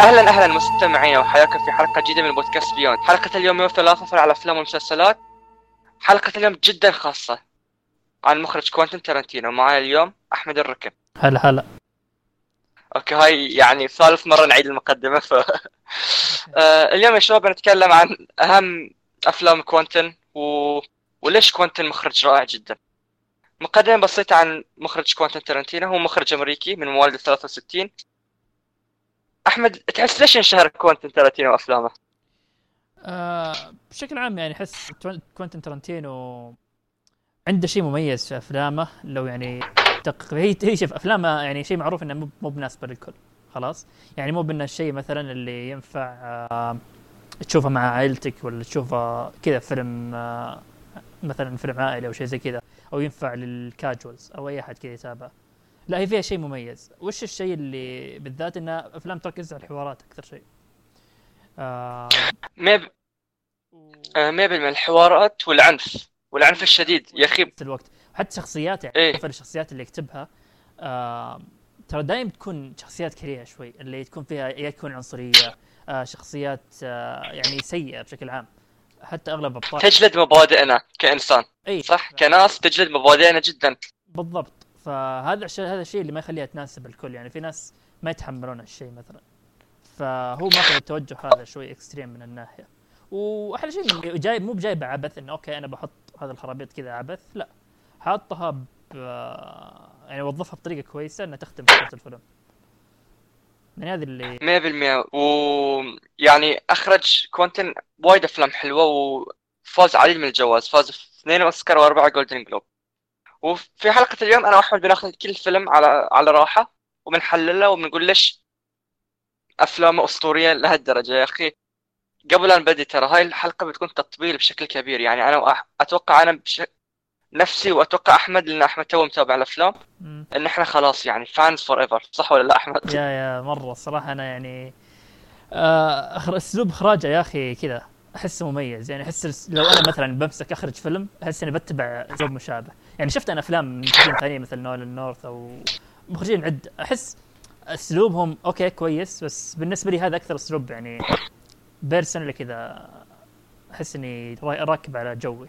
أهلا مستمعينا وحياكم في حلقة جديدة من بودكاست بيون. حلقة اليوم يوم ثلاثة على أفلام ومسلسلات. حلقة اليوم جدا خاصة عن المخرج كوانتين تارانتينو. معايا اليوم أحمد الركن. هلا. أوكي، هاي يعني ثالث مرة نعيد المقدمة اليوم يا شباب نتكلم عن أهم أفلام كوانتين وليش كوانتين مخرج رائع جدا. مقدمة بسيطة عن مخرج كوانتين تارانتينو. هو مخرج أمريكي من مواليد 63. أحمد، تحس ليش انشهر كوانتين تارانتينو وأفلامه؟ بشكل عام يعني احس كوينتين ترنتينو عنده شيء مميز في افلامه. لو يعني هي شوف افلامه يعني شيء معروف انه مو بناسبه للكل. خلاص يعني مو بأنه الشيء مثلا اللي ينفع تشوفه مع عائلتك ولا تشوفه كذا فيلم مثلا فيلم عائلي او شيء زي كذا، او ينفع للكاجوالز او اي احد كذا يتابع. لا، هي فيها شيء مميز. وش الشيء اللي بالذات؟ انه افلام تركز على الحوارات اكثر شيء. ما ما بين الحوارات والعنف الشديد يا اخي. نفس الوقت حتى شخصيات، يعني ايه، مثلا الشخصيات اللي يكتبها ترى دائما تكون شخصيات كريهة شوي، اللي تكون فيها يكون عنصرية، شخصيات يعني سيئة بشكل عام. حتى اغلب ابطال تجلد مبادئنا كإنسان. اي صح، كناس تجلد مبادئنا جدا. بالضبط. فهذا الشيء اللي ما يخليها تناسب الكل. يعني في ناس ما يتحملون هالشيء مثلا، فهو ماخذ التوجه هذا شوي اكستريم من الناحية. واحلى شيء إنه جاي مو بجايبه عبث، انه اوكي انا بحط هذا الخرابيط كذا عبث، لا، حاطها يعني وظفها بطريقه كويسه انها تخدم فكره الفيلم. يعني هذه اللي 100%. ويعني اخرج كوانتين وايد افلام حلوه وفاز عديد من الجوائز. فاز في 2 اوسكار و4 جولدن جلوب. وفي حلقه اليوم انا واحمد بناخذ كل فيلم على راحه وبنحلله وبنقول ليش افلامه اسطوريه لهالدرجه يا اخي. قبل ان بدي ترى هاي الحلقه بتكون تطبيل بشكل كبير. يعني انا اتوقع انا نفسي واتوقع احمد، لان احمد تو متابع الافلام، مم. ان احنا خلاص يعني فانز فور ايفر. صح ولا لا احمد؟ يا مره الصراحه انا يعني اسلوب اخراجه يا اخي كذا احسه مميز. يعني احس لو انا مثلا بمسك اخرج فيلم احس اني بتبع اسلوب مشابه. يعني شفت انا افلام من مخرجين ثانيين مثل نولان نورث او مخرجين عد، احس اسلوبهم اوكي كويس، بس بالنسبه لي هذا اكثر اسلوب يعني بيرسونال كذا. احس اني راكب على جوي.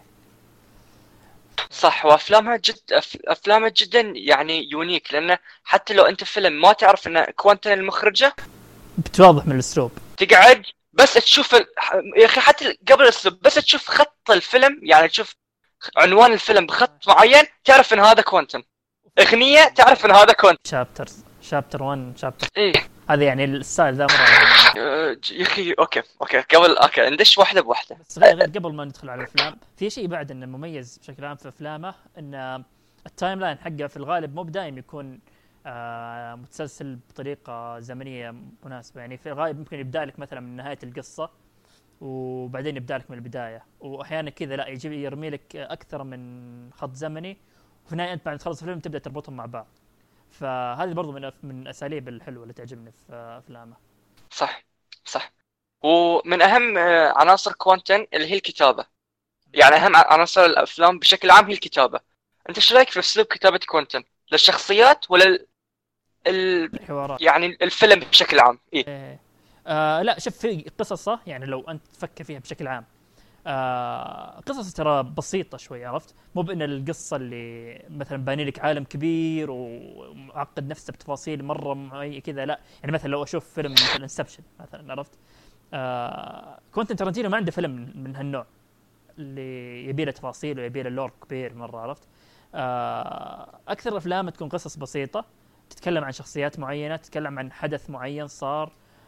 صح. وافلامها افلامها جدا يعني يونيك، لانه حتى لو انت فيلم ما تعرف ان كوانتين المخرجه، بتواضح من الاسلوب. تقعد بس تشوف يا اخي حتى قبل الاسلوب بس تشوف خط الفيلم، يعني تشوف عنوان الفيلم بخط معين تعرف ان هذا كوانتين. اغنيه تعرف ان هذا كوانتين. شابتر 1 شابتر ايه. هذا يعني الستايل ذا مره. يا اخي اوكي قبل ندش واحده بواحده. بس غير قبل ما ندخل على الافلام، في شيء بعد انه مميز بشكل عام في افلامه، ان التايم لاين حقه في الغالب مو بدايم يكون متسلسل بطريقه زمنيه مناسبه. يعني في الغالب ممكن يبدا لك مثلا من نهايه القصه وبعدين يبدا لك من البدايه، واحيانا كذا لا، يجيب يرمي لك اكثر من خط زمني، وفي النهايه انت بعد تخلص الفيلم تبدا تربطهم مع بعض. فهذه برضو من الاساليب الحلوه اللي تعجبني في افلامه. صح. ومن اهم عناصر كوانتين اللي هي الكتابه. يعني اهم عناصر الافلام بشكل عام هي الكتابه. انت ايش رايك في اسلوب كتابه كوانتين للشخصيات ولا الحوارات يعني الفيلم بشكل عام؟ إيه؟ لا شوف، في قصصه يعني لو انت تفكر فيها بشكل عام قصص ترى بسيطة شوي، عرفت؟ مو بأن القصة اللي مثلا باني لك عالم كبير ومعقد نفسه بتفاصيل مرة معينة كذا، لا. يعني مثلا لو أشوف فيلم مثل انسبشن مثلا، عرفت؟ كوينتين تارانتينو ما عنده فيلم من هالنوع اللي يبي له تفاصيل ويبي له لور كبير مرة، عرفت؟ أكثر الأفلام تكون قصص بسيطة، تتكلم عن شخصيات معينة، تتكلم عن حدث معين صار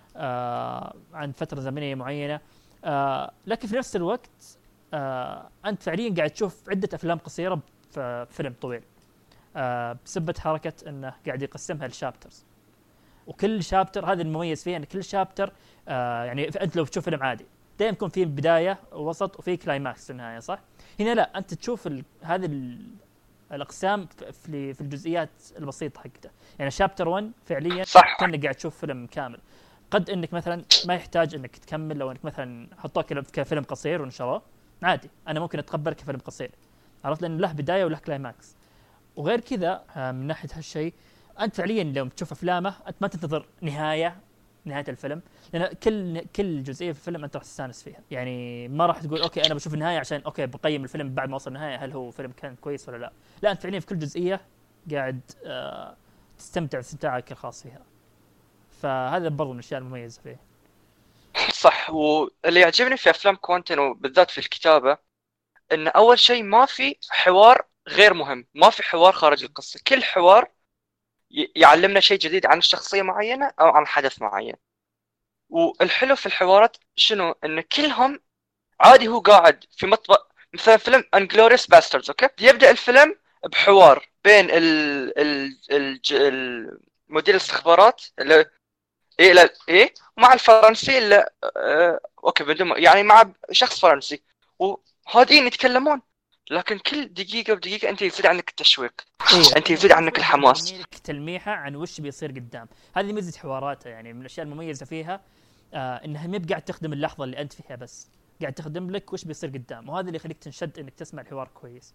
عن فترة زمنية معينة. لكن في نفس الوقت أنت فعليا قاعد تشوف عدة أفلام قصيرة في فيلم طويل، بسبة حركة أنه قاعد يقسمها لشابترز. وكل شابتر هذا المميز فيه أن كل شابتر يعني أنت لو تشوف فيلم عادي دائما يكون فيه بداية ووسط وفيه كلايماكس في النهاية، صح؟ هنا لا، أنت تشوف هذه الأقسام في الجزئيات البسيطة حقته. يعني شابتر 1 فعليا صح. كأنك قاعد تشوف فيلم كامل. قد انك مثلا ما يحتاج انك تكمل، لو انك مثلا حطوه كفيلم قصير ونشروه عادي، انا ممكن اتقبل كفيلم قصير، عرفت؟ لان له بدايه وله كلايماكس. وغير كذا من ناحيه هالشيء، انت فعليا لو تشوف افلامه انت ما تنتظر نهايه نهايه الفيلم، لان كل جزئيه في الفيلم انت راح تستانس فيها. يعني ما راح تقول اوكي انا بشوف النهايه عشان اوكي بقيم الفيلم بعد ما وصل النهايه هل هو فيلم كان كويس ولا لا. لا، انت فعليا في كل جزئيه قاعد تستمتع استمتاعك الخاص فيها. فهذا برضو من الاشياء المميزه فيه. صح. واللي يعجبني في افلام كوانتين وبالذات في الكتابه ان اول شيء ما في حوار غير مهم، ما في حوار خارج القصه، كل حوار يعلمنا شيء جديد عن الشخصيه معينه او عن حدث معين. والحلو في الحوارات شنو؟ ان كلهم عادي هو قاعد في مطبخ. مثلا فيلم انجلوريوس باستردز، اوكي، يبدا الفيلم بحوار بين مدير الاستخبارات اللي ايه لا ايه مع الفرنسي اللي اوكي بدون يعني مع شخص فرنسي، وهادين يتكلمون، لكن كل دقيقه ودقيقه انت يزيد عنك التشويق، ايوه، انت يزيد عنك الحماس. لك تلميحه عن وش بيصير قدام. هذه ميزه حواراتها، يعني من الاشياء المميزه فيها انها ما قاعد تخدم اللحظه اللي انت فيها بس، قاعد تخدم لك وش بيصير قدام، وهذا اللي يخليك تنشد انك تسمع الحوار كويس.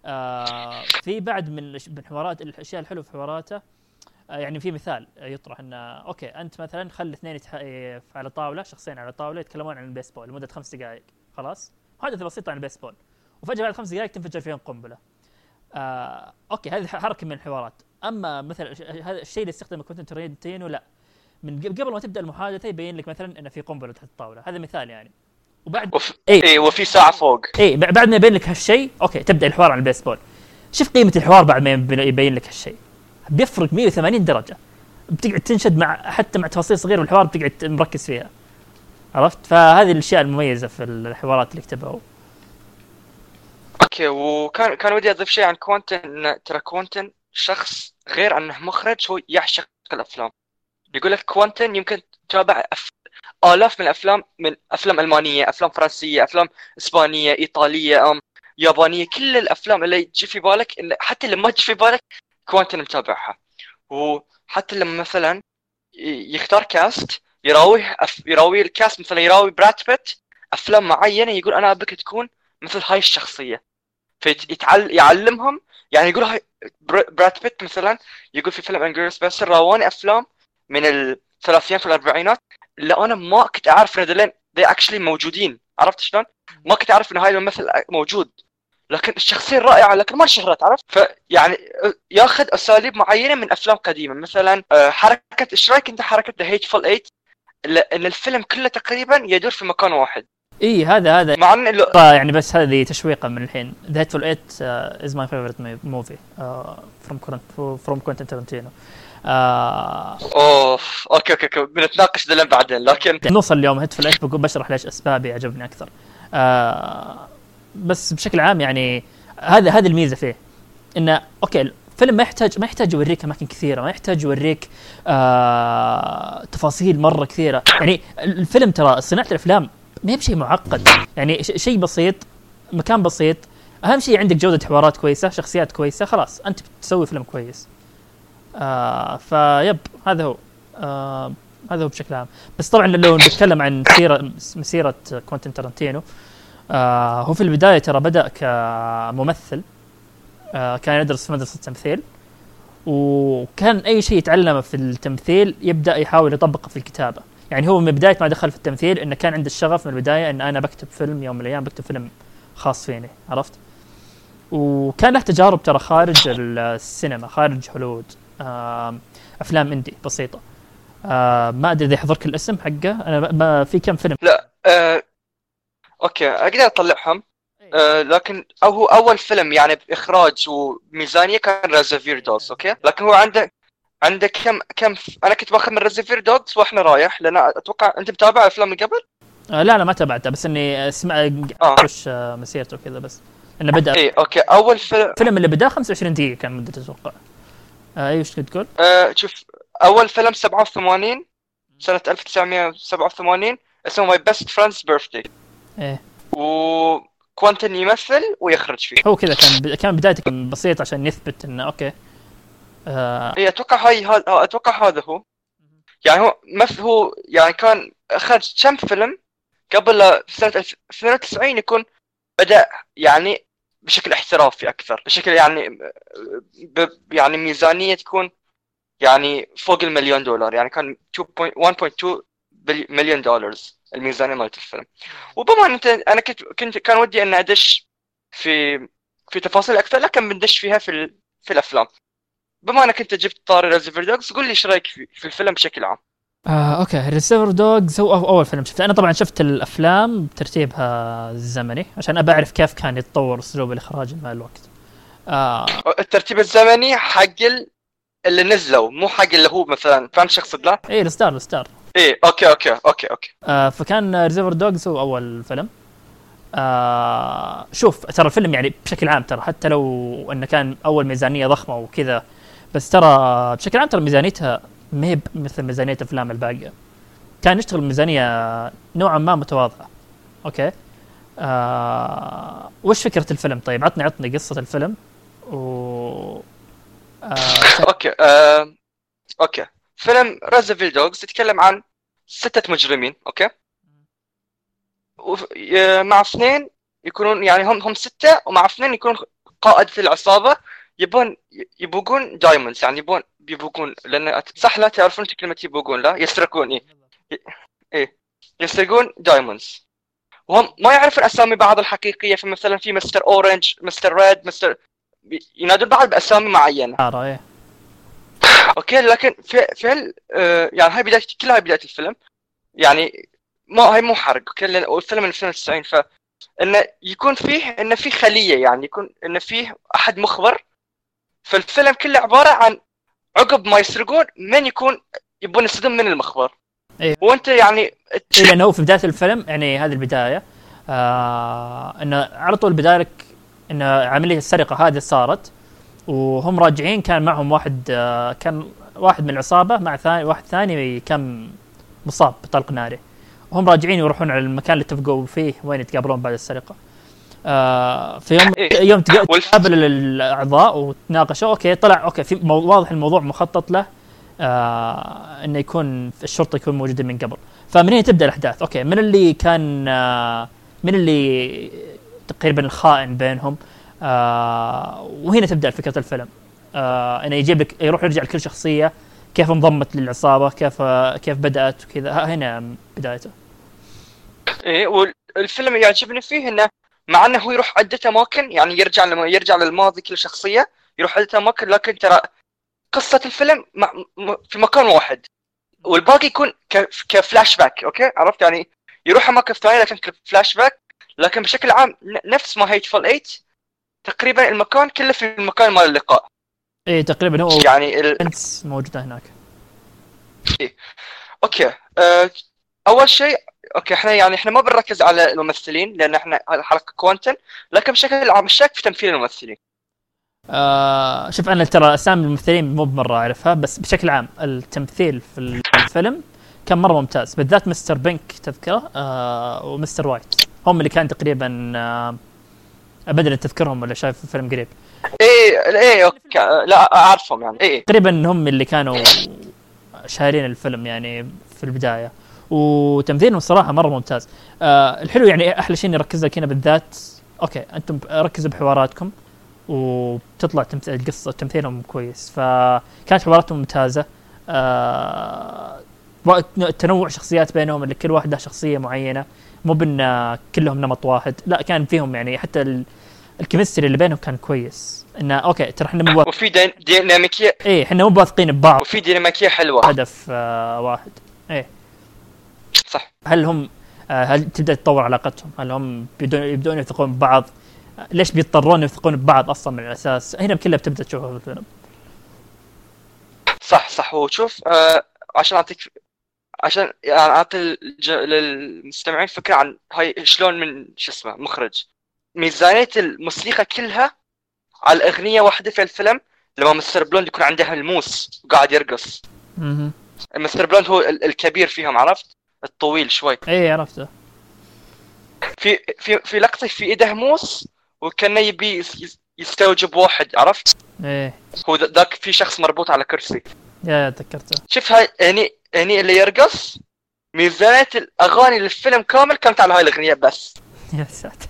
في بعد من حوارات الاشياء الحلوه في حواراته. يعني في مثال يطرح انه اوكي انت مثلا خلي اثنين على طاوله، شخصين على طاوله يتكلمون عن البيسبول لمده 5 دقائق، خلاص حدث بسيط عن البيسبول، وفجاه بعد 5 دقائق تنفجر فيهم قنبله. اوكي هذه حركه من الحوارات. اما مثلا هذا الشيء اللي استخدمه كوينتين تارانتينو لا، من قبل ما تبدا المحادثه يبين لك مثلا انه في قنبله تحت الطاوله، هذا مثال يعني. وبعد وفي ساعه فوق، بعد ما يبين لك هالشيء اوكي تبدا الحوار عن البيسبول. شوف قيمه الحوار بعد ما يبين لك هالشيء، بيفرق 180 درجه، بتقعد تنشد حتى مع تفاصيل صغيره بالحوار بتقعد مركز فيها، عرفت؟ فهذه الاشياء المميزه في الحوارات اللي كتبها. اوكي. كان ودي اضيف شيء عن كوانتين، ترى كوانتين شخص غير انه مخرج، هو يعشق الافلام. يقول لك كوانتين يمكن تتابع آلاف من الافلام، من افلام المانيه، افلام فرنسيه، افلام اسبانيه، ايطاليه، يابانيه، كل الافلام اللي تجي في بالك، حتى اللي ما تجي في بالك كوانتين متابعها. وحتى لما مثلا يختار كاست يراوي الكاست، مثلا يراوي براد بيت افلام معينه، يقول انا ابيك تكون مثل هاي الشخصيه، يعلمهم. يعني يقول هاي براد بيت مثلا، يقول في فيلم انجلوريوس باستردز راوني افلام من الثلاثينات والاربعينات اللي انا ما كنت اعرف ان هذول actually موجودين، عرفت شلون؟ ما كنت اعرف ان هاي الممثل موجود، لكن الشخصيه رائعه لكن ما انشهرت، عرفت؟ فيعني ياخذ اساليب معينه من افلام قديمه، مثلا حركه، ايش رايك انت حركه ذا هيتفul ايت، ان الفيلم كله تقريبا يدور في مكان واحد. هذا مع انه يعني بس هذه تشويقه من الحين. ذا هيتفul ايت از ماي فيفورت موفي فروم كوينتين تارانتينو. اوكي بنتناقش ذلك بعدين، لكن نوصل اليوم هيتفul ايت بشرح ليش اسبابي عجبني اكثر. بس بشكل عام يعني هذه الميزه فيه، انه اوكي الفيلم ما يحتاج يوريك اماكن كثيره، ما يحتاج يوريك تفاصيل مره كثيره. يعني الفيلم ترى صناعه الافلام ما هي بشيء معقد، يعني شيء بسيط، مكان بسيط، اهم شيء عندك جوده حوارات كويسه، شخصيات كويسه، خلاص انت بتسوي فيلم كويس. فيب هذا هو هذا هو بشكل عام. بس طبعا لو نتكلم عن مسيره كوينتين تارانتينو، هو في البدايه ترى بدا كممثل، كان يدرس في مدرسه تمثيل، وكان اي شيء يتعلمه في التمثيل يبدا يحاول يطبقه في الكتابه. يعني هو من بدايه ما دخل في التمثيل انه كان عنده الشغف من البدايه ان انا بكتب فيلم يوم من الايام، بكتب فيلم خاص فيني، عرفت؟ وكان له تجارب ترى خارج السينما، خارج هوليوود، افلام اندي بسيطه. ما ادري اذا يحضرك الاسم حقه، انا ما في كم فيلم. لا اوكي اقدر اطلعهم. لكن هو اول فيلم يعني باخراج وميزانيه كان ريزرفير دوغز، اوكي، لكن هو عنده كم انا كنت باخذ من ريزرفير دوغز واحنا رايح، لان اتوقع انت متابع افلام من قبل. لا ما تابعته، بس اني اسمع وش مسيرته كذا، بس انه بدا اوكي اول فيلم اللي بدا 25 دقيقه كان مدته اتوقع. ايش كنت تقول؟ شوف اول فيلم 87 سنه 1987 اسمه ماي بيست فريندز بيرثداي. وكوانتين يمثل ويخرج فيه. هو كذا كان بدايتك بسيط عشان يثبت انه اوكي. اتوقع هذا هو. يعني هو يعني كان اخرج كم فيلم قبل سنه 92 يكون بدا يعني بشكل احترافي اكثر، بشكل يعني ميزانيه تكون يعني فوق $1,000,000، يعني كان 1.2 مليون دولار الميزانيه مالت الفيلم. وبما ان انا كان ودي ان ادش في تفاصيل اكثر، لكن بندش فيها في الافلام. بما انك انت جبت طاري ريزرفوير دوجز، قول لي ايش رايك في الفيلم بشكل عام. اوكي، ريزرفوير دوجز هو اول فيلم شفته. انا طبعا شفت الافلام بترتيبها الزمني عشان ابى اعرف كيف كان يتطور اسلوب الاخراج مع الوقت. الترتيب الزمني حق اللي نزلوا، مو حق اللي هو مثلا، فهمت شو اقصد؟ لا ايه الستار. ايه اوكي. فكان ريزرفوير دوجز هو اول فيلم. شوف ترى الفيلم يعني بشكل عام، ترى حتى لو انه كان اول ميزانيه ضخمه وكذا، بس ترى بشكل عام ترى ميزانيتها ما هي مثل ميزانيه افلام الباقيه. كان يشتغل ميزانيه نوعا ما متواضعه. اوكي. وش فكره الفيلم؟ طيب عطني قصه الفيلم. و اوكي اوكي. فيلم ريزرفوير دوجز يتكلم عن 6 مجرمين، اوكي، مع 2 يكونون، يعني هم 6، ومع 2 يكون قائد في العصابة، يبوقون دايموندز، يعني بيبوقون، لأن صح لا تعرفون كلمة يبوقون؟ لا يسرقون. إيه يسرقون دايموندز، وهم ما يعرفون أسامي بعض الحقيقية. فمثلا في مستر أورنج، مستر ريد، ينادون بعض بأسامي معينة. إيه. أوكي، لكن في يعني هاي كلها بداية الفيلم، يعني ما هي مو حرق. اوكي، الفيلم من 2090، فانه يكون فيه انه في خليه، يعني يكون انه فيه احد مخبر. فالفيلم كله عباره عن عقب ما يسرقون من يبون يصدم من المخبر. إيه. وانت يعني إيه، لانه في بدايه الفيلم، يعني هذه البدايه، انه على طول بدالك ان عمليه السرقه هذه صارت، وهم راجعين كان معهم واحد، كان واحد من العصابه مع واحد ثاني كان مصاب بطلق ناري، وهم راجعين يروحون على المكان اللي اتفقوا فيه وين يتقابلون بعد السرقه. في يوم تقابل الاعضاء وتناقشوا. اوكي، طلع اوكي في واضح الموضوع مخطط له، انه يكون الشرطه يكون موجوده من قبل. فمن هنا تبدا الاحداث. اوكي، من اللي تقريبا الخائن بينهم. وهنا تبدا فكره الفيلم، انه يجيب لك، يروح يرجع لكل شخصيه كيف انضمت للعصابه، كيف بدات وكذا. هنا بدايته. ايه، والفيلم يعجبني فيه انه مع انه هو يروح عده اماكن، يعني يرجع للماضي كل شخصيه يروح عده اماكن، لكن ترى قصه الفيلم في مكان واحد، والباقي يكون كفلاش باك. اوكي، عرفت؟ يعني يروح اماكن ثانيه لكن كفلاش باك، لكن بشكل عام نفس ما هيتفول 8 تقريبا، المكان كله في المكان مال اللقاء. ايه تقريبا هو يعني موجوده هناك. إيه. اوكي. اول شيء، اوكي، احنا ما بنركز على الممثلين لان احنا الحلقه كوانتن، لكن بشكل عام الشك في تمثيل الممثلين. شوف انا ترى اسامي الممثلين مو بمره اعرفها، بس بشكل عام التمثيل في الفيلم كان مره ممتاز، بالذات مستر بينك تذكره، ومستر وايت، هم اللي كان تقريبا ابدا تذكرهم ولا شايف الفيلم قريب. ايه اوكي، لا اعرفهم يعني. ايه تقريبا هم اللي كانوا شايلين الفيلم يعني في البدايه، وتمثيلهم صراحه مره ممتاز. الحلو يعني احلى شيء نركز لك هنا بالذات. اوكي انتم ركزوا بحواراتكم وبتطلع القصه تمثيلهم كويس، فكانت حواراتهم ممتازه. تنوع شخصيات بينهم، اللي كل واحد له شخصيه معينه، مو بان كلهم نمط واحد، لا كان فيهم يعني حتى الكيمستري اللي بينهم كان كويس. انه اوكي ترى احنا وفي ديناميكيه. ايه احنا مو واثقين ببعض، وفي ديناميكيه حلوه، هدف واحد. ايه صح. هل تبدا تتطور علاقتهم؟ هل هم يبدون يثقون ببعض؟ ليش بيضطرون يثقون ببعض اصلا من الاساس؟ هنا كلها بتبدا تشوفها في الفيلم. صح. وشوف، عشان يعني اعطي للمستمعين فكره عن هاي شلون من شو اسمه مخرج. ميزانيه الموسيقى كلها على الاغنيه واحده في الفيلم، لما مستر بلوند يكون عنده الموس وقاعد يرقص. مستر بلوند هو الكبير فيهم، عرفت؟ الطويل شوي. ايه عرفته. في لقطه في ايده موس، وكان يبي يستوجب واحد، عرفت؟ ايه هو ذاك في شخص مربوط على كرسي. يا تذكرته. شوف هاي هني اللي يرقص، ميزانية الأغاني للفيلم كامل كانت على هاي الأغنية بس. يا ساتر.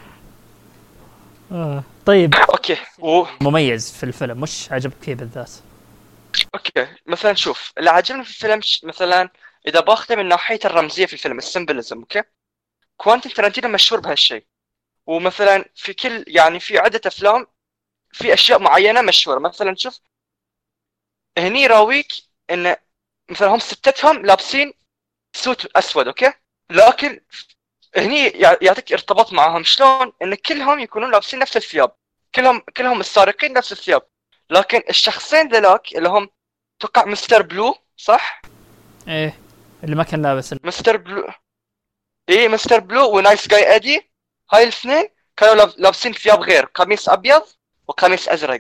طيب أوكي. مميز في الفيلم، مش عجبك فيه بالذات؟ أوكي، مثلا شوف اللي عجبني في الفيلم مثلا اذا باخذه من ناحيه الرمزيه في الفيلم السيمبلزم، اوكي، كوانتين ترنتينو مشهور بهالشيء. ومثلا في كل يعني في عده افلام في اشياء معينه مشهوره. مثلا شوف هني يراويك ان مثلا هم ستتهم لابسين سوت اسود، اوكي، لكن هني يعطيك ارتباط معهم شلون ان كلهم يكونون لابسين نفس الثياب، كلهم السارقين نفس الثياب، لكن الشخصين ذلاك اللي هم توقع مستر بلو، صح؟ ايه اللي ما كان لابس مستر بلو، ايه مستر بلو ونايس جاي ادي، هاي الاثنين كانوا لابسين ثياب غير، قميص ابيض وقميص ازرق.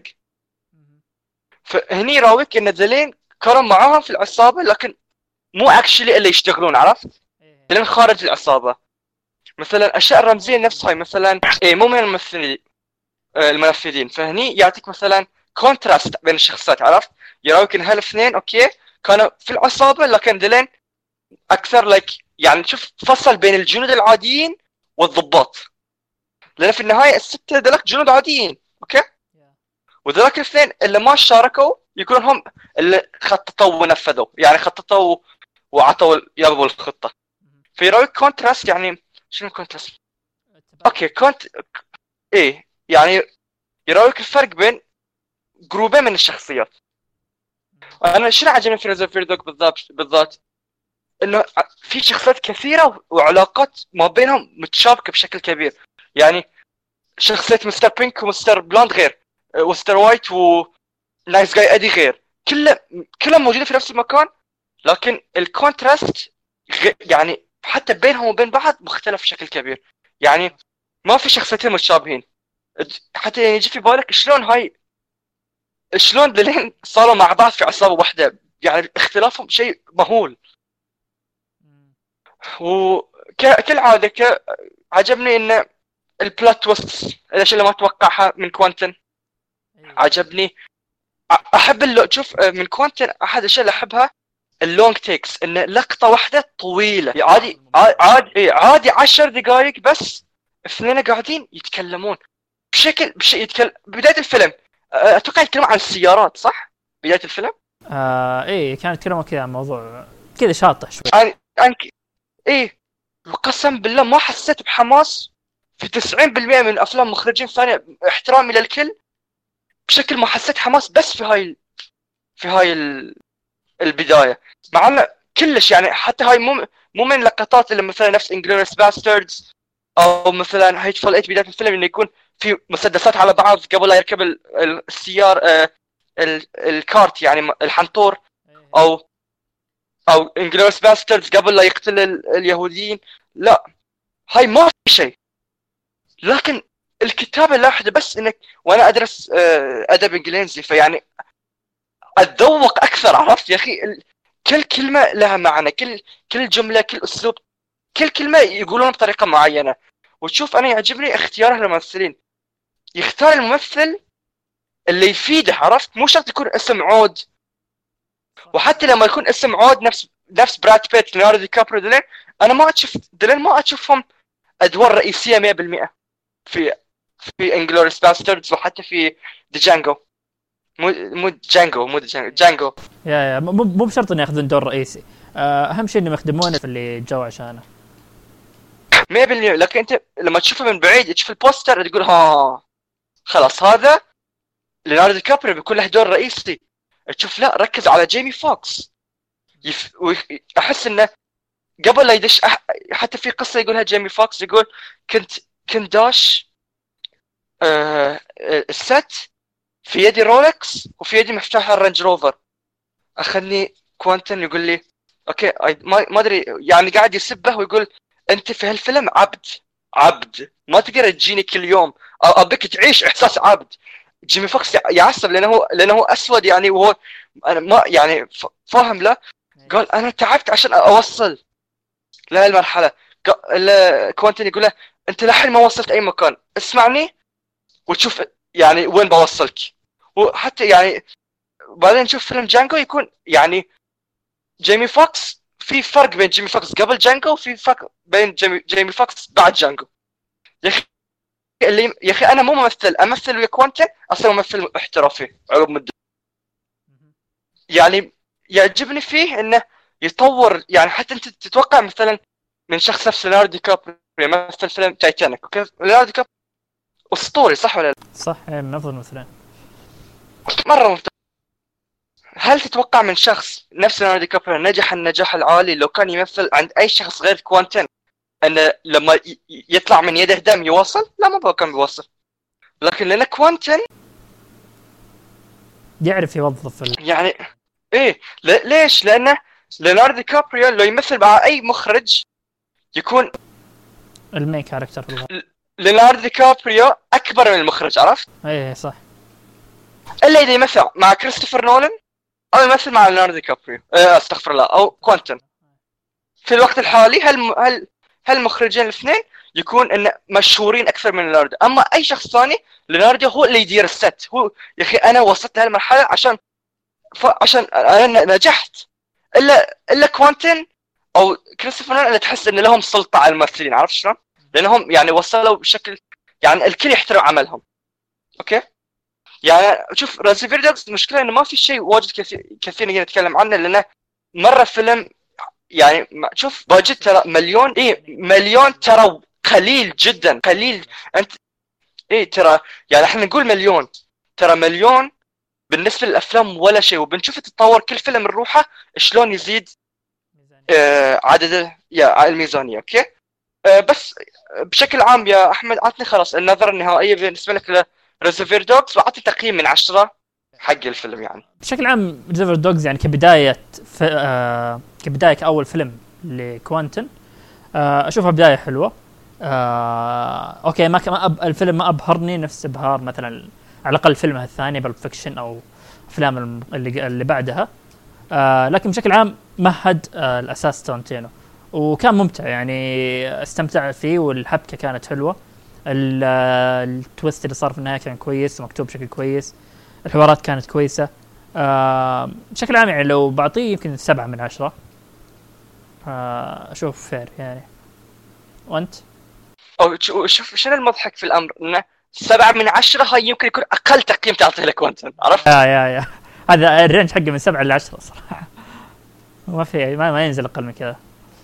فهني يراويك ان ذلين كانوا معاهم في العصابه، لكن مو اكشلي اللي يشتغلون، عرفت؟ ذلين خارج العصابه. مثلا الاشياء الرمزيه نفسها مثلا ايه مو من الممثلين المنفذين. فهني يعطيك مثلا كونتراست بين الشخصيات، عرفت؟ يراويك ان هالاثنين اوكي كانوا في العصابه، لكن ذلين اكثر لايك يعني شوف فصل بين الجنود العاديين والضباط، لان في النهايه السته ذلك جنود عاديين، اوكي، وذلك الاثنين اللي ما شاركوا يكونون هم اللي خططوا ونفذوا، يعني خططوا وعطوا يابوا الخطه. فيراويك كونتراست، يعني شنو كونتراست؟ اوكي ايه يعني يراويك الفرق بين جروبين من الشخصيات. انا شنو عجبني في ريزرفير دوغ بالذات انه في شخصيات كثيره وعلاقات ما بينهم متشابكه بشكل كبير. يعني شخصيه مستر بينك ومستر بلوند غير، ومستر وايت ونايس جاي ادي غير، كلهم موجودين في نفس المكان، لكن الكونتراست يعني حتى بينهم وبين بعض مختلف بشكل كبير. يعني ما في شخصيتين متشابهين. حتى يعني يجي في بالك شلون لين صاروا مع بعض في عصابه واحده، يعني اختلافهم شيء مهول. وكالعاده عجبني ان البلوت تويست الاشياء اللي ما اتوقعها من كوانتن عجبني. احب شوف من كوانتن احد الاشياء اللي احبها اللونج تيكس، ان لقطه واحده طويله عادي 10 دقائق بس اثنين قاعدين يتكلمون بشكل بدايه الفيلم اتوقع يتكلمون عن السيارات، صح؟ بدايه الفيلم ايه كان يتكلمون كذا عن موضوع كذا شاطح شوي ايه. وقسم بالله ما حسيت بحماس في 90% من افلام مخرجين ثانيه، احترامي للكل، بشكل ما حسيت حماس بس في هاي البدايه. مع انه كلش يعني حتى هاي مو من اللقطات اللي مثلا نفس انجلوريوس باستردز او مثلا هيتفول 8 بدايه الفيلم انه يكون في مسدسات على بعض قبل لا يركب السيار الكارت يعني الحنطور، او انجلوريوس باستردز قبل لا يقتل اليهوديين. لا هاي ما في شيء، لكن الكتابه الواحده بس انك وانا ادرس ادب انجليزي فيعني اتذوق اكثر، عرفت يا اخي؟ كل كلمه لها معنى، كل جمله، كل اسلوب، كل كلمه يقولونها بطريقه معينه. وتشوف انا يعجبني اختيار الممثلين، يختار الممثل اللي يفيده، عرفت؟ مو شرط يكون اسم عود. وحتى لما يكون اسم عود نفس براد بيت، ليوناردو دي كابريو، انا ما اشوفهم ادوار رئيسيه 100% في انجلوريوس باستردز وحتى في جانجو. مو جانجو. يا مو بشرط ان ياخذون دور رئيسي، اهم شيء انهم يخدمونه في اللي جو عشانه 100%. لكن انت لما تشوفه من بعيد تشوف البوستر تقول ها خلاص هذا ليوناردو دي كابريو بيكون له دور رئيسي. تشوف لا ركز على جيمي فوكس. احس انه قبل لا يدش حتى في قصه يقولها جيمي فوكس، يقول كنت داش الست في يدي رولكس وفي يدي مفتاح الرنج روفر، اخذني كوانتن يقول لي اوكي ما ادري يعني قاعد يسبه ويقول انت في هالفيلم عبد ما تقدر تجيني كل يوم، ابيك تعيش احساس عبد. جيمي فوكس يعصب لانه اسود يعني، وهو انا ما يعني فاهم له. قال انا تعبت عشان اوصل لهالمرحله. كوانتن يقول له انت لحين ما وصلت اي مكان، اسمعني وتشوف يعني وين بوصلك. وحتى يعني بعدين نشوف فيلم جانجو يكون يعني جيمي فوكس في فرق بين جيمي فوكس قبل جانجو وفي فرق بين جيمي فوكس بعد جانجو. يا اخي انا مو امثل ويا كوانتن، اصلا ممثل احترافي عقب مده. يعني يعجبني فيه انه يطور يعني. حتى انت تتوقع مثلا من شخص نفس ليوناردو دي كابريو مثل فيلم تايتانيك، اوكي ليوناردو دي كابريو اسطوري صح ولا لا؟ صح، من افضل الممثلين. مره ممتاز. هل تتوقع من شخص نفس ليوناردو دي كابريو نجح النجاح العالي لو كان يمثل عند اي شخص غير كوانتين، انه لما يطلع من يده دم يوصل؟ لا ما كان بيوصل. لكن لان كوانتين يعرف يوظف يعني ايه ليش؟ لانه ليوناردو دي كابريو لو يمثل مع اي مخرج يكون المين كاركتر. ليوناردو دي كابريو اكبر من المخرج، عرفت؟ ايه صح. الا اذا يمثل مع كريستوفر نولان او يمثل مع ليوناردو دي كابريو استغفر الله، او كوانتن. في الوقت الحالي هل المخرجين الاثنين يكون انه مشهورين اكثر من ليوناردو. اما اي شخص ثاني ليوناردو هو اللي يدير الست. هو يا اخي انا وصلت لهالمرحله عشان انا نجحت. الا كوانتن او كريستوفر نولان اللي تحس ان لهم سلطه على الممثلين، عرفت شلون؟ لانهم يعني وصلوا بشكل يعني الكل يحترم عملهم. اوكي يعني شوف ريزيرفير دوجز المشكله انه ما في شيء واجد كثير نقدر نتكلم عنه، لانه مره فيلم يعني شوف باجت ترى مليون. مليون ترى قليل جدا، قليل. انت ترى يعني احنا نقول مليون، ترى مليون بالنسبه للافلام ولا شيء. وبنشوف تتطور كل فيلم نروحه شلون يزيد عدد الميزانيه. اوكي بس بشكل عام يا احمد عطني خلاص النظره النهائيه بالنسبه لك لريزيرفير دوجز، وعطني تقييم من 10 حق الفيلم. يعني بشكل عام ريزيرفير دوجز يعني كبدايه كبدايه كاول فيلم لكوانتن اشوفها بدايه حلوه. اوكي ما الفيلم ما ابهرني نفس ابهار مثلا على الاقل فيلمها الثاني بالب فيكشن او افلام اللي بعدها. لكن بشكل عام مهد الاساس تارانتينو وكان ممتع، يعني استمتع فيه والحبكه كانت حلوه. التويست اللي صار في النهايه كان كويس ومكتوب بشكل كويس، الحوارات كانت كويسه. بشكل عام يعني لو بعطيه يمكن 7 من 10. اشوف فير يعني. وانت؟ شوف شنو المضحك في الامر، انه 7 من 10 هاي يمكن يكون اقل تقييم تعطيه لكوانتن، عرفت؟ يا هذا الرينج حقه من 7 ل 10 صراحه. ما في ما ينزل اقل من كذا.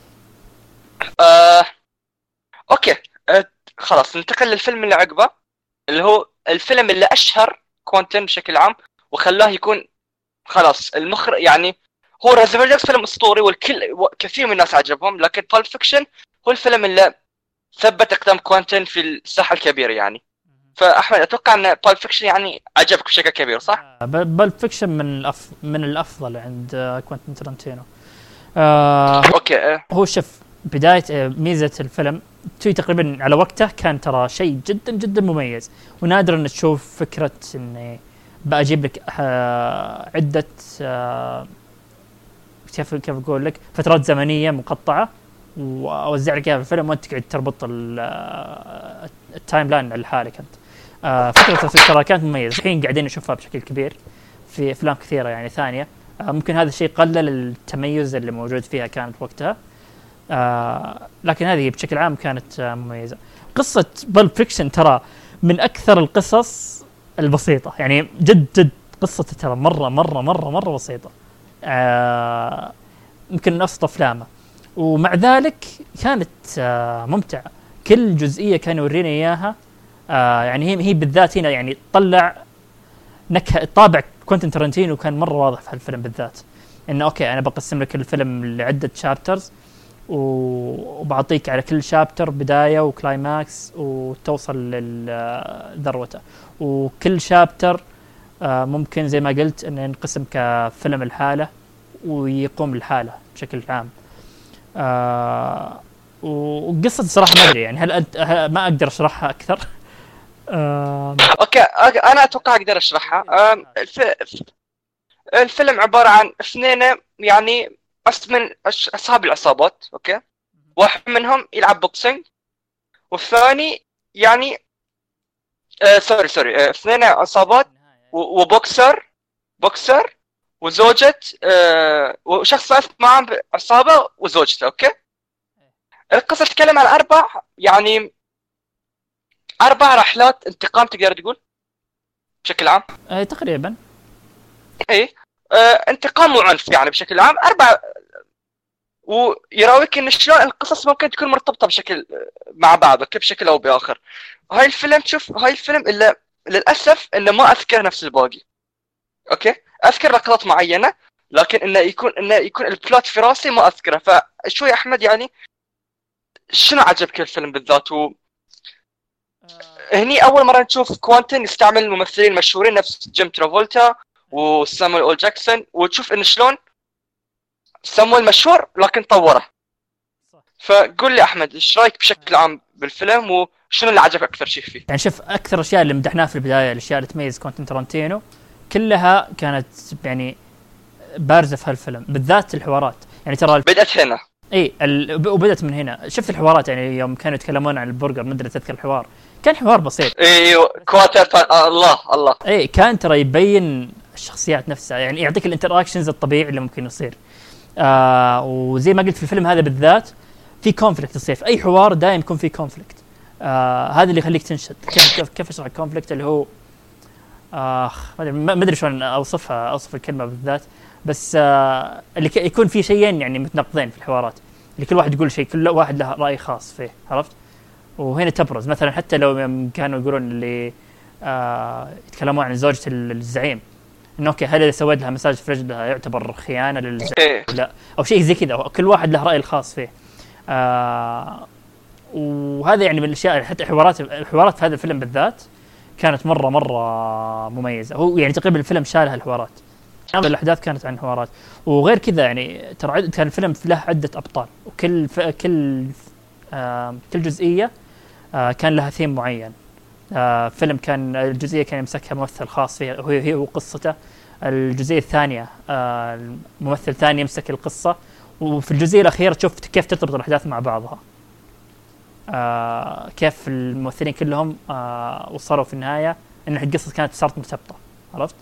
اوكي خلاص ننتقل للفيلم اللي عقبه، اللي هو الفيلم اللي اشهر كوانتن بشكل عام وخلاه يكون خلاص المخرج يعني. هو ريزيرفير دوجز فيلم اسطوري والكل كثير من الناس عجبهم، لكن بالب فيكشن هو الفيلم اللي ثبت اقدام كوانتن في الساحه الكبيره يعني. فاحمد اتوقع ان بالب فيكشن يعني عجبك بشكل كبير صح؟ بالب فيكشن من الافضل عند كوانتن تارانتينو. اوكي هو شوف بدايه ميزه الفيلم تقريبا على وقته كان ترى شيء جدا جدا مميز، ونادر ان تشوف فكره اني بأجيب لك عده كيف اقول لك فترات زمنيه مقطعه واوزع لك اياها في الفيلم وانت تقعد تربط التايم لاين لحالك انت. فكره ترى كانت مميزه، الحين قاعدين نشوفها بشكل كبير في افلام كثيره يعني ثانيه. ممكن هذا الشيء قلل التميز اللي موجود فيها كانت وقتها، لكن هذه بشكل عام كانت مميزه. قصه بالب فيكشن ترى من اكثر القصص البسيطه، يعني جد قصته ترى مره بسيطه. يمكن ابسط افلامه ومع ذلك كانت ممتعه. كل جزئيه كان يورينا اياها. يعني هي بالذات هنا يعني طلع نكهه طابع كوينتين تارانتينو كان مره واضح في الفيلم بالذات، انه اوكي انا بقسم لك الفيلم لعده شابترز وبعطيك على كل شابتر بدايه وكلايماكس وتوصل لذروته، وكل شابتر ممكن زي ما قلت انه ينقسم كفيلم الحاله ويقوم الحاله بشكل عام. وقصة صراحة ما أدري يعني هل أنت ما أقدر أشرحها أكثر. أوكي أنا أتوقع أقدر أشرحها. الفيلم عبارة عن اثنين يعني من أصحاب العصابات. أوكي واحد منهم يلعب بوكسينج والثاني يعني سوري اثنين عصابات وبوكسر وزوجة وشخص ثالث معهم عصابة وزوجته. أوكي القصة تتكلم عن 4 رحلات انتقام تقدر تقول بشكل عام. تقريبا انتقام وعنف يعني بشكل عام. ويراويك ان شلون القصص ممكن تكون مرتبطه بشكل مع بعض، اوكي، بشكل او باخر. هاي الفيلم، شوف هاي الفيلم الا للاسف انه ما اذكر نفس الباقي، اوكي، اذكر لقطات معينه، لكن انه يكون البلوت في راسي ما اذكره. فشوي احمد يعني شنو عجبك الفيلم بالذات؟ هني اول مره نشوف كوانتن يستعمل ممثلين مشهورين نفس جيم ترافولتا وسامويل اول جاكسون، وتشوف ان شلون سامويل مشهور لكن طوره. فقول لي احمد ايش رايك بشكل عام بالفيلم، وشنو اللي عجبك اكثر شيء فيه؟ يعني شوف، اكثر الاشياء اللي مدحناها في البدايه، الاشياء اللي تميز كوينتين تارانتينو كلها كانت يعني بارزه في هالفيلم، بالذات الحوارات. يعني ترى بدأت هنا. اي وبدت من هنا. شفت الحوارات يعني يوم كانوا يتكلمون عن البرجر، ما ادري تذكر الحوار، كان حوار بسيط. ايوه الله. اي كان ترى يبين الشخصيات نفسها، يعني يعطيك الانتراكشنز الطبيعي اللي ممكن يصير. وزي ما قلت في الفيلم هذا بالذات في كونفليكت يصير في اي حوار، دائما يكون في كونفليكت. هذا اللي يخليك تنشد. كيف اشرح الكونفليكت اللي هو ما ادري شلون اوصف الكلمه بالذات، بس اللي يكون في شيئين يعني متناقضين في الحوارات، اللي كل واحد يقول شيء، كل واحد له راي خاص فيه، عرفت؟ وهنا تبرز مثلا حتى لو كانوا يقولون اللي يتكلمون عن زوجة الزعيم، انه اوكي هل اذا سويت لها مساج في رجلها يعتبر خيانه للزعيم لا، او شيء زي كذا، كل واحد له راي الخاص فيه. وهذا يعني من الاشياء، حتى الحوارات في هذا الفيلم بالذات كانت مره مميزه. هو يعني تقريبا الفيلم شالها الحوارات، اغلب الاحداث كانت عن حوارات. وغير كذا يعني ترى كان الفيلم له عده ابطال، وكل كل جزئيه كان لها ثيم معين. فيلم كان الجزئيه كان يمسكها ممثل خاص فيها، هي وقصته. الجزئيه الثانيه ممثل ثاني يمسك القصه. وفي الجزئيه الاخيره تشوف كيف ترتبط الاحداث مع بعضها، كيف الممثلين كلهم وصلوا في النهايه ان القصه كانت صارت مرتبطه، عرفت؟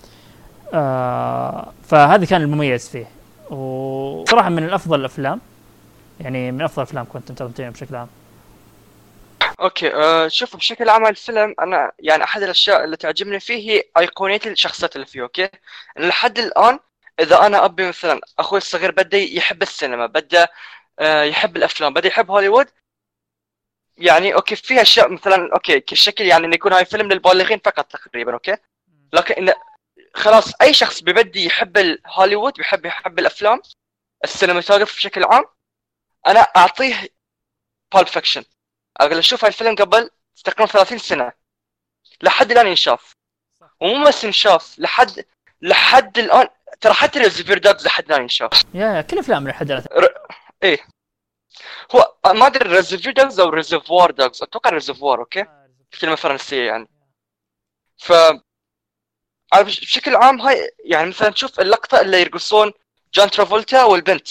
فهذا كان المميز فيه، وصراحه من الافضل الافلام، يعني من افضل افلام كوينتين تارانتينو بشكل عام. اوكي، شوف بشكل عام الفيلم انا يعني احد الاشياء اللي تعجبني فيه هي ايقونيه الشخصيات اللي فيه، اوكي. لحد الان اذا انا ابي مثلا اخوي الصغير بده يحب السينما، بده يحب الافلام، بده يحب هوليوود، يعني اوكي في اشياء مثلا اوكي كشكل يعني انه يكون هاي فيلم للبالغين فقط تقريبا، اوكي. لكن إن خلاص اي شخص ببدي يحب هوليوود، يحب الافلام السينماتوجراف بشكل عام، انا اعطيه بالب فيكشن. اقول اشوف هاي الفيلم قبل تقريبا 30 سنه لحد الان ينشاف، ومو بس ينشاف لحد الان، ترى حتى ريزرفير دوجز لحد الان ينشاف. يا كل افلام لحد الان. ايه هو ما ادري ريزرفير دوجز او ريزرفوار دوجز، اتوقع ريزرفوار، اوكي، كلمه فرنسيه يعني. ف بشكل عام هاي يعني مثلا تشوف اللقطه اللي يرقصون جون ترافولتا والبنت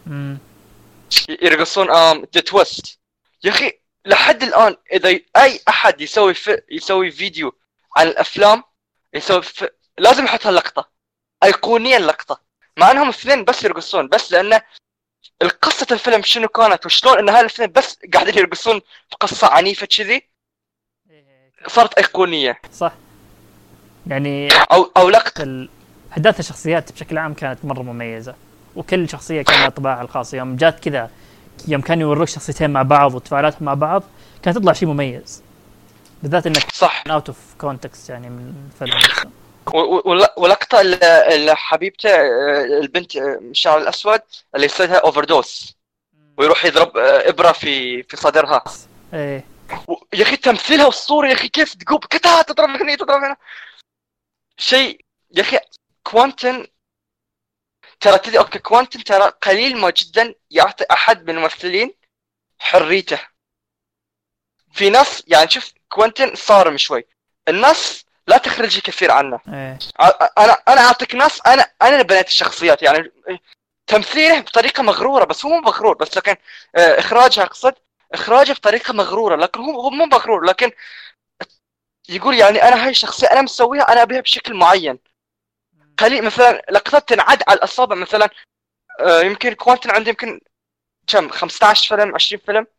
يرقصون ذا تويست، يا اخي لحد الان اذا اي احد يسوي فيديو عن الافلام لازم يحط هاللقطه ايقونيه، اللقطه مع انهم اثنين بس يرقصون، بس لان القصه الفيلم شنو كانت وشلون ان هالاثنين بس قاعدين يرقصون في قصه عنيفه كذي صارت ايقونيه، صح. يعني او لقطه احداث الشخصيات بشكل عام كانت مره مميزه، وكل شخصيه كان لها طباعها الخاصه. يوم جات كذا، يوم كانوا يوروك شخصيتين مع بعض وتفاعلاتهم مع بعض، كانت تطلع شيء مميز، بالذات انك صح اوت اوف كونتكست يعني من الفيلم. ولقطه اللي حبيبته البنت الشعر الاسود اللي يصيدها اوفر دوس ويروح يضرب ابره في صدرها. ايه يا اخي تمثيلها اسطوري يا اخي، كيف تقوم كتا تضرب هنا شيء يا اخي. كوانتن ترى تدري اوكي، كوانتن ترى قليل ما جدا يعطي احد من الممثلين حريته. في ناس يعني شوف كوانتن صارم شوي، الناس لا تخرج كثير عنه. ايه انا اعطيك ناس، انا اللي بنيت الشخصيات، يعني تمثيله بطريقه مغروره، بس هو مو مغرور، بس لكن اخراجها اقصد اخراجه بطريقه مغروره، لكن هو مو مغرور، لكن يقول يعني انا هاي الشخصيه انا مسويها انا ابيها بشكل معين. قليل مثلا لقطات تنعد على الاصابع مثلا، يمكن كوانتن عنده يمكن كم 15 فيلم 20 فيلم.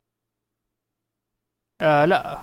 لا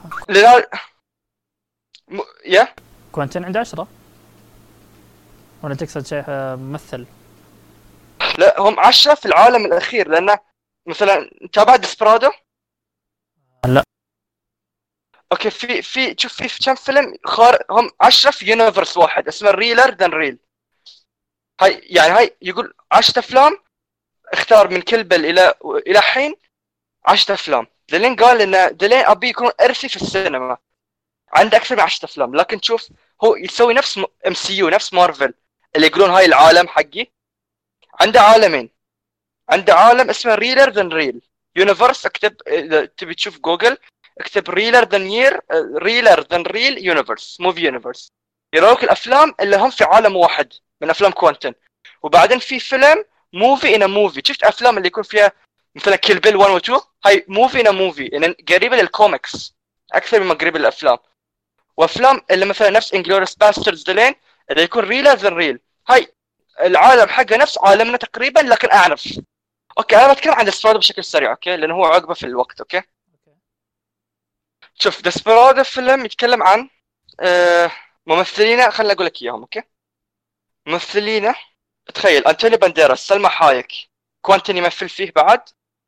يا كوينتين عنده 10 ولا تقصد شيء ممثل؟ لا هم 10 في العالم الاخير، لانه مثلا تابع ديسبرادو. لا. اوكي، في شوف في كم فيلم هم 10 في يونيفرس واحد اسمه ريلر ذان ريل. هاي يعني هاي يقول 10 افلام، اختار من كل بل الى حين 10 افلام. دلين قال ان دلين ابي يكون ارثي في السينما، عنده اكثر من 10 افلام. لكن شوف هو يسوي نفس ام سي يو، نفس مارفل اللي يقولون هاي العالم حقي. عنده عالمين، عنده عالم اسمه ريلر ذان ريل يونيفرس. اكتب اذا تبي تشوف جوجل، اكتب ريلر ذان يير، ريلر ذان ريل يونيفرس، موفي يونيفرس. يروك الافلام اللي هم في عالم واحد من افلام كوانتن. وبعدين في فيلم موفي ان موفي. شفت افلام اللي يكون فيها مثلا كيل بيل 1 و 2؟ هاي موفي ان موفي، ان قريبه للكوميكس اكثر مما قريبه للافلام. وافلام اللي مثلا نفس انجلوريس باستردز دلين اللي يكون ريلر ذان ريل، هاي العالم حقه نفس عالمنا تقريبا لكن اعنف. اوكي انا بتكلم عن ديسبرادو بشكل سريع، اوكي، لانه هو عقبه في الوقت. اوكي شوف ديسبرادو فيلم يتكلم عن ممثلين، خليني اقول لك اياهم. اوكي ممثلين، تخيل انتوني بانديراس، سلمى حايك، كوانتين يمثل فيه بعد.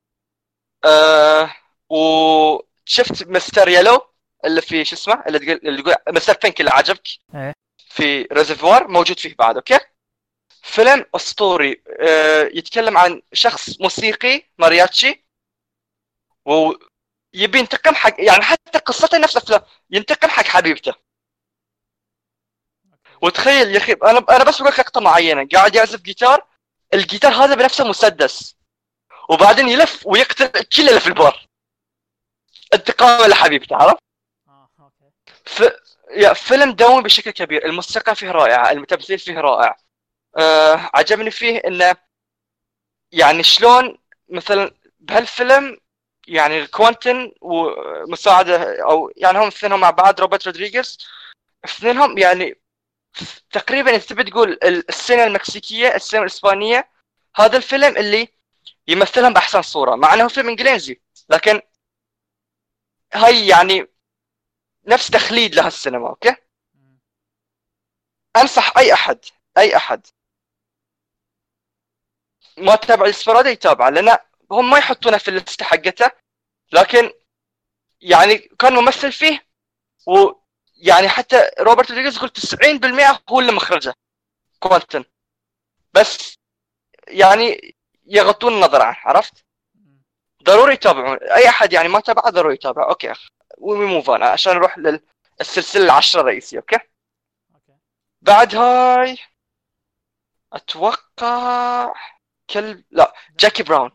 وشفت مستر يلو اللي في شو اسمه، اللي تقول مستر بينك اللي عجبك في ريزرفوار، موجود فيه بعد. اوكي فيلم اسطوري يتكلم عن شخص موسيقي مارياتشي، ويبي ينتقم حق، يعني حتى قصته نفس افلام، ينتقم حق حبيبته. وتخيل يا اخي انا بس بقول لقطه معينه، قاعد يعزف جيتار، الجيتار هذا بنفسه مسدس، وبعدين يلف ويقتل كل اللي في البار انتقاما لحبيبته، عرفت؟ يا فيلم دومي بشكل كبير. الموسيقى فيه رائعه، التمثيل فيه رائع. عجبني فيه انه يعني شلون مثلا بهالفيلم يعني الكوانتن ومساعده، او يعني هم اثنينهم مع بعض، روبرت رودريغيز، اثنينهم يعني تقريبا انت تبي تقول السينما المكسيكيه، السينما الاسبانيه، هذا الفيلم اللي يمثلهم باحسن صوره، مع انه فيلم انجليزي لكن هاي يعني نفس تخليد لهالسينما. اوكي انصح اي احد ما تابع الاسبرادو يتابعه، لان هم ما يحطونه في الليسته حقته، لكن يعني كان ممثل فيه. ويعني حتى روبرت رودريغيز قلت 90% هو اللي مخرجه كوانتن، بس يعني يغطون النظر عنه، عرفت؟ ضروري يتابعون، اي احد يعني ما تابعه ضروري يتابعه. اوكي وموف انا عشان نروح للسلسله العشرة الرئيسيه. اوكي بعد هاي اتوقع لا جاكي براون.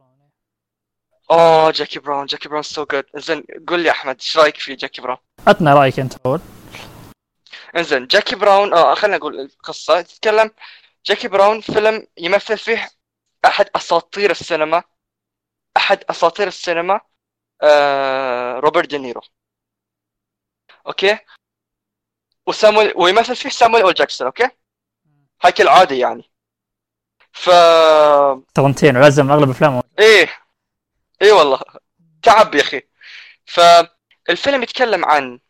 جاكي براون سو جود. زين قول لي احمد ايش رايك في جاكي براون؟ عطنا رايك انت اول. انزين جاكي براون خلينا نقول القصه. تتكلم جاكي براون فيلم يمثل فيه احد اساطير السينما، روبرت دينيرو. اوكي ويمثل فيه سامويل اول جاكسون. اوكي هاي كالعاده يعني. ف ترنتين لازم اغلب افلامه. ايه والله تعب يا اخي. فالفيلم يتكلم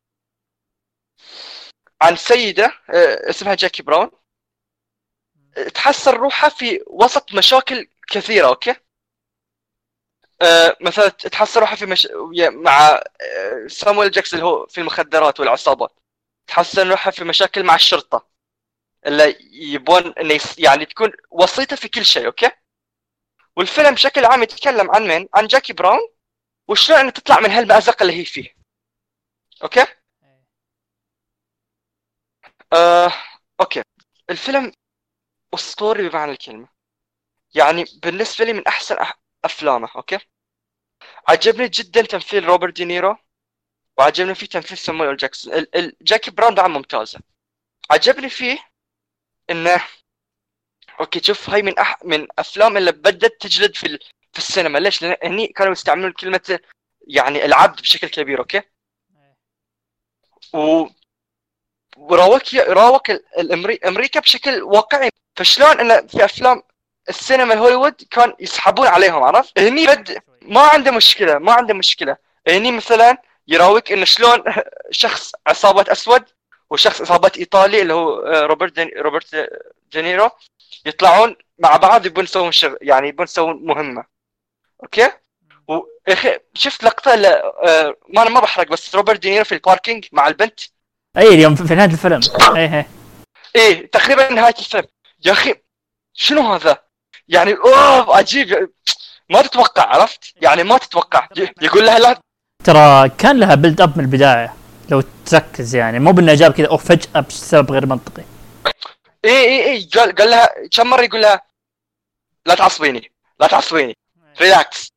عن سيده اسمها جاكي براون، تحصل روحها في وسط مشاكل كثيره. اوكي مثلا تحصل روحها في مع سامويل جاكسون اللي هو في المخدرات والعصابات، تحصل روحها في مشاكل مع الشرطه اللي يبون انه يعني تكون وسيطه في كل شيء. اوكي والفيلم بشكل عام يتكلم عن من؟ عن جاكي براون، وشلون انها تطلع من هالمأزق اللي هي فيه. اوكي اوكي الفيلم اسطوري بمعنى الكلمه، يعني بالنسبه لي من احسن افلامه. اوكي عجبني جدا تمثيل روبرت دينيرو، وعجبني فيه تمثيل سامويل جاكسون. جاكي براون بعد ممتازه. عجبني فيه انه اوكي شوف هاي من افلام اللي بدت تجلد في السينما. ليش؟ لان هني كانوا يستعملون كلمه يعني العبد بشكل كبير. اوكي وراوك امريكا بشكل واقعي. فشلون ان في افلام السينما الهوليوود كان يسحبون عليهم، عرفت؟ هني ما عنده مشكله. هني مثلا يراويك انه شلون شخص عصابه اسود وشخص عصابه ايطالي اللي هو روبرت دينيرو يطلعون مع بعض يبون يسوون يعني يبون يسوون مهمه. اوكي. يا اخي شفت لقطه ما انا ما بحرق، بس روبرت دينيرو في الباركينج مع البنت. اي اليوم في نهايه الفيلم. اي ايه تقريبا نهايه الفيلم. يا اخي شنو هذا يعني؟ اوه عجيب، ما تتوقع، عرفت يعني ما تتوقع. يقول لها لا، ترى كان لها بيلد اب من البدايه لو تركز، يعني مو بانه جاب كذا فجاه بسبب غير منطقي. ايه قال لها كم مره يقول لها لا تعصبيني لا تعصبيني، ريلاكس،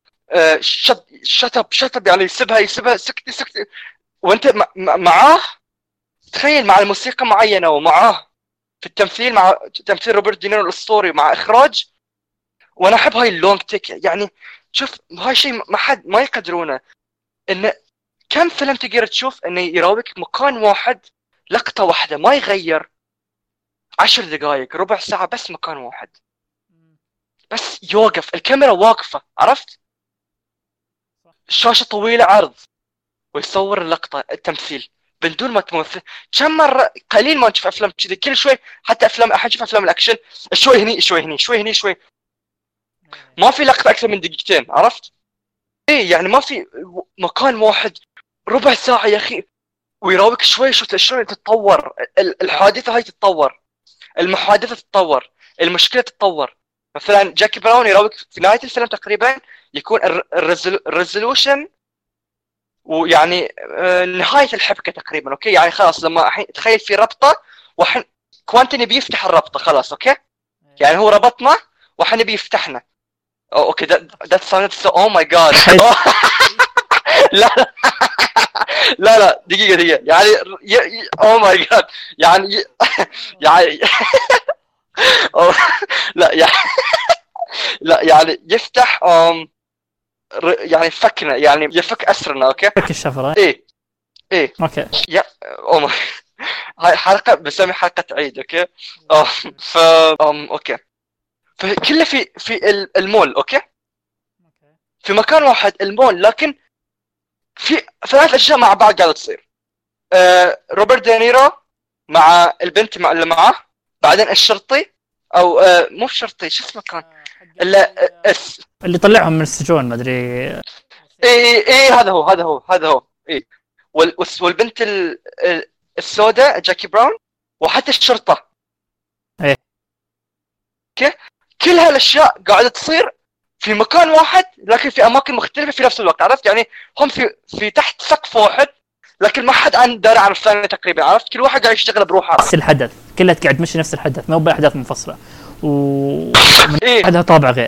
شت اب يعني يسبها سكتي. وانت معاه، تخيل مع الموسيقى معينه ومعاه في التمثيل، مع تمثيل روبرت دينيرو الاسطوري مع اخراج. وانا احب هاي اللونج تيك يعني. شوف هاي شيء ما حد ما يقدرونه، ان كم فيلم تقدر تشوف انه يراويك مكان واحد، لقطه واحده ما يغير، 10 دقائق ربع ساعه بس مكان واحد، بس يوقف الكاميرا واقفه، عرفت؟ الشاشه طويله عرض، ويصور اللقطه التمثيل بدون ما تمثل. كم مره قليل ما نشوف افلام كذا، كل شوي حتى افلام احد نشوف افلام الاكشن شوي هني شوي هني شوي هني شوي، ما في لقطه اكثر من دقيقتين، عرفت؟ ايه يعني ما في مكان واحد ربع ساعه يا اخي، ويراويك شوي شلون تتطور الحادثه هاي، تتطور المحادثه، تتطور المشكله، تتطور. مثلا جاكي براون يراويك في نهايه الفيلم تقريبا يكون الريزولوشن، ويعني نهايه الحبكه تقريبا. اوكي يعني خلاص لما الحين تخيل في ربطه وحن كوانتن بيفتح الربطه خلاص. اوكي يعني هو ربطنا وحن بيفتحنا. اوكي that sounded so oh my god لا لا دقيقه يعني oh my god يعني يعني لا يعني لا يعني يفتح يعني فكنا يعني يفك اسرنا. اوكي فك الشفره. ايه اوكي يا اوه هاي حلقه بسمي حلقه عيد. اوكي ف اوكي فكله في المول. اوكي في مكان واحد المول، لكن في 3 اشياء مع بعض قاعده تصير. روبرت دينيرو مع البنت مع اللي معاه، بعدين الشرطي او مو شرطي، شو اسمه كان اللي طلعهم من السجون ما ادري. ايه هذا هو ايه. والبنت السوداء جاكي براون، وحتى الشرطه. ايه كل هالاشياء قاعده تصير في مكان واحد، لكن في اماكن مختلفه في نفس الوقت، عرفت يعني؟ هم في تحت سقف واحد، لكن ما حد عن داري عن الثاني تقريبا، عرفت؟ كل واحد قاعد يشتغل بروحه. نفس الحدث كلها قاعد تمشي نفس الحدث، ما هو باحداث منفصله ومن إيه؟ هذا طابع غير.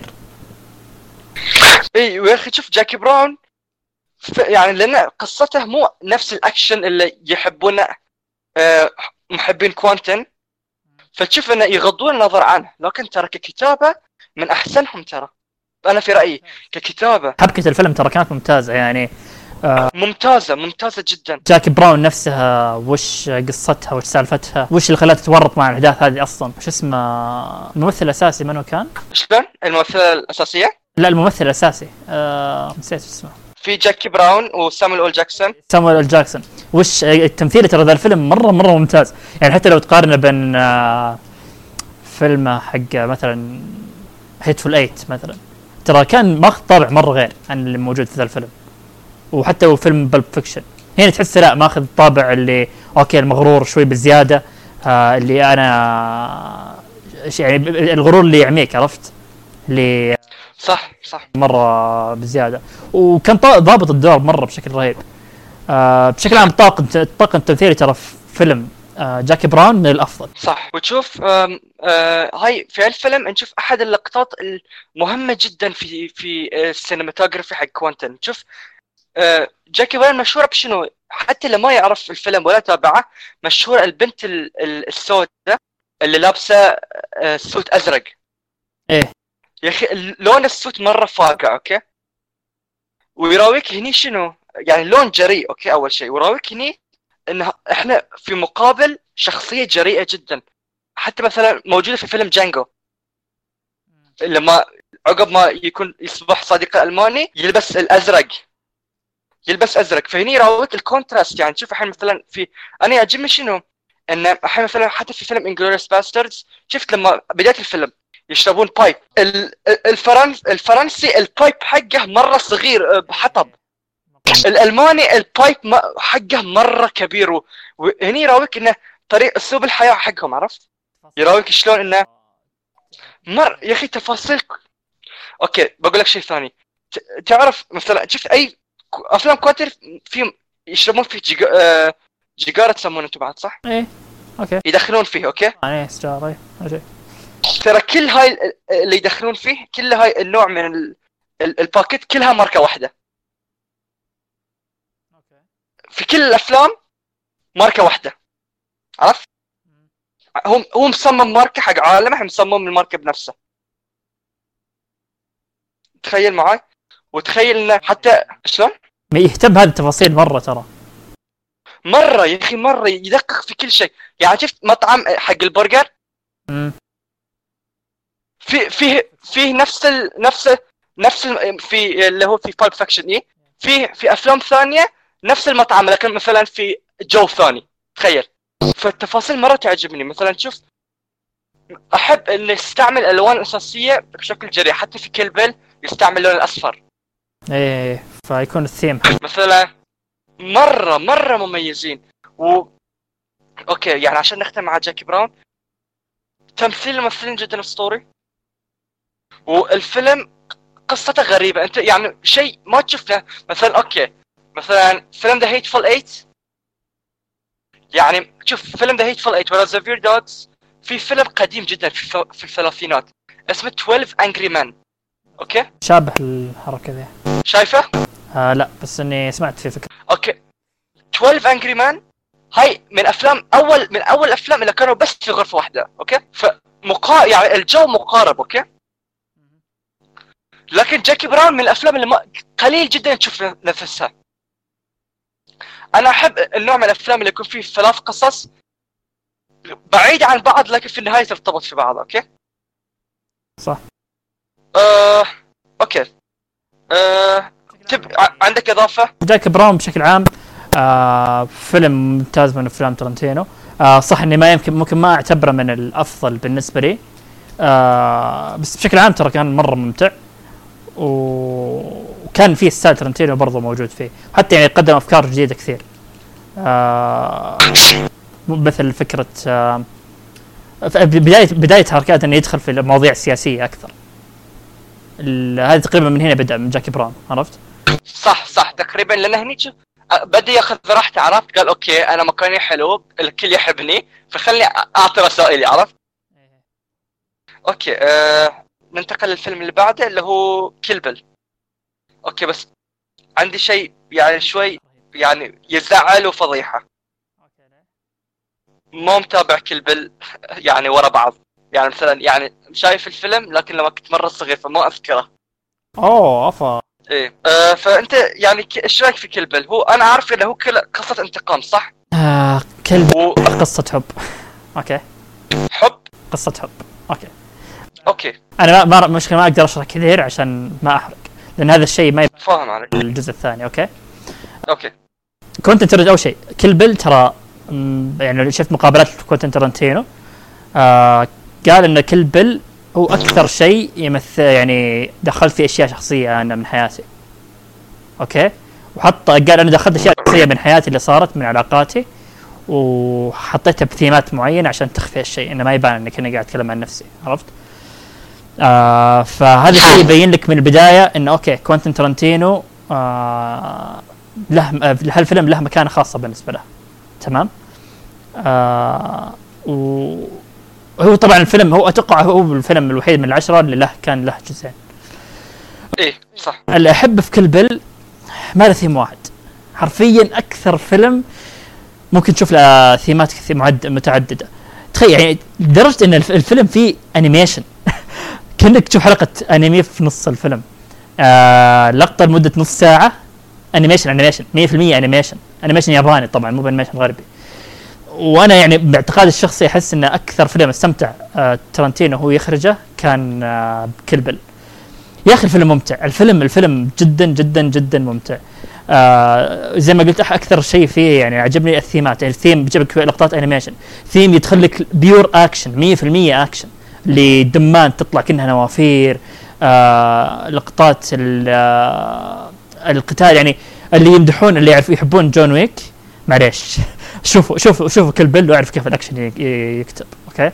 اي ويا اخي شوف جاكي براون يعني لان قصته مو نفس الاكشن اللي يحبونه محبين كوانتن، فتشوف انه يغضون النظر عنه، لكن ترى ككتابه من احسنهم. ترى انا في رايي ككتابه حبكه الفيلم ترى كانت ممتازه يعني. ممتازه جدا. جاكي براون نفسها وش قصتها وش سالفتها، وش اللي خلاها تتورط مع الاحداث هذه اصلا؟ وش اسمه الممثل الاساسي منو كان؟ شلون الممثله الاساسيه؟ لا الممثل الاساسي نسيت اسمه. في جاكي براون وسامويل اول جاكسون. سامويل اول جاكسون وش التمثيل ترى ذا الفيلم مره ممتاز يعني. حتى لو تقارنه بين فيلم حق مثلا هيتفول 8 مثلا، ترى كان ماخذ طابع مره غير عن اللي موجود في ذا الفيلم. وحتى فيلم بلب فيكشن هنا تحس لا ماخذ طابع اللي اوكي المغرور شوي بزياده، اللي انا يعني الغرور اللي يعميك، عرفت؟ اللي صح مره بزياده. وكان ضابط الدور مره بشكل رهيب. بشكل عام الطاقم التمثيلي ترى في فيلم جاكي براون من الافضل. صح. وتشوف هاي في الفيلم نشوف احد اللقطات المهمه جدا في السينماتوجرافي حق كوانتن. تشوف جاكي براون مشهوره بشنو؟ حتى اللي ما يعرف الفيلم ولا تابعه، مشهوره البنت السوداء اللي لابسه سوت ازرق. ايه يا اخي لون السوت مره فاقع. اوكي ويراويك هني شنو يعني لون جريء. اوكي اول شيء ويراويك هني ان احنا في مقابل شخصيه جريئه جدا. حتى مثلا موجوده في فيلم جانجو، لما عقب ما يكون يصبح صديق الالماني يلبس ازرق. فهني يراويك الكونتراست. يعني شوف الحين مثلا في انا يعجبني شنو ان الحين مثلا حتى في فيلم انجلوريوس باستردز، شفت لما بدايه الفيلم يشربون بايب. الفرنسي البايب حقه مرة صغير بحطب. الألماني البايب حقه مرة كبير، وهني يراويك إنه طريق أسلوب الحياة حقهم، عرفت؟ يراويك شلون إنه يا أخي تفاصيل. أوكي بقول لك شيء ثاني. تعرف مثلا شفت أي أفلام كواتر فيهم يشربون فيه جيجارة تسمونه أنتم بعد صح؟ إيه أوكي. يدخلون فيه أوكي؟ إيه سجارة أوكي. ترى كل هاي اللي يدخلون فيه، كل هاي النوع من الباكيت كلها ماركة واحدة. في كل الأفلام ماركة واحدة، عرفت؟ هو مصمم ماركة حق عالمه، مصمم الماركة بنفسه. تخيل معاي، وتخيل إنه حتى شلون؟ يهتم بهذه التفاصيل مرة ترى. مرة يا أخي مرة يدقق في كل شيء. يعني شفت مطعم حق البرجر؟ فيه نفس في اللي هو في بايب فاكشن. إيه في أفلام ثانية نفس المطعم لكن مثلا في جو ثاني، تخيل. فالتفاصيل مرة تعجبني. مثلا شوف، أحب أن يستعمل الألوان الأساسية بشكل جريء، حتى في كل بيل يستعمل اللون الأصفر. إيه فيكون الثيم مثلا مرة مميزين. أوكي يعني عشان نختم مع جاكي براون، تمثيل الممثلين جدا أسطوري، والفيلم قصته غريبة. أنت يعني شيء ما تشوفه. مثلا أوكي مثلا فيلم The Hateful Eight. يعني شوف فيلم The Hateful Eight ولا Reservoir Dogs، في فيلم قديم جدا في الثلاثينات اسمه 12 Angry Men. اوكي شابه الحركة ذي، شايفه؟ لا بس اني سمعت في فكرة. اوكي 12 Angry Men هاي من اول الافلام اللي كانوا بس في غرفة واحدة. اوكي يعني الجو مقارب. اوكي لكن جاكي براون من الافلام اللي قليل جدا تشوف نفسها. انا احب النوع من الافلام اللي يكون فيه 3 قصص بعيدة عن بعض لكن في النهاية ترتبط في بعض. اوكي صح. اوكي عندك اضافة؟ جاكي براون بشكل عام فيلم ممتاز من افلام ترنتينو. صح اني ممكن ما اعتبره من الافضل بالنسبة لي، بس بشكل عام ترى كان مرة ممتع، وكان فيه ستايل ترنتينو برضه موجود فيه، حتى يعني قدم افكار جديدة كثير. مثل فكرة بداية حركات انه يدخل في المواضيع السياسية اكثر. هذا تقريبا من هنا بدأ من جاكي براون، عرفت؟ صح تقريبا، لان هني بدي ياخذ راحته، عرفت؟ قال اوكي انا مكاني حلو، الكل يحبني، فخلني اعطي رسائلي، عرفت؟ اوكي ننتقل للفيلم اللي بعده اللي هو كيل. اوكي بس عندي شيء يعني شوي يعني يزعل وفضيحة. ما متابع كيل يعني ورا بعض. يعني مثلا يعني شايف الفيلم لكن لما كنت مرة صغير فما اذكره. افا ايه فانت يعني ايش رايك في كيل؟ هو انا عارف انه هو قصة انتقام صح؟ كيل قصة حب. اوكي حب، قصة حب. اوكي انا ما مشكلة ما اقدر اشرح كثير عشان ما احرق، لان هذا الشيء ما فاهم عليك. الجزء الثاني. اوكي كنت ترى اول شيء كيل ترى يعني شفت مقابلات كوينتين تارانتينو، قال ان كيل هو اكثر شيء يمثل يعني دخلت في اشياء شخصيه انا من حياتي. اوكي قال انا دخلت اشياء شخصيه من حياتي اللي صارت من علاقاتي وحطيتها بثيمات معينه عشان تخفي الشيء انه ما يبان انك انا قاعد اتكلم عن نفسي، عرفت؟ فهذا الشيء يبين لك من البدايه انه اوكي كوينتين تارانتينو له هالفيلم له مكانه خاصه بالنسبه له، تمام؟ وهو طبعا الفيلم هو اتوقع هو الفيلم الوحيد من 10 اللي كان له جزئين. ايه صح. اللي احب في كيل ما له ثيم واحد حرفيا، اكثر فيلم ممكن تشوف له ثيمات متعدده. تخيل يعني لدرجه ان الفيلم فيه انيميشن كأنك تشوف حلقه انمي في نص الفيلم. لقطه لمده نص ساعه انيميشن 100% انيميشن ياباني طبعا مو انيميشن غربي. وانا يعني باعتقادي الشخصي احس ان اكثر فيلم استمتع تارانتينو هو يخرجه كان كيل. يا اخي الفيلم ممتع، الفيلم جدا جدا جدا ممتع. زي ما قلت اكثر شيء فيه يعني عجبني الثيمات. الثيم بيجيب لك لقطات انيميشن، ثيم يدخل لك بيور اكشن 100% اكشن، لدمان تطلع كأنها نوافير، لقطات القتال يعني اللي يمدحون اللي يحبون جون ويك معليش شوفوا كل بيل ويعرف كيف الاكشن يكتب. اوكي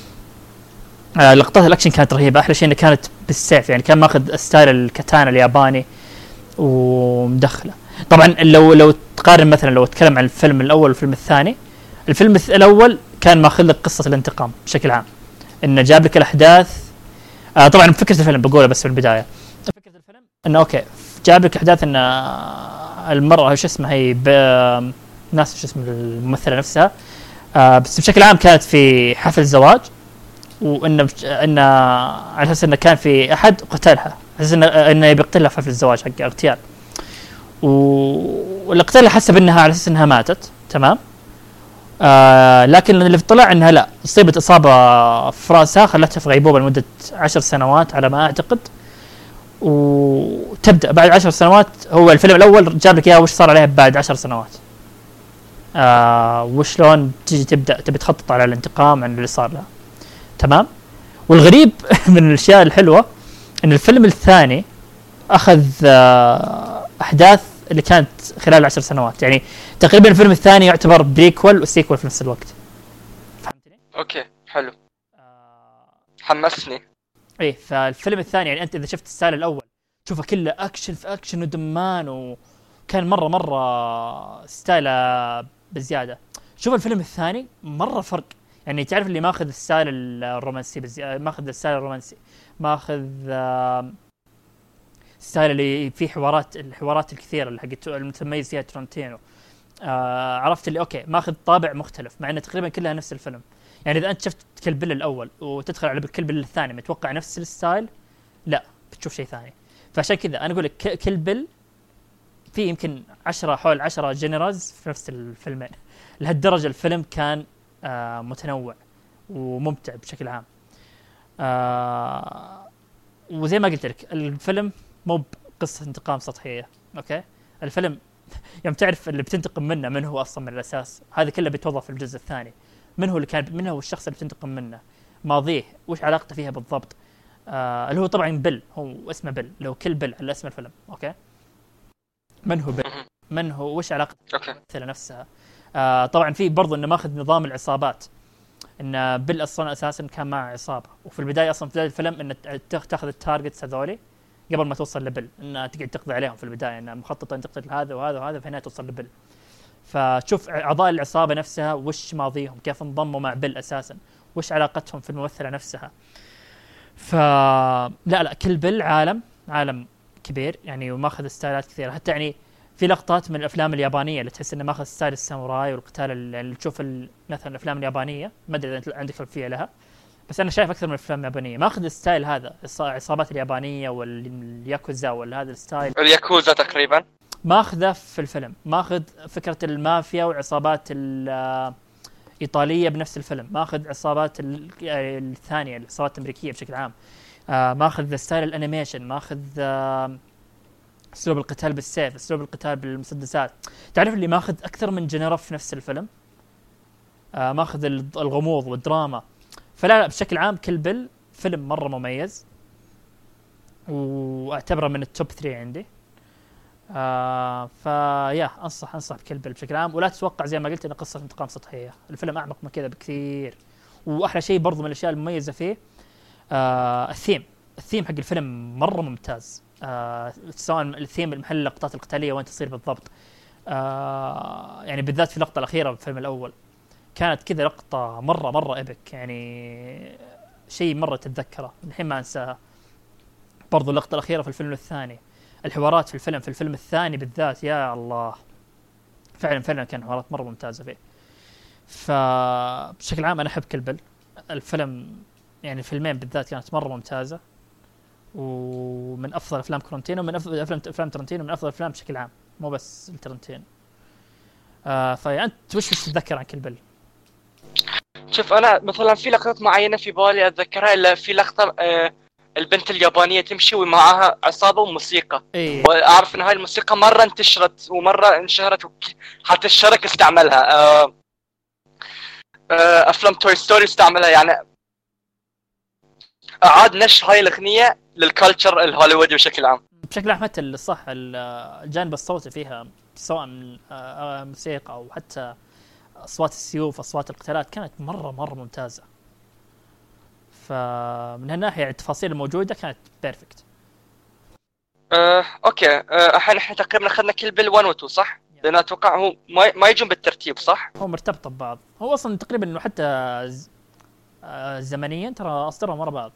لقطات الاكشن كانت رهيبه. احلى شيء انها كانت بالسيف، يعني كان ماخذ ستايل الكاتانا الياباني ومدخله. طبعا لو تقارن مثلا، لو تتكلم عن الفيلم الاول والفيلم الثاني، الفيلم الاول كان ماخذ لك قصه الانتقام بشكل عام، انه جاب لك الاحداث. طبعا فكره الفيلم بقولها بس في البدايه، فكره الفيلم انه اوكي جاب لك احداث ان المراه شو اسمها هي ناس شو اسم الممثله نفسها، بس بشكل عام كانت في حفل زواج، وان على اساس انه كان في احد قتلها، على اساس انه بيقتلها في حفل الزواج حق اغتيال، والاقتال حسب انها على اساس انها ماتت. تمام. لكن اللي طلع انها لا، اصيبت اصابه في راسها خلتها في غيبوبه لمده 10 سنوات على ما اعتقد، وتبدا بعد 10 سنوات. هو الفيلم الاول جاب لك اياها وش صار عليها بعد 10 سنوات، وشلون تجي تبي تخطط على الانتقام عن اللي صار لها. تمام. والغريب من الاشياء الحلوه ان الفيلم الثاني اخذ احداث اللي كانت خلال 10 سنوات، يعني تقريبا الفيلم الثاني يعتبر بريكول وسيكول في نفس الوقت. فهمتني؟ اوكي حلو. حمسني. ايه فالفيلم الثاني يعني انت اذا شفت السال الاول شوفه كله اكشن في اكشن ودمان، وكان مره ستايله بزياده. شوف الفيلم الثاني مره فرق، يعني تعرف اللي ماخذ الستايل الرومانسي ماخذ الستايل الرومانسي، ماخذ ستايل اللي فيه الحوارات الكثيره اللي حقت المتميز فيها ترنتينو. عرفت اللي اوكي ماخذ طابع مختلف مع انه تقريبا كلها نفس الفيلم. يعني اذا انت شفت كل بيل الاول وتدخل على كل بيل الثاني متوقع نفس الستايل، لا بتشوف شيء ثاني. فعشان كذا انا اقول لك كل بيل في يمكن 10 حول 10 جنرالز في نفس الفيلمين. لهالدرجه الفيلم كان متنوع وممتع بشكل عام. وزي ما قلت لك الفيلم مو بقصه انتقام سطحيه. اوكي الفيلم يوم تعرف اللي بتنتقم منه من هو اصلا من الاساس، هذا كله بيتوظف في الجزء الثاني. من هو اللي كان منه الشخص اللي بتنتقم منه، ماضيه وش علاقته فيها بالضبط. اللي هو طبعا بيل، هو اسمه بيل، لو كل بيل على اسم الفيلم. اوكي من هو بيل، من هو وش علاقته بالممثله نفسها. طبعا في برضو انه ماخذ نظام العصابات، ان بيل اصلا اساسا كان معه عصابه، وفي البدايه اصلا في بدايه الفيلم ان تاخذ التارجتس هذولي قبل ما توصل لبيل، ان تقعد تقضي عليهم في البدايه، ان مخططه ان تقتل هذا وهذا وهذا، في النهايه توصل لبيل. فتشوف اعضاء العصابه نفسها وش ماضيهم، كيف انضموا مع بيل اساسا، وش علاقتهم في الممثله نفسها. لا كل بيل عالم كبير يعني، وماخذ ستايلات كثيره. حتى يعني في لقطات من الافلام اليابانيه اللي تحس انه ماخذ ستايل الساموراي والقتال اللي تشوف مثلا الافلام اليابانيه، ما ادري اذا عندك خلفيه لها، بس انا شايف اكثر من الافلام اليابانيه ماخذ الستايل هذا، العصابات اليابانيه والياكوزا وهذا الستايل. الياكوزا تقريبا ماخذه في الفيلم، ماخذ فكره المافيا وعصابات الايطاليه بنفس الفيلم، ماخذ عصابات الثانيه العصابات الامريكيه بشكل عام. ماخذ ستايل الانيميشن، ماخذ اسلوب القتال بالسيف، اسلوب القتال بالمسدسات. تعرف اللي ماخذ اكثر من جنرا في نفس الفيلم. ماخذ الغموض والدراما. فلا بشكل عام كل بيل فيلم مره مميز، واعتبره من التوب 3 عندي. فيا انصح بكل بيل بشكل عام، ولا تتوقع زي ما قلت ان قصه انتقام سطحيه. الفيلم اعمق من كذا بكثير. واحلى شيء برضو من الاشياء المميزه فيه الثيم حق الفيلم مره ممتاز. سواء الثيم المحل اللقطات القتاليه وين تصير بالضبط، يعني بالذات في اللقطه الاخيره بالفيلم الاول كانت كذا لقطه مره ابك، يعني شيء مره تتذكره الحين ما انساها. برضو اللقطه الاخيره في الفيلم الثاني، الحوارات في الفيلم الثاني بالذات يا الله، فعلا كان حوارات مره ممتازه فيه. فبشكل عام انا احب كل بيل. الفيلم يعني الفيلمين بالذات كانت مره ممتازه، ومن افضل افلام كورنتينو، من افضل افلام ترنتينو، من افضل الافلام بشكل عام مو بس الترنتينو. فانت وش تتذكر عن كل بيل؟ شوف انا مثلا في لقطات معينه في بالي اتذكرها، الا في لقطه البنت اليابانيه تمشي ومعها عصابه وموسيقى. إيه؟ واعرف ان هاي الموسيقى مره انتشرت ومره انشهرت، حتى الشرك استعملها. افلام توي ستوري استعملها. يعني اعاد نشر هاي الاغنيه للكالتشر الهوليوودي بشكل عام. بشكل عام حتى الصح الجانب الصوتي فيها سواء من موسيقى او حتى اصوات السيوف، اصوات القتالات، كانت مره ممتازه. فمن هالناحيه التفاصيل الموجوده كانت بيرفكت. اوكي. الحين احنا تقريبا اخذنا كل بال 1 و 2 صح؟ لان اتوقع هو ما يجون بالترتيب صح؟ هو مرتبط ببعض، هو اصلا تقريبا انه حتى زمنيا ترى اصدرهم ورا بعض.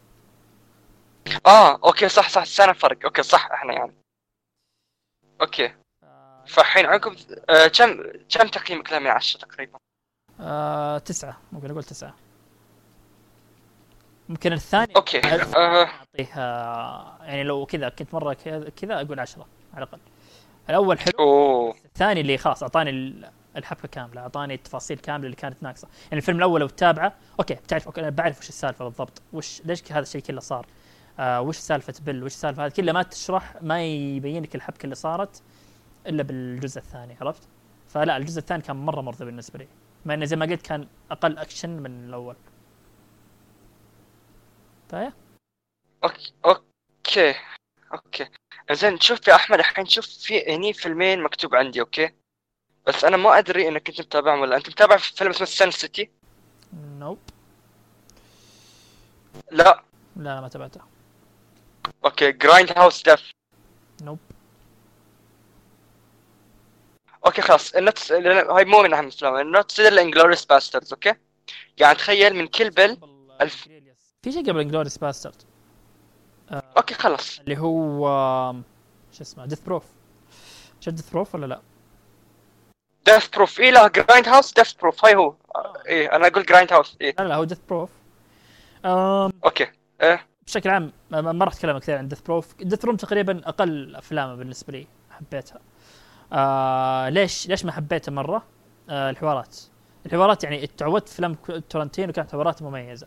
اوكي صح سنه فرق. اوكي صح احنا يعني اوكي. فالحين عقب كم تقييمك له من 10 تقريبا؟ 9، ممكن اقول 9. ممكن الثاني اوكي. اعطيها يعني لو كذا كنت مره كذا اقول 10 على الاقل. الاول حلو، الثاني اللي خلاص اعطاني الحبكه كامله، اعطاني التفاصيل كامله اللي كانت ناقصه. يعني الفيلم الاول لو تتابعه اوكي بتعرف، اوكي انا بعرف وش السالفه بالضبط، ليش هذا الشيء كله صار، وش سالفه بل، وش سالفه هذا كله، ما تشرح، ما يبين لك الحبكه اللي صارت الا بالجزء الثاني، عرفت؟ فلا الجزء الثاني كان مره مرضي بالنسبه لي، مع انه زي ما قلت كان اقل اكشن من الاول. فايه اوكي زين. شوف يا احمد الحين شوف في هني فيلمين مكتوب عندي اوكي، بس انا ما ادري انك انت متابعهم ولا انت متابع فيلم اسمه سن سيتي؟ نوب. لا ما تابعته. اوكي. جرايند هاوس ديث؟ نوب. اوكي خلاص. هاي مو من اهم الافلام. النوت سيد الانجلوريوس باستردز. اوكي يعني تخيل من كل بل في شيء قبل انجلوريوس باسترد. اوكي خلاص اللي هو شو اسمه ديث بروف. شو ديث بروف ولا لا؟ ديث بروف ايه. لا جرايند هاوس ديث بروف هاي هو. ايه انا اقول جرايند هاوس. ايه لا هو ديث بروف. اوكي. ايه بشكل عام ما راح اتكلم كثير عن ديث بروف. ديث بروف تقريبا اقل افلامه بالنسبه لي، حبيتها. ليش ما حبيته مره؟ الحوارات يعني تعودت فيلم تورنتينو كانت حوارات مميزه.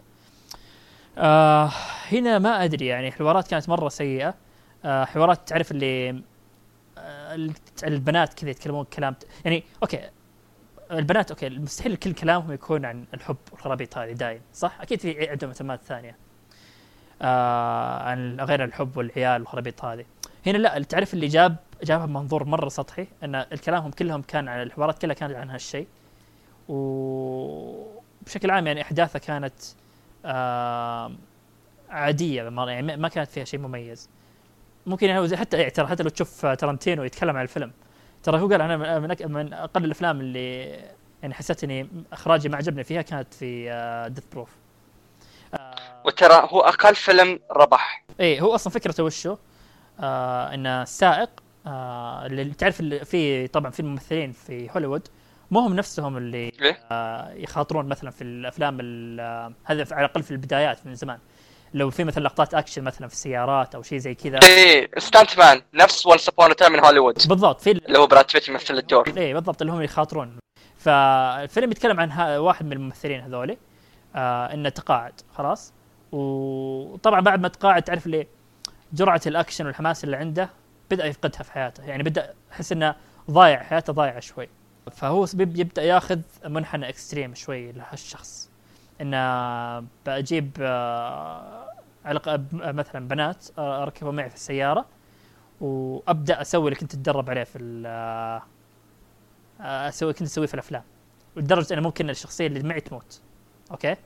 هنا ما ادري يعني الحوارات كانت مره سيئه. حوارات تعرف اللي البنات كذا يتكلمون كلام يعني اوكي البنات اوكي مستحيل كل كلامهم يكون عن الحب والخرابيط هذه دايم صح، اكيد في عندهم اهتمامات ثانيه عن غير الحب والعيال والخرابيط هذه. هنا لا تعرف اللي جابها بمنظور مره سطحي، ان الكلامهم كلهم كان عن الحوارات كلها كانت عن هالشيء، وبشكل عام يعني احداثها كانت عاديه يعني ما كانت فيها شيء مميز. ممكن يعني حتى لو تشوف تارانتينو يتكلم عن الفيلم ترى هو قال انا من اقل الافلام اللي يعني حسيت اني اخراجي ما عجبني فيها كانت في ديث بروف. وترى هو اقل فيلم ربح. ايه هو اصلا فكرته وشو ان السائق اللي تعرف اللي في طبعا في الممثلين في هوليوود مو هم نفسهم اللي يخاطرون مثلا في الافلام هذا على الاقل في البدايات من زمان، لو في مثلا لقطات اكشن مثلا في السيارات او شيء زي كذا. ايه ستانت مان نفس وانس ابون ا تايم من هوليوود بالضبط، في اللي هو براد بيت يمثل الدور. ايه بالضبط اللي هم يخاطرون. فالفيلم يتكلم عن واحد من الممثلين هذولي انه تقاعد خلاص، وطبعا بعد ما تقاعد تعرف ليه جرعه الاكشن والحماس اللي عنده بدا يفقدها في حياته، يعني بدا يحس انه حياته ضايعه شوي. فهو يبدا ياخذ منحنى اكستريم شوي لهالشخص، انه بجيب مثلا بنات اركبوا معي في السياره وابدا اسوي اللي كنت اتدرب عليه في كنت اسويه في الافلام، لدرجه انه ممكن الشخصيه اللي معي تموت. اوكي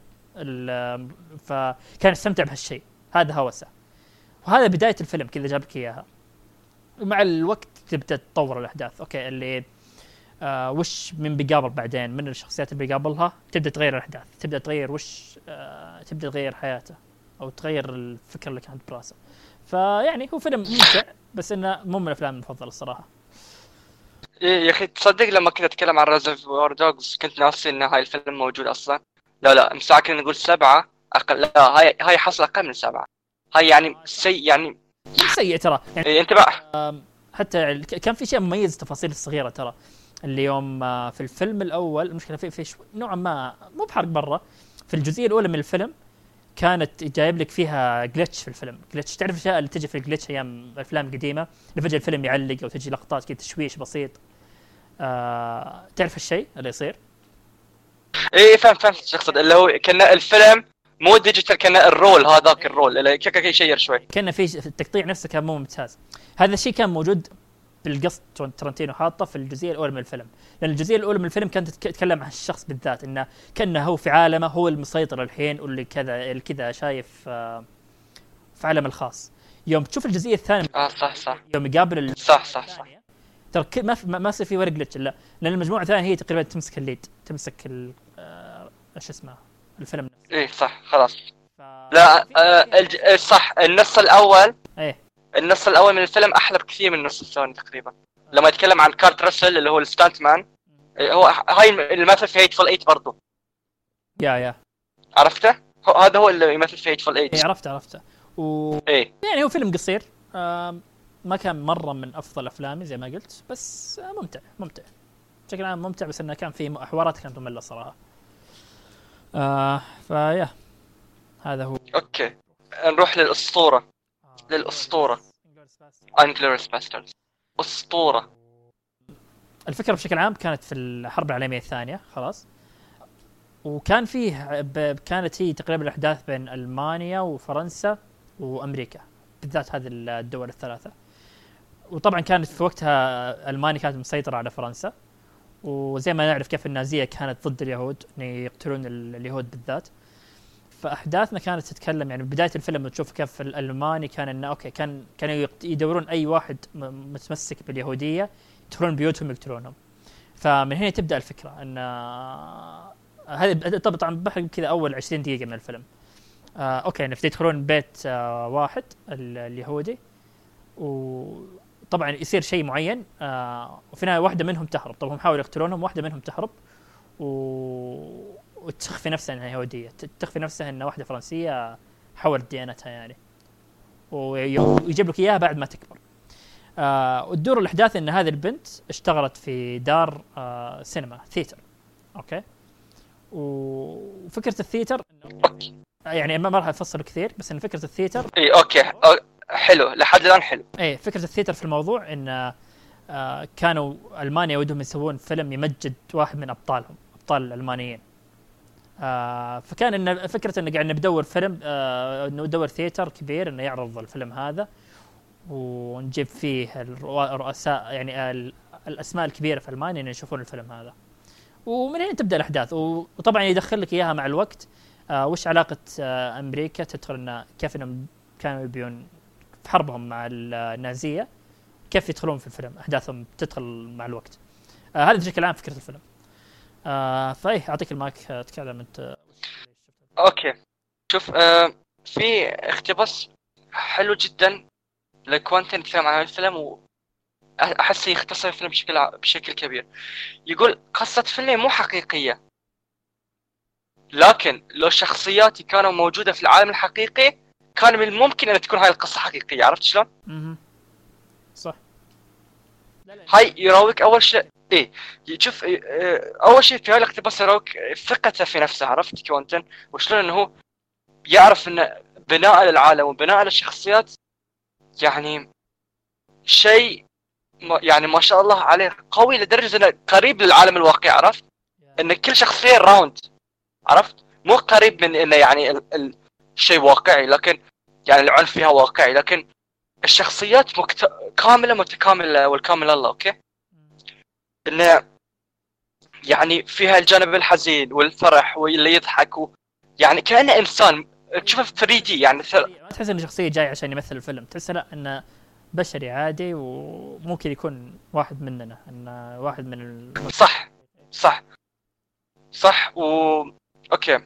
فكان يستمتع بهالشيء، هذا هوسه، وهذا بدايه الفيلم كذا جاب لك اياها. ومع الوقت تبدا تتطور الاحداث. اوكي اللي وش من بيقابل بعدين من الشخصيات اللي بيقابلها، تبدا تغير الاحداث، تبدا تغير تبدا تغير حياته او تغير الفكره اللي كانت براسه. فيعني هو فيلم ممتع بس انه مو من الافلام المفضله الصراحه. إيه يا اخي تصدق لما كنت اتكلم عن ريزرفوار دوغز كنت ناسي ان هاي الفيلم موجود اصلا. لا مساعة كنا نقول 7 اقل. لا هاي حصل اقل من 7. هاي يعني يعني سيء ترى يعني. إيه انتبه حتى كان في شيء مميز، التفاصيل الصغيره ترى اللي يوم في الفيلم الاول المشكله في نوعا ما مو بحرق برا، في الجزئيه الاولى من الفيلم كانت جايب لك فيها جلتش في الفيلم. جلتش تعرف الاشياء اللي تجي في الجلتش ايام الافلام القديمه اللي فجاه الفيلم يعلق او تجي لقطات كذا تشويش بسيط. تعرف الشيء اللي يصير؟ ايه فهمت شو تقصد، اللي هو كان الفيلم مو ديجيتال، كان الرول هذاك الرول اللي كيك يشير شوي. كان في التقطيع نفسه كان مو ممتاز. هذا الشيء كان موجود بالقصد ترنتينو حاطه في الجزئيه الاولى من الفيلم، لان الجزئيه الاولى من الفيلم كانت تتكلم عن الشخص بالذات، انه كانه هو في عالمه، هو المسيطر الحين واللي كذا شايف في عالم الخاص. يوم تشوف الجزئيه الثانيه صح يوم يقابل صح ترى ما يصير في ورق جلتش، لا، لان المجموعه الثانيه هي تقريبا تمسك الليد، تمسك ايش اسمه الفيلم نفسه. ايه صح خلاص. لا صح، النص الاول النص الاول من الفيلم احلى بكثير من النص الثاني تقريبا. لما يتكلم عن كارت راسل اللي هو الستانت مان، هو هاي المثل في هيتفول 8 برضه. يا عرفته؟ هذا هو اللي يمثل في هيتفول 8. عرفته ايه يعني هو فيلم قصير، ما كان مره من افضل افلامي زي ما قلت، بس ممتع بشكل عام، ممتع، بس انه كان فيه حوارات كانت مملة صراحه. فيا هذا هو. اوكي نروح للاسطوره. انجلوريوس باستردز اسطوره. الفكره بشكل عام كانت في الحرب العالميه الثانيه خلاص، وكان فيه كانت هي تقريبا الاحداث بين المانيا وفرنسا وامريكا، بالذات هذه الدول الثلاثه. وطبعا كانت في وقتها المانيا كانت مسيطره على فرنسا، وزي ما نعرف كيف النازيه كانت ضد اليهود، ان يقتلون اليهود بالذات. فاحداثنا كانت تتكلم يعني بدايه الفيلم تشوف كيف الالماني كان انه اوكي كانوا يدورون اي واحد متمسك باليهوديه يدخلون بيوتهم يقتلونهم. فمن هنا تبدا الفكره ان هذا طبعا بحرق كذا اول 20 دقيقه من الفيلم. اوكي يعني يدخلون بيت واحد اليهودي، وطبعا يصير شيء معين، وفي النهايه واحده منهم تهرب. طبعا هم حاولوا يقتلونهم، واحده منهم تهرب وتخفي نفسها انها يهوديه، تخفي نفسها انها واحده فرنسيه حولت ديانتها يعني، ويجيب لك اياها بعد ما تكبر. وتدور الاحداث ان هذه البنت اشتغلت في دار سينما ثيتر. اوكي، وفكره الثيتر يعني ما راح افصل كثير، بس ان فكره الثيتر اي اوكي حلو لحد الان حلو. اي فكره الثيتر في الموضوع ان كانوا المانيا ودهم يسوون فيلم يمجد واحد من ابطال الالمانيين. فكان ان فكره انه قاعد ندور فيلم، انه ندور ثيتر كبير انه يعرض الفيلم هذا، ونجيب فيه الرؤساء يعني الاسماء الكبيره في المانيا انه يشوفون الفيلم هذا. ومن هنا تبدا الاحداث، وطبعا يدخل لك اياها مع الوقت. وش علاقه امريكا تدخل انه كيف انهم كانوا يبيون في حربهم مع النازيه، كيف يدخلون في الفيلم، احداثهم تدخل مع الوقت. هذا بشكل عام فكره الفيلم. فايه اعطيك المايك تكلم انت. اوكي شوف، في اقتباس حلو جدا لكوانتين يتكلم عن الفيلم، واحس يختصر الفيلم بشكل كبير. يقول قصة فيلم مو حقيقية، لكن لو شخصياتي كانوا موجودة في العالم الحقيقي كان من الممكن ان تكون هاي القصة حقيقية. عرفت شلون؟ صح. هاي يراويك اول شيء ايه، شوف اول شيء في هاي الاقتباس يراويك ثقته في نفسه. عرفت كوانتين وشلون انه هو يعرف ان بناء للعالم وبناء للشخصيات يعني شيء يعني ما شاء الله عليه قوي لدرجة انه قريب للعالم الواقعي. عرفت ان كل شخصية راوند، عرفت مو قريب من انه يعني الشيء واقعي، لكن يعني العنف فيها واقعي، لكن الشخصيات كاملة متكاملة والكامل الله. اوكي، انه يعني فيها الجانب الحزين والفرح واللي يضحك يعني كأنه انسان تشوفه في 3D يعني. ما تحس ان شخصية جاي عشان يمثل الفيلم، تحس لا انه بشري عادي وممكن يكون واحد مننا، انه واحد من صح اوكي.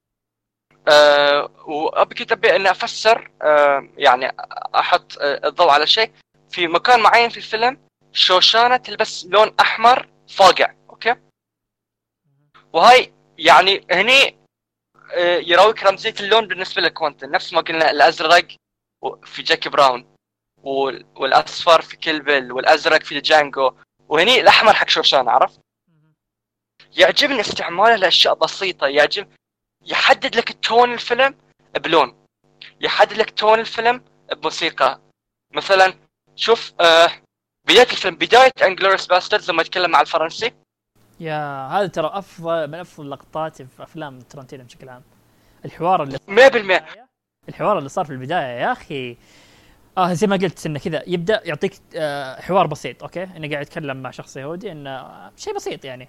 وابي اني افسر، يعني احط الضوء على شيء في مكان معين في الفيلم. شوشانة تلبس لون احمر فاقع. اوكي، وهاي يعني هني يراويك رمزية اللون بالنسبة لكوانتين، نفس ما قلنا الازرق في جاكي براون والاصفر في كيل بيل والازرق في جانجو، وهني الاحمر حق شوشانة. عرفت؟ يعجبني استعماله لاشياء بسيطة، يحدد لك تون الفيلم بلون، يحدد لك تون الفيلم بموسيقى. مثلا شوف بداية الفيلم، بداية انجلوريوس باستردز لما يتكلم مع الفرنسي، يا هذا ترى افضل من افضل لقطات في افلام ترنتينو بشكل عام. الحوار اللي 100%. الحوار اللي صار في البدايه يا اخي، زي ما قلت انه كذا يبدا يعطيك حوار بسيط، اوكي، انه قاعد يتكلم مع شخص يهودي انه شيء بسيط يعني،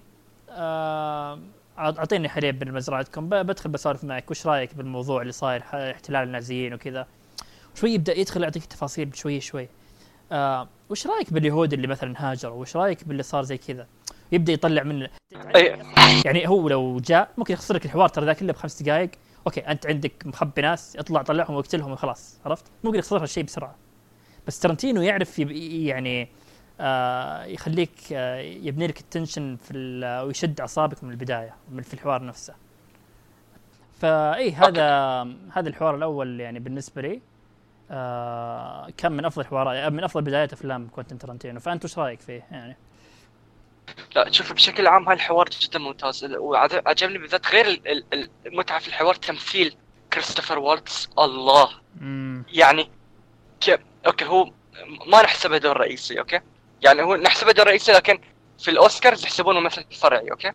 اعطيني حليب من مزرعتكم، بدخل بسولف معك، وش رايك بالموضوع اللي صاير احتلال النازيين وكذا. شوي يبدا يدخل يعطيك التفاصيل بشوي شوي. وش رايك باليهود اللي مثلا هاجروا، وش رايك باللي صار زي كذا. يبدا يطلع من يعني هو لو جاء ممكن يخسر لك الحوار ترى ذا كله ب5 دقائق. اوكي انت عندك مخبي ناس، اطلع طلعهم واقتلهم وخلاص، عرفت، ممكن يخسر هالشيء بسرعه. بس ترنتينو يعرف يعني يخليك يبني لك التنشن ويشد اعصابك من البدايه في الحوار نفسه. فاي هذا الحوار الاول يعني بالنسبه لي كان من افضل حوارات، من افضل بدايات افلام كوينتين ترنتينو. فانت وش رايك فيه يعني؟ لا شوف، بشكل عام هالحوار جدا ممتاز، وعجبني بالذات غير المتعة في الحوار تمثيل كريستوفر والتز. الله يعني اوكي، هو ما نحسبه دور رئيسي، اوكي، يعني هو نحسبه دور رئيسي، لكن في الاوسكارز يحسبونه ممثل فرعي، اوكي.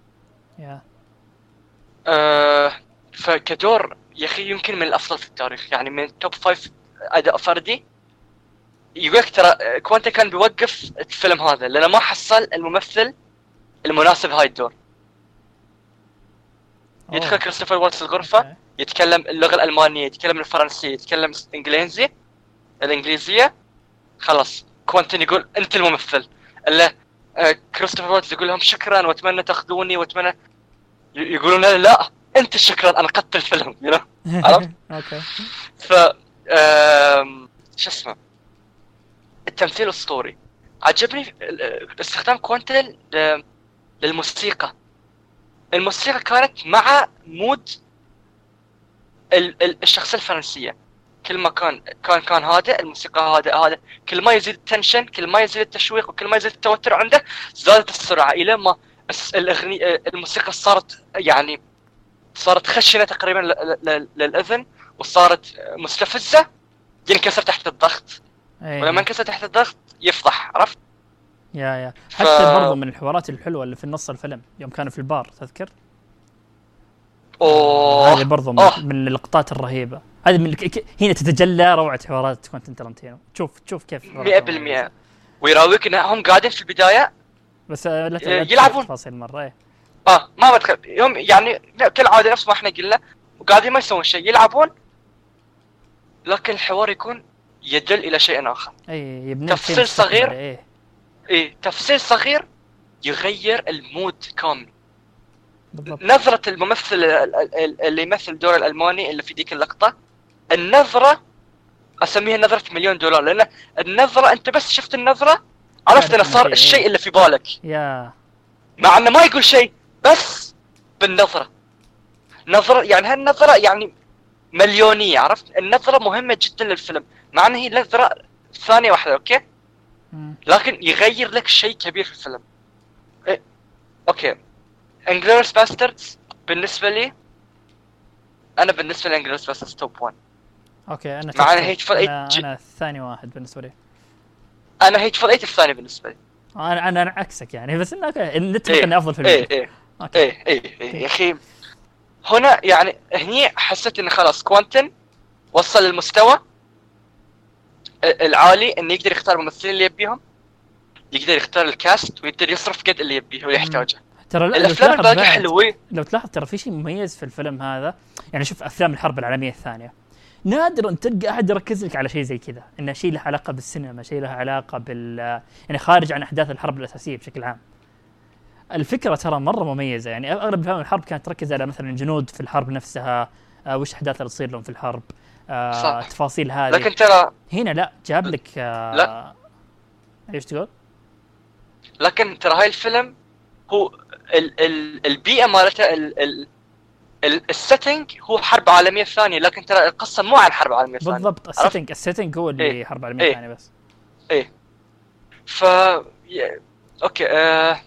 فكدور يا اخي يمكن من الافضل في التاريخ، يعني من توب 5 اداء فردي. يقولك ترى كوانتا كان بيوقف الفيلم هذا لأنه ما حصل الممثل المناسب هاي الدور. يدخل كريستوفر والتز الغرفة، يتكلم اللغة الألمانية، يتكلم الفرنسية، يتكلم الإنجليزية، خلاص كوانتين يقول أنت الممثل. اللي كريستوفر والتز يقول لهم شكرا وأتمنى تاخذوني، وأتمنى يقولون لا أنت شكرا أنا قدت الفيلم، عرفت؟ أوكي. شو اسمه، التمثيل الأسطوري. عجبني استخدام كوانتين للموسيقى. الموسيقى كانت مع مود الشخصية الفرنسية. كل ما كان هادئ، الموسيقى هادئ. كل ما يزيد التنشن، كل ما يزيد التشويق، وكل ما يزيد التوتر عنده، زادت السرعة إلى ما الموسيقى صارت خشنة تقريبا للأذن، وصارت مستفزة، ينكسر تحت الضغط. ولما انكسر تحت الضغط يفضح، عرفت؟ يا حتى برضو من الحوارات الحلوة اللي في نص الفيلم يوم كانوا في البار، تذكر؟ هذه برضو من اللقطات الرهيبة. هذه هنا تتجلى روعة حوارات كوينتين ترنتينو. شوف كيف 100%. ويراويك انهم قاعدين في البداية بس لا يلعبون تفاصيل مرة. ما بدخل يوم يعني كالعادة نفس ما احنا قلنا، وقاعدين ما يسوون شيء، يلعبون، لكن الحوار يكون يدل الى شيء اخر. تفصيل صغير، تفصيل صغير يغير المود كامل. بالضبط. نظرة الممثل اللي يمثل دور الألماني اللي في ديك اللقطة، النظرة أسميها نظرة $1,000,000، لأن النظرة أنت بس شفت النظرة عرفت أنه صار الشيء اللي في بالك، مع أنه ما يقول شيء، بس بالنظرة. نظرة يعني هالنظرة يعني مليونية، عرفت؟ النظرة مهمة جدا للفيلم، مع أنه هي نظرة ثانية واحدة، أوكي؟ لكن يغير لك شيء كبير في الفيلم. اوكي، انجلوريوس باستردز بالنسبه لي، بالنسبه لي انجلوريوس باستردز توب 1. اوكي انا مع انا الثاني واحد بالنسبه لي. انا هيتفول 8 الثاني بالنسبه لي. انا عكسك يعني، بس انه اوكي نتفق اني افضل فيلم. يا اخي هنا يعني هني حسيت ان خلاص كوانتين وصل للمستوى العالي انه يقدر يختار الممثلين اللي يبيهم، يقدر يختار الكاست، ويقدر يصرف قد اللي يبيه واللي يحتاجه. ترى الافلام الباقيه حلوين. لو تلاحظ ترى في شيء مميز في الفيلم هذا، يعني شوف افلام الحرب العالميه الثانيه نادرا تلقى احد يركز لك على شيء زي كذا، انه شيء له علاقه بالسينما، شيء له علاقه يعني خارج عن احداث الحرب الاساسيه بشكل عام. الفكره ترى مره مميزه، يعني اغلب افلام الحرب كانت تركز على مثلا جنود في الحرب نفسها، وش احداث اللي تصير لهم في الحرب، تفاصيل هذه. لكن ترى هنا لا، جاب لك لا ايش تقول؟ لكن ترى هاي الفيلم هو البيئه مالته، السيتنج هو حرب عالميه ثانيه، لكن ترى القصه مو عن حرب عالميه ثانيه. بالضبط، السيتنج هو اللي حرب عالميه ثانيه بس. اوكي يا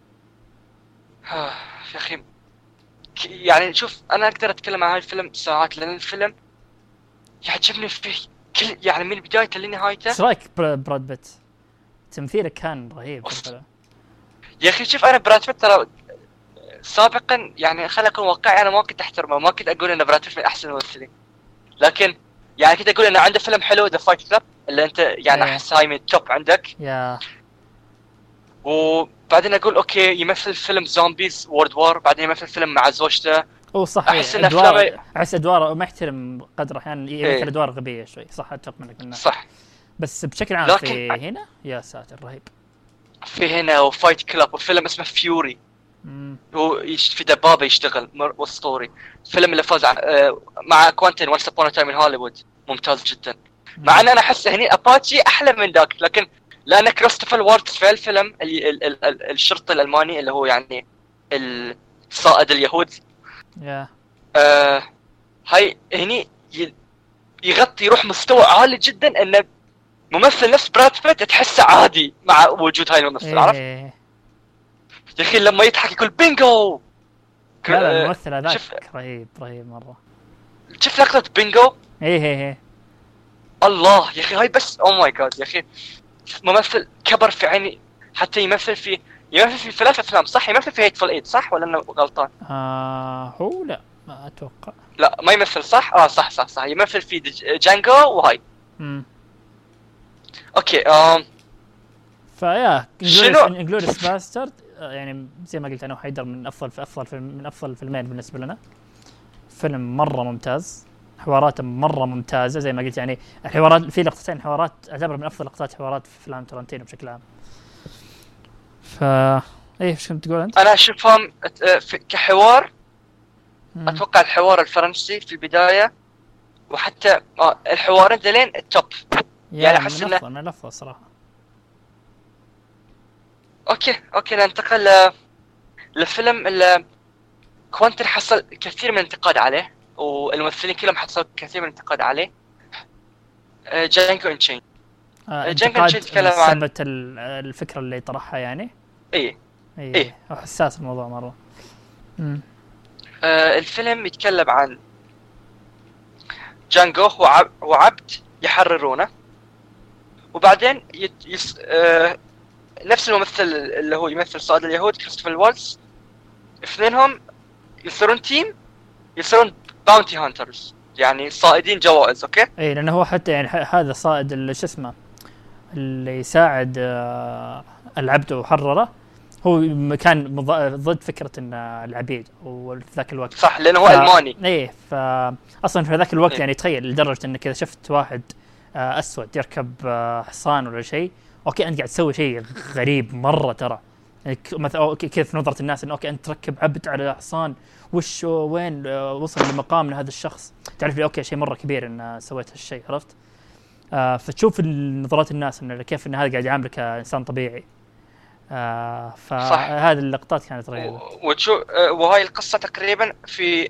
اخي يعني شوف، انا اقدر اتكلم عن هاي الفيلم ساعات، لان الفيلم يعجبني فيه كل يعني من بدايته لنهايته. ايش رايك براد بيت؟ تمثيله كان رهيب في الفيلم يا اخي. شوف انا براد بيت ترى سابقا يعني خلينا نكون واقعي، انا ما كنت احترمه، ما كنت اقول ان براد بيت من احسن الممثلين، لكن يعني كنت اقول انه عنده فيلم حلو ذا فايت كلاب اللي انت يعني إيه. احس هاي من التوب عندك. يا وبعدين اقول اوكي يمثل فيلم زومبيز وورد وار، بعدين يمثل فيلم مع زوجته. هو صح، احس إيه. ان افلامه احس ادواره ما يحترم قدره احيانا، يعني يمثل ايه ادوار غبيه شوي، صح اتفق منك منها. صح. بس بشكل عام لكن في هنا يا ساتر رهيب. في هنا وفايت كلاب وفيلم اسمه فيوري، مم. هو في دبابه يشتغل اسطوري. الفيلم اللي فاز مع كوانتين وانس ابون تايم ان هوليوود ممتاز جدا. مع ان انا احس هني اباتشي احلى من ذاك، لكن لان كريستوفر والتز في الفيلم الشرطي الالماني اللي هو يعني الصائد اليهود، يا هاي هني يغطي يروح مستوى عالي جدا، انه ممثل نفس براد بيت تحسه عادي مع وجود هاي الممثل. عرفت إيه. يا اخي لما يضحك يقول بينجو. لا لا الممثل هذاك شوف رهيب رهيب مره. شوف لقطة بينجو، ايه الله يا اخي هاي بس او ماي جاد يا اخي ممثل كبر في عيني. حتى يمثل في 3 افلام صح؟ يمثل في هيتفul ايت صح ولا انا غلطان؟ هو لا ما اتوقع. لا ما يمثل صح؟ صح يمثل في جانجو وهاي. اوكي فيا شنو؟ انجلوريس باسترد يعني زي ما قلت انا وحيدر من افضل الفيلمين بالنسبه لنا. فيلم مره ممتاز، حواراته مره ممتازه زي ما قلت، يعني الحوارات في لقطتين حوارات اعتبر من افضل لقطات حوارات في فيلم تارانتينو بشكل عام. ايه ايش كنت تقول انت؟ انا اشوفهم كحوار. اتوقع الحوار الفرنسي في البدايه وحتى الحوارين ذلين التوب، يعني احس انه من الافضل صراحه. اوكي ننتقل لفيلم اللي كوانتين حصل كثير من الانتقاد عليه والممثلين كلهم حصلوا كثير من الانتقاد عليه. جانجو انشين. جانجو انشين تكلم عن الفكره اللي طرحها يعني. ايه حساس الموضوع مره. الفيلم يتكلم عن جانجو هو عبد يحررونه، وبعدين نفس الممثل اللي هو يمثل صائد اليهود كريستوفر والتز، اثنينهم يصيرون تيم، يصيرون باونتي هانترز يعني صائدين جوائز. اوكي اي لانه هو حتى يعني هذا صائد اللي شو اسمه اللي يساعد العبد وحرره، هو كان ضد فكره ان العبيد وفي ذاك الوقت صح لانه هو الماني. ايه فاصلا في ذاك الوقت يعني تخيل لدرجه انك اذا شفت واحد اسود يركب حصان ولا شيء، اوكي انت قاعد تسوي شيء غريب مره ترى، يعني مثلا كيف نظره الناس انه اوكي انت تركب عبد على حصان، وش وين وصل لمقام من هذا الشخص، تعرف لي اوكي شيء مره كبير ان سويت هالشيء. عرفت فتشوف نظرات الناس انه كيف ان هذا قاعد يعاملك كانسان طبيعي. فهذه اللقطات كانت رهيبه. وهاي القصه تقريبا في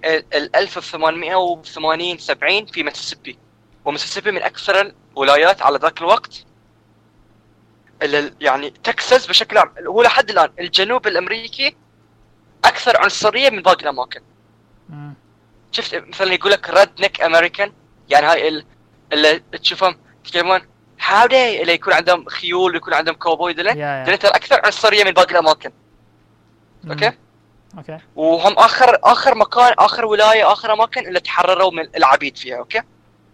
1880 70 في ميسيسيبي، وميسيسيبي من اكثر الولايات على ذاك الوقت يعني تكساس بشكل عام، هو لحد الان الجنوب الامريكي اكثر عنصريه من باقي الاماكن. شفت مثلا يقول لك ريد نيك امريكان، يعني هاي اللي تشوفهم يتكلمون هاودي اللي يكون عندهم خيول ويكون عندهم كوبوي دلين ترى اكثر عنصريه من باقي الاماكن. اوكي وهم اخر مكان، اخر ولايه، اخر اماكن اللي تحرروا من العبيد فيها. اوكي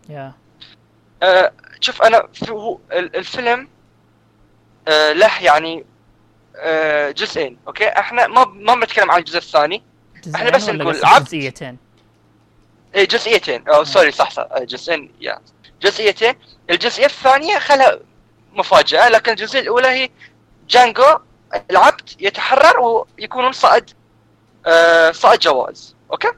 شوف انا الفيلم له يعني جزئين. اوكي احنا ما بنتكلم عن الجزء الثاني، احنا بس نقول جزئيتين. جزئيتين سوري صح جزئين جزئيتين. الجزئيه الثانيه خلها مفاجاه، لكن الجزئيه الاولى هي جانجو العبد يتحرر ويكونون صائد جوائز. اوكي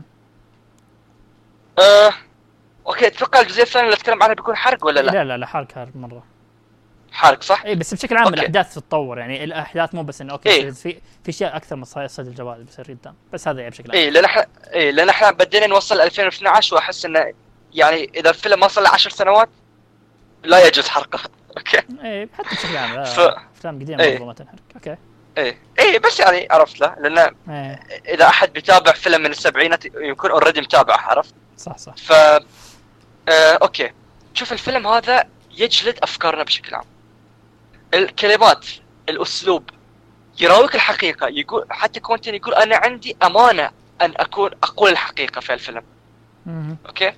اوكي اتوقع الجزئيه الثانيه اللي اتكلم عنها بيكون حرق ولا لا؟ لا حرق مره حرق صح. اي بس بشكل عام الاحداث تتطور، يعني الاحداث مو بس انه اوكي في اشياء اكثر من صيد الجوائز بيصير قدام، بس هذا يعني بشكل عام. لان احنا بدينا نوصل 2012 واحس انه يعني اذا الفيلم وصل ل 10 سنوات لا يجوز حرقه. اوكي اي حتى بشكل عام افلام قديمه برضو ما تنحرق. اوكي اي بس يعني عرفت له لان اذا احد بيتابع فيلم من السبعينات يكون اوريدي متابع. عرفت صح اوكي شوف الفيلم هذا يجلد افكارنا بشكل عام، الكلمات، الاسلوب، يراويك الحقيقه، يقول حتى كوينتين يقول انا عندي امانه ان اقول الحقيقه في الفيلم. اوكي.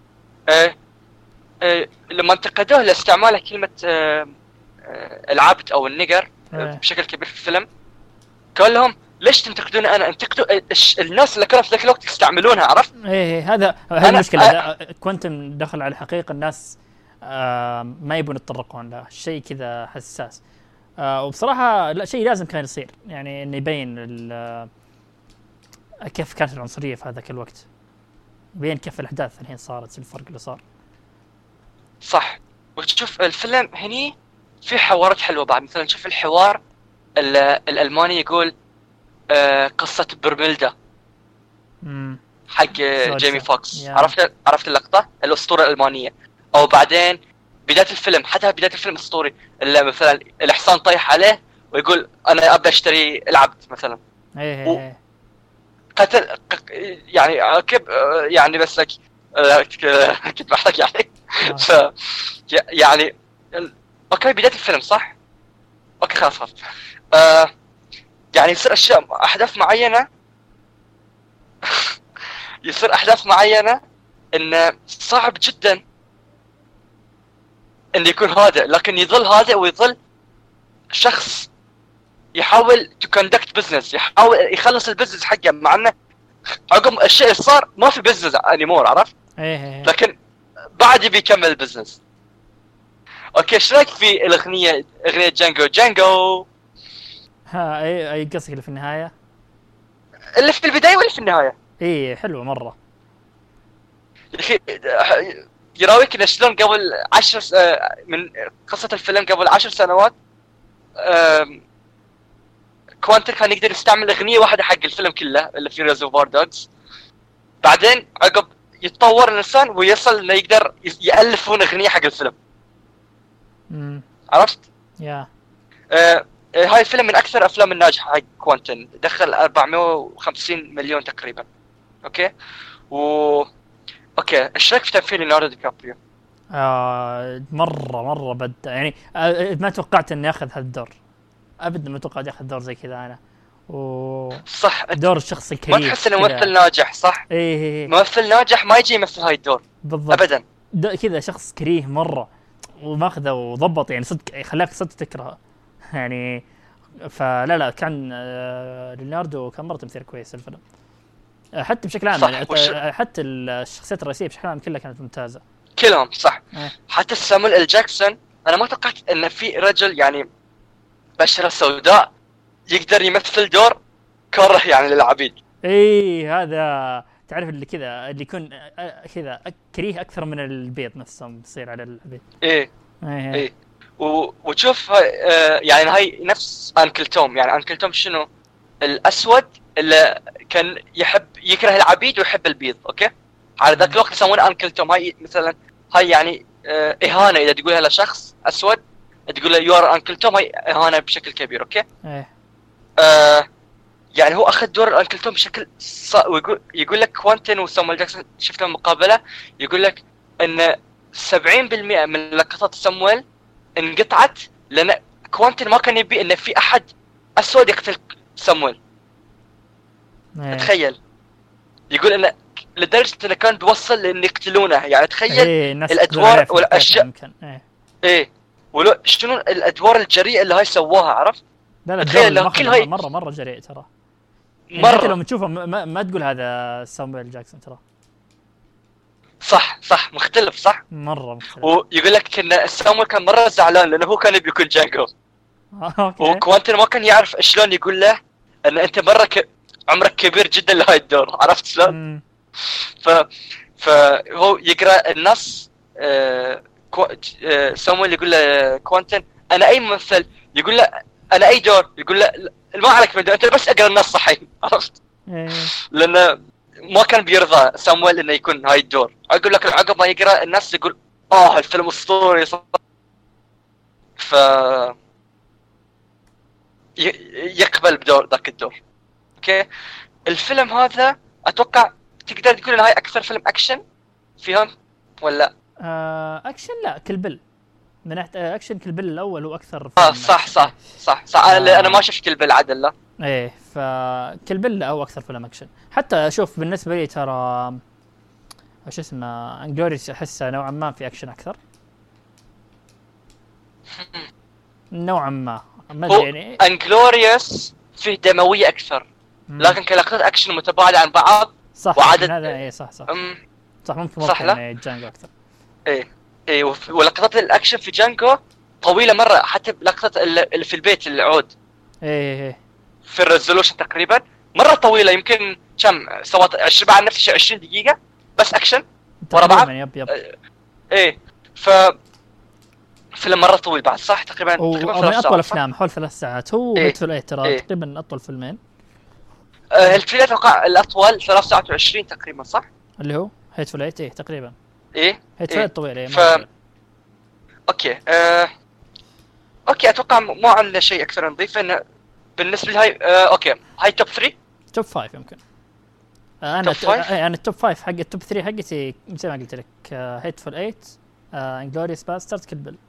لما انتقدوه لاستعمال كلمه العبد او النيجر بشكل كبير في الفيلم، قال لهم ليش تنتقدون انا؟ انتقدوا الناس اللي كانوا في ذاك الوقت يستعملونها. عرفت؟ ايه هذا المشكله. كوينتين دخل على الحقيقه، الناس ما يبون يتطرقون له، شيء كذا حساس. وبصراحه لا، شيء لازم كان يصير، يعني انه يبين كيف كانت العنصريه في هذاك الوقت، يبين كيف الاحداث الحين صارت، الفرق اللي صار. صح. وتشوف الفيلم هني في حوارات حلوه بعد، مثلا شوف الحوار الالماني يقول قصه برميلدا حق جيمي فوكس. عرفت اللقطه الاسطوره الالمانيه؟ او بعدين بدايه الفيلم، حتى بدايه الفيلم اسطوري، اللي مثلا الحصان طايح عليه ويقول انا ابدا اشتري العبد مثلا. قتل يعني يعني بس لك كنت بحكي يعني يعني اوكي بدايه الفيلم صح. اوكي خلاص يعني يصير اشياء احداث معينه يصير احداث معينه انه صعب جدا انه يكون هادئ، لكن يظل هادئ ويظل شخص يحاول to conduct business، يحاول يخلص البزنس حقه، مع انه عقب الشيء اللي صار ما في بزنس انيمور. عرفت؟ لكن بعد يبي يكمل البزنس. اوكي ايش رايك في اغنيه جانجو جانجو؟ اي قصدك اللي في النهايه، اللي في البدايه ولا في النهايه؟ ايه حلوه مره يا اخي. يراويك شلون قبل 10 من قصه الفيلم قبل 10 سنوات كوانتين كان يقدر يستعمل اغنيه واحده حق الفيلم كله اللي في ريزرفوار دوجز. بعدين عقب يتطور الانسان ويصل انه يقدر يالفون اغنيه حق الفيلم. عرفت؟ هاي الفيلم من اكثر افلام الناجحه حق كوانتين، دخل 450 مليون تقريبا. اوكي. اوكي ايش رايك في تمثيل ليوناردو دي كابريو؟ مره بدع يعني. ما توقعت اني اخذ هالدور ابدا، ما توقعت اخذ دور زي كذا انا. صح، دور الشخص الكريم، ما تحس انه ممثل ناجح؟ صح. ايه ممثل ناجح ما يجي يمثل هاي الدور بالضبط ابدا. كذا شخص كريه مره وماخذه وضبط، يعني صدق خلاك صدق تكره يعني. فلا كان ليوناردو كان مره تمثيل كويس الفيلم، حتى بشكل عام يعني حتى الشخصيات الرئيسيه بشكل عام كلها كانت ممتازه كلهم. صح. حتى سامويل ال جاكسون انا ما توقعت ان في رجل يعني بشرة سوداء يقدر يمثل دور كره يعني للعبيد. ايه هذا تعرف اللي كذا اللي يكون كذا كريه اكثر من البيض نفسهم بيصير على العبيد. ايه وتشوف يعني هاي نفس انكل توم. يعني انكل توم شنو؟ الاسود اللي كان يكره العبيد ويحب البيض. اوكي. على ذاك الوقت يسمونه انكل توم. هاي مثلا هاي يعني اهانه اذا تقولها لشخص اسود، تقول له يو ار انكل توم، هاي اهانه بشكل كبير. اوكي. يعني هو اخذ دور الانكل توم بشكل يقول لك كوانتين وسامويل جاكسون شفت لهم مقابله، يقول لك ان 70% من لقطات سامويل انقطعت لان كوانتين ما كان يبي ان في احد اسود يقتل سامويل. تخيل. يقول ان لدرجه انه كان بيوصل لان يقتلونه. يعني تخيل الادوار والاشياء. ايه ولو شنو الادوار الجريئه اللي هاي سواها. عرفت؟ لا تخيل لو كل هاي مره جريء ترى. يعني حتى لو تشوفه ما تقول هذا سامويل جاكسون ترى. صح مختلف. صح مره مختلف. ويقول لك ان سامويل كان مره زعلان لانه هو كان بيكون جانجو. وكوانتين ما كان يعرف شلون يقول له ان انت مره عمرك كبير جدا لهاي الدور. عرفت شلون؟ فهو يقرا النص. سامويل يقول له كوانتين انا اي ممثل؟ يقول له انا اي دور؟ يقول له ما عليك من دور، انت بس اقرا النص صحيح. عرفت؟ لانه ما كان بيرضى سامويل انه يكون هاي الدور. اقول لك عقب ما يقرا النص يقول الفيلم اسطوري. ف يقبل بدور ذاك الدور. اوكي. الفيلم هذا اتوقع تقدر تقول انه هاي اكثر فيلم اكشن فيهم ولا اكشن؟ لا كل بل من ناحيه اكشن كل بيل الاول هو اكثر فيلم صح أكشن. صح صح صح. انا ما شفت كل بالعدل لا. ايه فكل بيل او اكثر فيلم اكشن. حتى اشوف بالنسبه لي ترى وش اسمه انجلوريوس احسه نوعا ما في اكشن اكثر نوعا ما هو يعني انجلوريوس فيه دمويه اكثر، لكن كلقطات اكشن متباعده عن بعض صح وعدد هذا ايه صح صح صح ممكن صح لا؟ جانجو اكثر. ايه ولقطات الاكشن في جانجو طويله مره، حتى لقطه اللي في البيت العود ايه في الريزولوشن تقريبا مره طويله، يمكن كم سوت 20 بعد نفس 20 دقيقه بس اكشن ورا بعض. يب ايه فيلم مره طويل بعد صح تقريبا من اطول افلام حول 3 ساعات هو هيتفول ايت ترى تقريبا اطول فيلمين. الفيلم اتوقع الاطول 3 ساعات و20 تقريبا صح اللي هو هيتفول ايت تقريبا هيتفول طويل اوكي اوكي اتوقع مو عندنا شيء اكثر نضيفه انه بالنسبه لهاي اوكي هاي توب 3 توب 5 يمكن. انا التوب 5 حق التوب 3 حقتي زي ما قلت لك هيتفول ايت انجلوريوس باسترد كل بيل.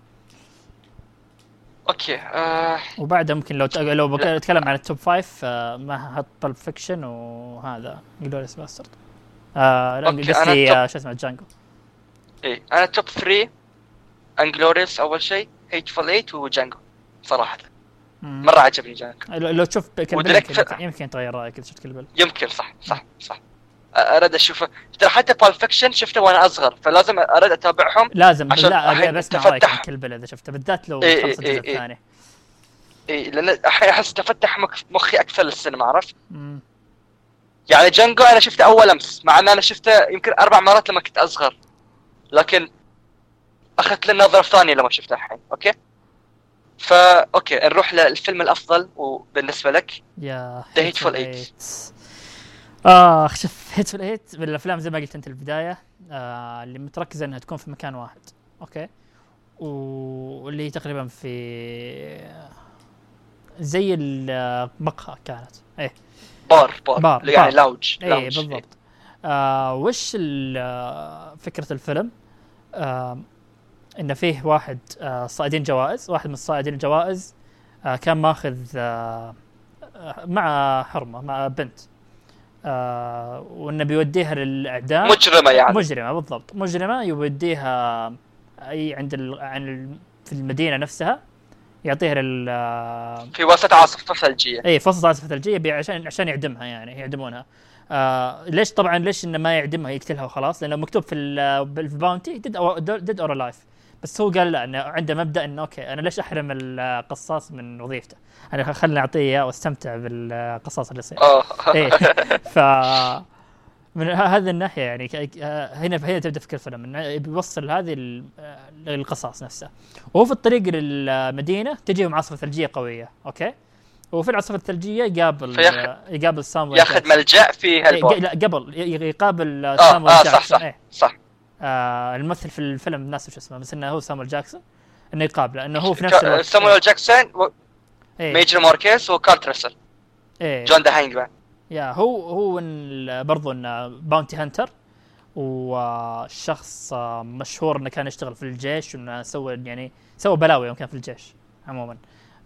اوكي وبعدها ممكن لو بتكلم عن التوب 5 ما هحط بالب فيكشن وهذا انجلوريوس باسترد قصدي شو اسمه جانجو. انا توب 3 انجلوريوس اول شيء، هيتفول ايت وجانجو صراحه مره عجبني جانجو. لو تشوف يمكن تغير رايك اذا شفت كل بيل. يمكن صح اريد اشوفه ترى، حتى بالب فيكشن شفته وانا اصغر فلازم اريد اتابعهم لازم لا بس رايك عن كل بيل اذا شفته بالذات لو خلص الجزء الثاني. لان الحين احس تفتح مخي اكثر للسينما عرفت. يعني جانجو انا شفته اول امس مع ان انا شفته يمكن 4 مرات لما كنت اصغر، لكن اخذت له نظره ثانيه لما شفته الحين. اوكي اوكي نروح للفيلم الافضل وبالنسبه لك يا هيتفول ايت. شوف هيتفول ايت من الافلام زي ما قلت انت البدايه اللي متركزه انها تكون في مكان واحد اوكي، واللي تقريبا في زي المقهى كانت بار يعني لاونج بالضبط. وش فكره الفيلم إن فيه واحد صائدين جوائز، واحد من الصائدين الجوائز كان ماخذ مع حرمة مع بنت وإنه بيوديها للإعدام. مجرمة يعني مجرمة بالضبط، مجرمة يوديها عند في المدينة نفسها يعطيها في وسط عاصفة ثلجية. في وسط عاصفة ثلجية عشان يعدمها يعني يعدمونها. ليش إنه ما يعدمها يقتلها وخلاص، لأنه مكتوب في الباونتي ديد اور لايف، بس هو قال لا، انه عنده مبدا انه اوكي انا ليش احرم القصاص من وظيفته، انا خلني اعطيه اياه واستمتع بالقصاص اللي يصير. ف من هذه الناحيه يعني هنا تبدا فكره الفيلم انه بيوصل هذه القصص نفسها. وهو في الطريق للمدينه تجيهم عاصفه ثلجيه قويه اوكي، وفي العاصفه الثلجيه يقابل سامويل ياخذ ملجأ في هالبوت. لا قبل يقابل سامويل جاكسون. صح الممثل في الفيلم الناس وش اسمه، بس انه هو سامويل جاكسون، انه يقابله لانه هو في نفس الوقت سامويل جاكسون ميجر ماركيز وكارت راسل جون ذا هانجمان. هو برضو انه باونتي هانتر وشخص مشهور انه كان يشتغل في الجيش وانه سوى بلاوي يوم كان في الجيش عموما.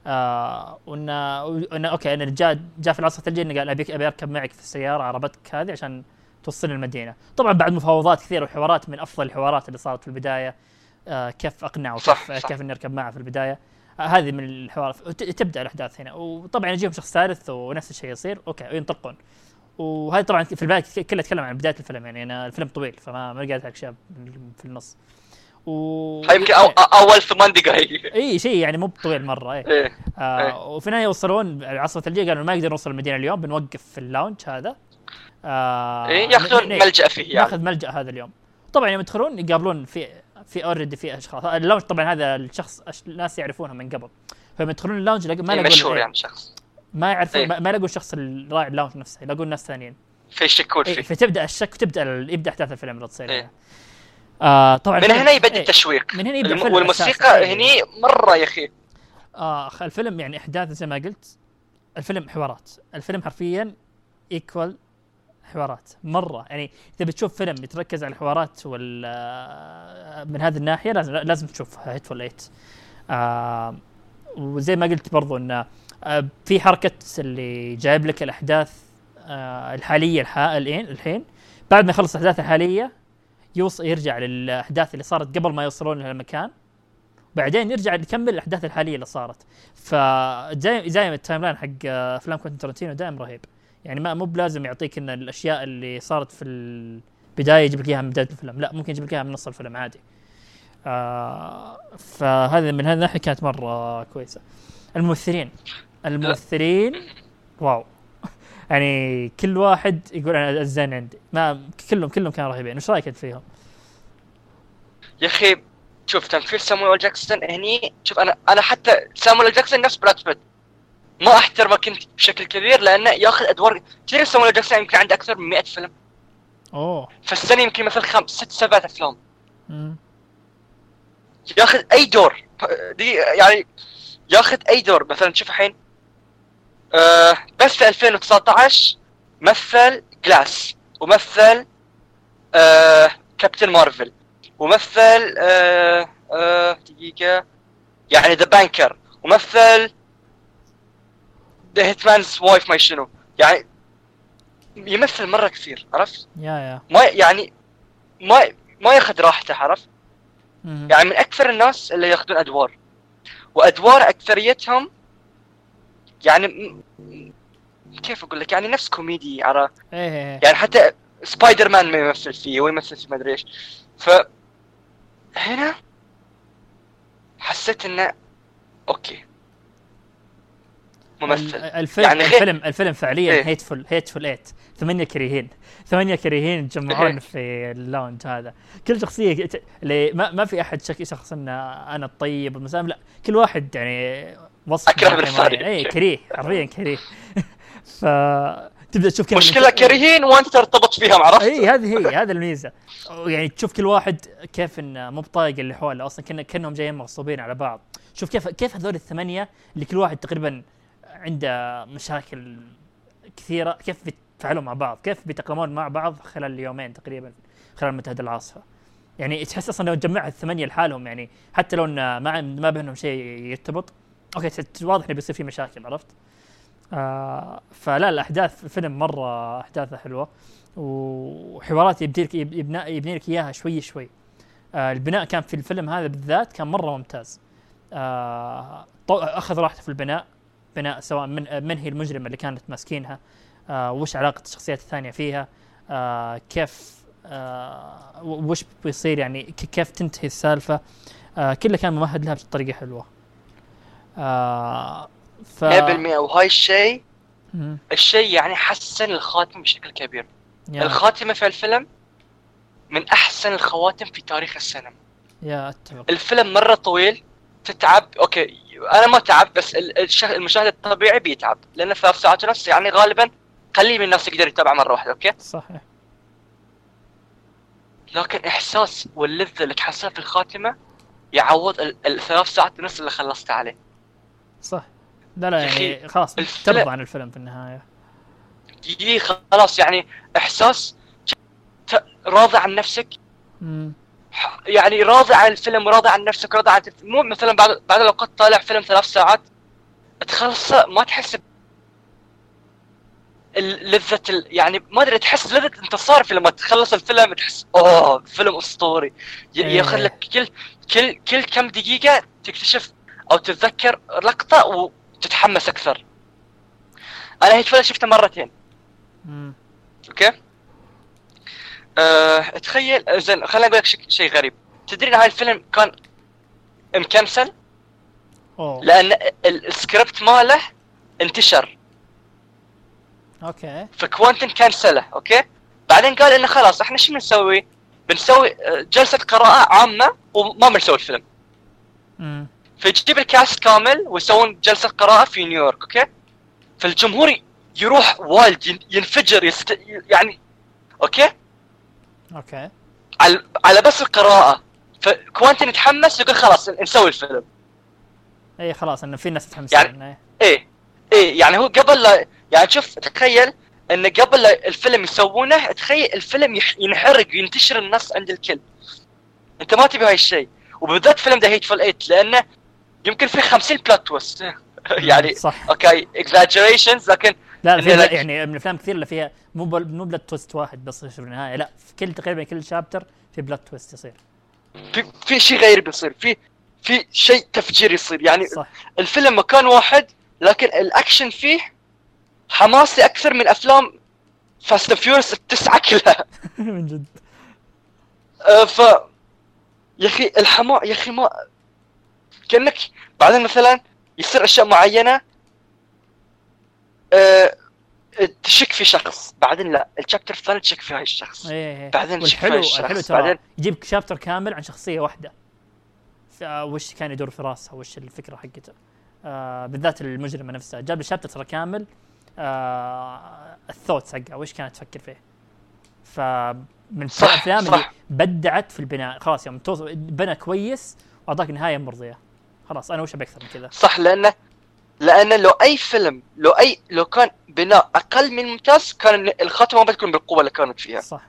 وانه اوكي انا جاء في العاصفه الثلجيه انه قال ابي اركب معك في السياره عربتك هذه عشان توصلني المدينه. طبعا بعد مفاوضات كثيره وحوارات من افضل الحوارات اللي صارت في البدايه، كيف اقنعه كيف نركب معه في البدايه. هذه من الحوارات تبدا الاحداث هنا، وطبعا يجيهم شخص ثالث ونفس الشيء يصير اوكي وينطلقون. وهذا طبعا في البدايه كله اتكلم عن بدايه الفيلم، يعني انا الفيلم طويل فما قاعد اشياء في النص يمكن اول 8 دقائق اي شيء يعني مو طويل مره. وفي النهايه يوصلون العاصفه الثلجيه، قالوا ما يقدر نوصل المدينه اليوم، بنوقف في اللاونج هذا ياخذون ملجأ فيه يعني. ناخذ ملجأ هذا اليوم. طبعا يوم يدخلون يقابلون في اوريدي في اشخاص اللونج، طبعا هذا الشخص الناس يعرفونه من قبل، فلما يدخلون اللونج ما يلاقون مشهور يعني شخص ما يعرفون ما يلاقون الشخص الراعي اللونج نفسه، يلاقون ناس ثانيين في يشكون فيه. فتبدا الشك يبدا احداث الفيلم اللي تصير. طبعا من هنا يبدا التشويق، من هنا يبدا والموسيقى هني مره يا اخي. الفيلم يعني احداث زي ما قلت، الفيلم حوارات، الفيلم حرفيا ايكوال حوارات مره، يعني اذا بتشوف فيلم يتركز على الحوارات من هذه الناحيه لازم تشوف هيتفول ايت. وزي ما قلت برضو ان في حركه اللي جايب لك الاحداث الحاليه الحين بعد ما يخلص الاحداث الحاليه يرجع للاحداث اللي صارت قبل ما يوصلون للمكان، بعدين يرجع يكمل الاحداث الحاليه اللي صارت. فزي التايم لاين حق افلام كوينتين تارانتينو دائما رهيب، يعني مو بلازم يعطيك ان الاشياء اللي صارت في البدايه يجيب لك اياها من بدايه الفيلم، لا ممكن يجيب لك اياها من نص الفيلم عادي. فهذا من هذه الناحيه كانت مره كويسه. الممثلين واو يعني كل واحد يقول انا الزين عندي، ما كلهم كانوا رهيبين. ايش رايك فيهم يا اخي؟ شوف تمثيل سامويل جاكسون هني، شوف انا حتى سامويل جاكسون نفس براد بيت ما احترمه كنت بشكل كبير لانه ياخذ ادوار. تدري سامويل جاكسون يمكن عنده اكثر من 100 فيلم فالسنه، يمكن مثل 5 6 7 افلام ياخذ اي دور يعني ياخذ اي دور. مثلا شوف الحين بس في 2019 مثل جلاس، ومثل كابتن مارفل، ومثل دقيقة يعني ذا بانكر، ومثل ذا هيتمانز وايف ما شنو، يعني يمثل مرة كثير، عرفت؟ يا ما يعني ما ياخذ راحته، عرفت؟ يعني من أكثر الناس اللي ياخذون أدوار، وأدوار أكثريتهم يعني كيف أقول لك، يعني نفس كوميدي، عرفت؟ يعني حتى سبايدر مان ما يمثل فيه ويمثل في ما أدري إيش. هنا حسيت إنه أوكي ممثل. الفيلم يعني الفيلم فعليا إيه؟ هيتفول ايت 8 كريهين تجمعون في اللونج هذا. كل شخصيه اللي ما في احد شخص ان انا الطيب والمسالم، لا كل واحد يعني وصف اكره من الثاني. اي كريه، حرفيا كريه. فتبدا تشوف كيف مشكله كريهين وانت ترتبط فيهم، عرفت؟ اي هذا الميزه. يعني تشوف كل واحد كيف انه مو بطايق اللي حوله اصلا، كانهم جايين مغصوبين على بعض. شوف كيف هذول الثمانيه اللي كل واحد تقريبا عنده مشاكل كثيره، كيف بيتفاعلوا مع بعض، كيف بيتأقلمون مع بعض خلال اليومين تقريبا خلال المنتدى العاصفه. يعني تحس اصلا لو جمعت الثمانيه لحالهم، يعني حتى لو ما بينهم شيء يرتبط، اوكي واضح انه بيصير في مشاكل، عرفت؟ فلا الاحداث الفيلم مره احداثها حلوه، وحوارات يبني لك اياها شوي. البناء كان في الفيلم هذا بالذات كان مره ممتاز. اخذ راحته في البناء سواء من هي المجرمه اللي كانت ماسكينها، وش علاقه الشخصيات الثانيه فيها، كيف وش بيصير، يعني كيف تنتهي السالفه، كله كان ممهد لها بطريقه حلوه. 100%. وهاي الشيء يعني حسن الخاتم بشكل كبير. الخاتمه في الفيلم من احسن الخواتم في تاريخ السينما. اتفق. الفيلم مره طويل، تتعب. اوكي انا ما تعب، بس المشاهد الطبيعي بيتعب، لانه 3 ساعات ونص يعني غالبا قليل من الناس يقدر يتابع مره واحده. اوكي صحيح. لكن احساس واللذه اللي تحصل في الخاتمه يعوض 3 ساعات ونص اللي خلصت عليه. صح. لا يعني خلاص ترضى عن الفيلم في النهايه. خلاص يعني احساس راضي عن نفسك. يعني راضي عن الفيلم، وراضي عن نفسك، راضي عن مو مثلا بعد لو قد طالع فيلم 3 ساعات تخلص ما تحس لذة يعني ما ادري، تحس لذة انتصار في لما تخلص الفيلم، تحس فيلم اسطوري. ياخذ لك كل كم دقيقة تكتشف او تتذكر لقطة وتتحمس اكثر. انا هيك شفته مرتين. اوكي تخيل زين، خليني اقول لك شيء غريب. تدري ان هاي الفيلم كان مكنسل لان السكريبت ماله انتشر. اوكي فكوانتن كنسله. اوكي بعدين قال انه خلاص احنا شو بنسوي جلسة قراءة عامة وما بنسوي الفيلم. فيجيب الكاست كامل ويسوون جلسة قراءة في نيويورك. اوكي فالجمهور يروح وايلد، ينفجر يعني اوكي على بس القراءة. فكوانتن يتحمس يقول خلاص نسوي الفيلم. خلاص انه في ناس تتحمس يعني ايه يعني هو قبل لا يعني شوف تخيل ان قبل الفيلم يسوونه تخيل الفيلم ينحرق وينتشر النص عند الكل. انت ما تبي هاي الشيء، وبالذات فيلم ذا هيتفul ايت لانه يمكن في 50 بلوت تويست يعني صح. اوكي اكزاجريشنز، لكن لا في لك يعني من الافلام كثير اللي فيها مو بلوت تويست واحد بس في النهايه، لا في كل تقريبا كل شابتر في بلوت تويست يصير، في شيء غير بيصير، في شيء تفجير يصير يعني. صح. الفيلم مكان واحد لكن الاكشن فيه حماسي اكثر من افلام فاست اند فيوريوس التسعه كلها. من جد. ف يا اخي يا اخي ما كانك بعدين مثلا يصير اشياء معينه تشك في شخص، بعدين لا الشابتر الثاني تشك في هاي الشخص، ايه بعدين تشك في هاي الحلو الشخص، ترى بعدين يجيب شابتر كامل عن شخصيه واحده، وش كان يدور في راسها، وش الفكره حقته. بالذات المجرمه نفسها جاب الشابتر ترى كامل، الثوتس حقها وش كانت تفكر فيه. فمن الافلام اللي بدعت في البناء، خلاص يوم بنى كويس واعطاك نهايه مرضيه، خلاص انا وش ابي اكثر من كذا. صح، لأن لو أي فيلم لو كان بناء أقل من ممتاز كان الخاتمة ما بتكون بالقوة اللي كانت فيها. صح.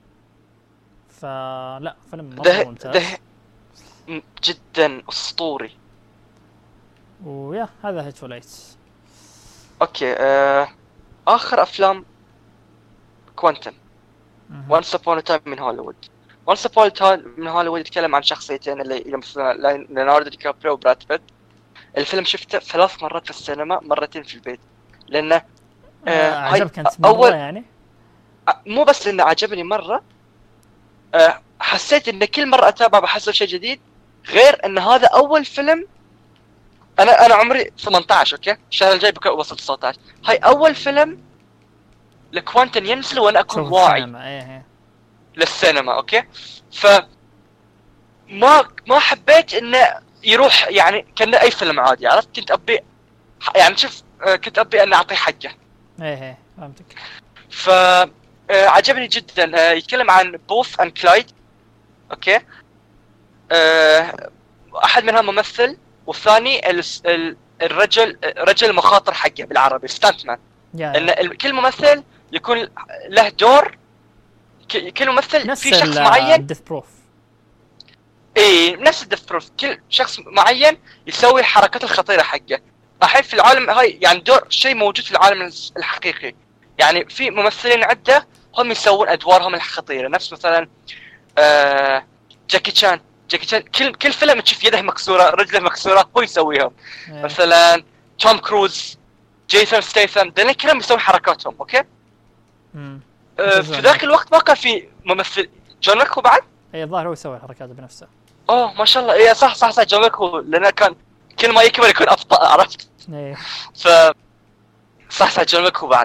فلا فيلم مرة ممتاز جدا أسطوري. ويا هذا هيتفول ايت. أوكي آخر أفلام كوانتن وانس أبون تايم من هوليوود. وانس أبون تايم من هوليوود يتكلم عن شخصيتين اللي يمثلون ليوناردو دي كابريو وبراد بيت. الفيلم شفته 3 مرات في السينما، مرتين في البيت، لأنه عجبك أنت مرة يعني؟ مو بس لأنه عجبني مرة، حسيت إن كل مرة أتابع بحصل شيء جديد، غير إن هذا أول فيلم. أنا عمري 18 أوكي، الشهر الجاي وصلت 19. هاي أول فيلم لكوانتن ينزل وأنا أكون واعي للسينما أوكي. ما حبيت إنه يروح يعني كأنه أي فيلم عادي، عرفت؟ كنت أبي يعني كنت أبي أن أعطيه حقه. إيه فهمتك. عجبني جدا. يتكلم عن بوث أند كلايد أوكي. أحد منهم ممثل، والثاني رجل المخاطر حقه بالعربي ستانتمان. إن كل ممثل يكون له دور، كل ممثل في شخص معين. ديث بروف. ايه نفس الديث بروف، كل شخص معين يسوي الحركات الخطيرة حقه. الحين في العالم هاي يعني دور شيء موجود في العالم الحقيقي، يعني في ممثلين عدة هم يسوون أدوارهم الخطيرة، نفس مثلا جاكي تشان كل فيلم تشوف يده مكسورة رجله مكسورة هو يسويهم. مثلا توم كروز، جيسون ستيثم، دول كلهم يسوون حركاتهم اوكي. في ذاك الوقت ما كان في ممثل. جون ويك بعد الظاهر هو يسوي الحركات بنفسه. ما شاء الله. ايه صح جون ويك لأنه كان كل ما يكبر يكون أبطأ، عرفت؟ صح جون ويك بعد.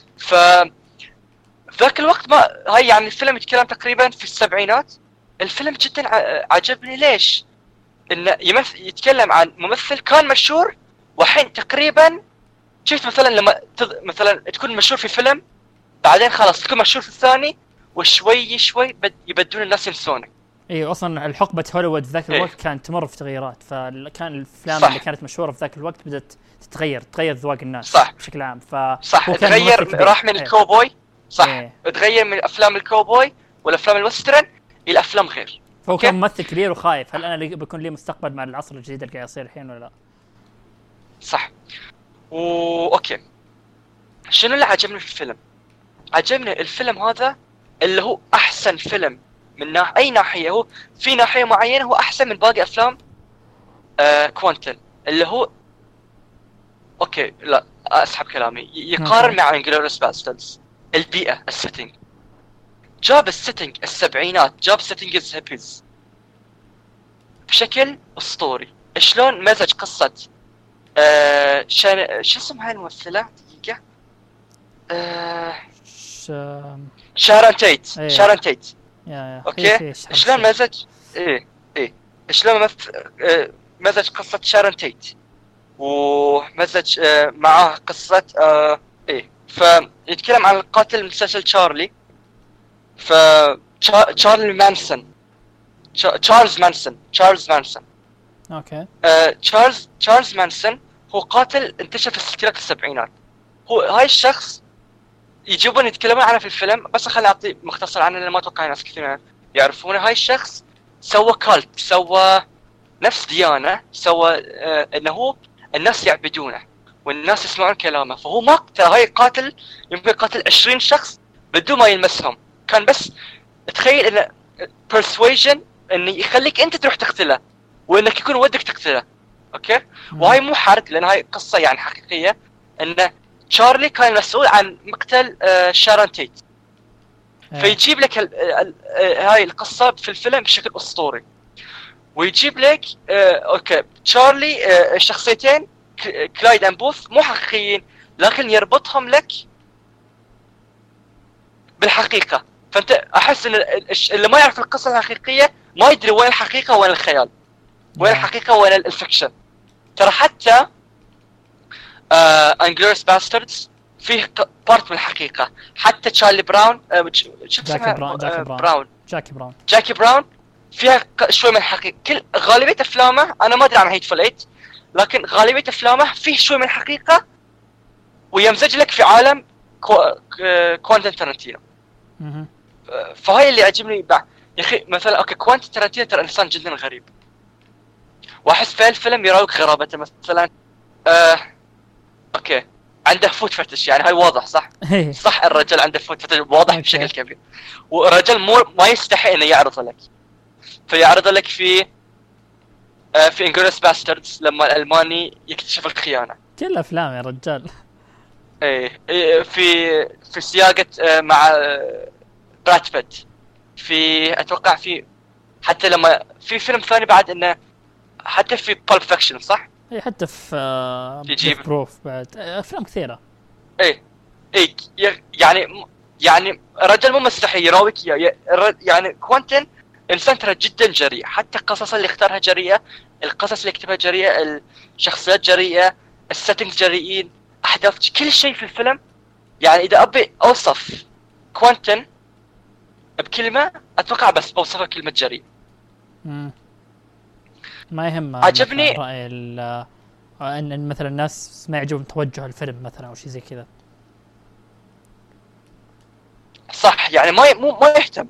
ذاك الوقت ما هاي يعني الفيلم يتكلم تقريبا في السبعينات. الفيلم جدا عجبني. ليش؟ إنه يتكلم عن ممثل كان مشهور، وحين تقريبا شفت مثلا لما مثلا تكون مشهور في فيلم بعدين خلاص تكون مشهور في الثاني، وشوي يبدون الناس ينسونك. ايه اصلا الحقبه هوليوود ذاك الوقت كانت تمر في تغييرات، فكان الافلام اللي كانت مشهوره في ذاك الوقت بدات تغير ذوق الناس بشكل عام. صح تغير، راح من الكوبوي تغير من افلام الكوبوي والافلام الوسترن الى افلام غير. فهو كان ممثل كبير وخايف، هل انا بيكون لي مستقبل مع العصر الجديد اللي قاعد يصير الحين ولا لا؟ صح. اوكي، شنو اللي عجبني في الفيلم؟ عجبني الفيلم هذا اللي هو احسن فيلم من اي ناحيه. هو في ناحيه معينه هو احسن من باقي افلام كوانتن، اللي هو اوكي لا اسحب كلامي. يقارن مع انجلوريوس باستردز. البيئه، السيتنج، جاب السيتنج السبعينات، جاب سيتنج الهيبيز بشكل اسطوري. شلون مزج قصه شو اسمها الممثله دقيقه؟ شارون تيت. اوكي شلون مزج شلون مزج قصة شارون تيت ومزج معاه قصة فيتكلم عن القاتل مسلسل تشارلي. تشارلز مانسون اوكي. تشارلز مانسون هو قاتل انتشر في الستينات السبعينات. هو هاي الشخص يجيبون يتكلمون عنه في الفيلم. بس خليني اعطي مختصر عنه لان ما اتوقع ناس كثير يعرفونه. هاي الشخص سوى كالت، سوى نفس ديانه، سوى انه هو الناس يعبدونه والناس يسمعون كلامه. فهو ما ترى هاي قاتل يمكن قاتل 20 شخص بدون ما يلمسهم. كان بس تخيل انه persuasion انه يخليك انت تروح تقتله وانك يكون ودك تقتله. اوكي. وهاي مو حرق لان هاي قصه يعني حقيقيه. انه تشارلي كان مسؤول عن مقتل شارون تيت. فيجيب لك هاي القصه في الفيلم بشكل اسطوري. ويجيب لك اوكي تشارلي الشخصيتين كلايد اند بوث مو حقيقيين لكن يربطهم لك بالحقيقه. فانت احس ان اللي ما يعرف القصه الحقيقيه ما يدري وين الحقيقه وين الخيال، وين الحقيقه وين الفكشن. ترى حتى انجلوريوس باستردز فيه بارت من الحقيقه. حتى تشارلي براون جاكي براون فيها شوي من الحقيقه. كل غالبيه افلامه انا ما ادري عن هيتفول ايت لكن غالبيه افلامه فيه شوي من الحقيقه ويمزج لك في عالم كوانتين تارانتينو. فهاي اللي يعجبني يا اخي. مثلا اوكي كوانتين تارانتينو ترى انسان جدا غريب واحس في الفيلم يراويك غرابته. مثلا اوكي عنده فوت فتش يعني هاي واضح صح. صح الرجل عنده فوت فتش واضح بشكل كبير. والرجل ما يستحي انه يعرض لك. فيعرض لك في انجلوريوس باستردز لما الالماني يكتشف الخيانه. كل افلام يا رجال. ايه في سياقه مع براد بيت. في اتوقع في حتى لما في فيلم ثاني بعد انه حتى في بالب فيكشن صح. اي حتى في بروف بعد افلام كثيره. ايه يعني رجل مو مستحي يراويك يعني كوانتين انسان ترى جدا جريء. حتى القصص اللي اختارها جريئه، القصص اللي يكتبها جريئه، الشخصيات جريئه، السيتنجز جريئين، احداث كل شيء في الفيلم. يعني اذا ابي اوصف كوانتين بكلمه اتوقع بس بوصفها كلمه جريء. ما يهم عجبني رأي ان مثلا الناس ما يعجبهم توجه الفيلم مثلا او شيء زي كذا. صح يعني ما يهتم.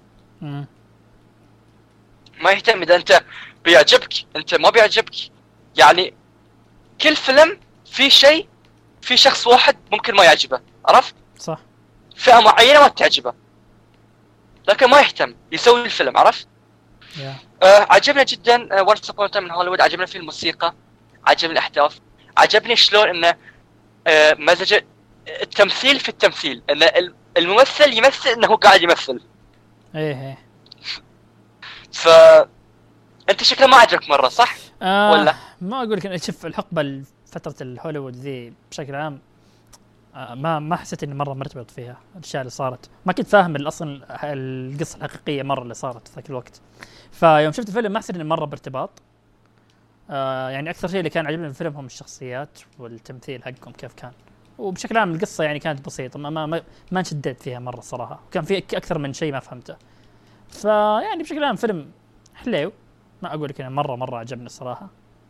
ما يهتم اذا انت بيعجبك انت ما بيعجبك. يعني كل فيلم في شيء في شخص واحد ممكن ما يعجبه عرفت صح. فئة معينة ما تعجبه لكن ما يهتم يسوي الفيلم عرفت. عجبنا جدا وانس أبون تايم إن هوليوود. عجبنا في الموسيقى، عجبني الاحداث، عجبني شلون انه مزج التمثيل في التمثيل. ان الممثل يمثل انه هو قاعد يمثل. ايه ف انت شكله ما عجبك مره صح ولا ما اقول لك. شوف الحقبه فتره الهوليوود ذي بشكل عام ما حسيت اني مره مرتبط فيها الاشياء اللي صارت. ما كنت فاهم اصلا القصه الحقيقيه مره اللي صارت في ذاك الوقت. فيوم شفت الفيلم ما حسيت اني مره بارتباط. يعني اكثر شيء اللي كان عجبني في الفيلم هم الشخصيات والتمثيل حقهم كيف كان. وبشكل عام القصه يعني كانت بسيطه ما انشدت فيها مره الصراحه. وكان في اكثر من شيء ما فهمته. فيعني بشكل عام فيلم حلو. ما اقول لك انه مره عجبني الصراحه.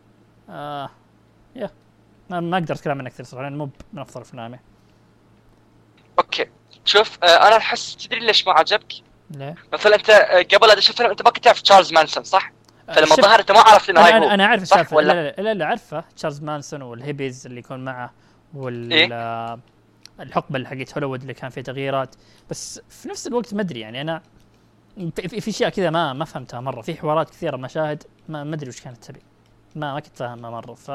ما اقدر اتكلم عنه اكثر صراحه مو من افضل افلامي. اوكي شوف انا احس تدري ليش ما عجبك؟ ليه؟ مثلا انت قبل هذا الفيلم انت ما كنت تعرف تشارلز مانسون صح؟ فلما ظهر انت ما عرفت انه هاي هو. انا عارف السالفه. لا عارفه تشارلز مانسون والهيبيز اللي يكون معه الحقبه اللي حقت هوليوود اللي كان فيها تغييرات. بس في نفس الوقت ما ادري يعني انا في اشياء كذا ما فهمتها مره. في حوارات كثيره مشاهد ما ادري وش كانت تبي. ما كنت فاهمها مره. ف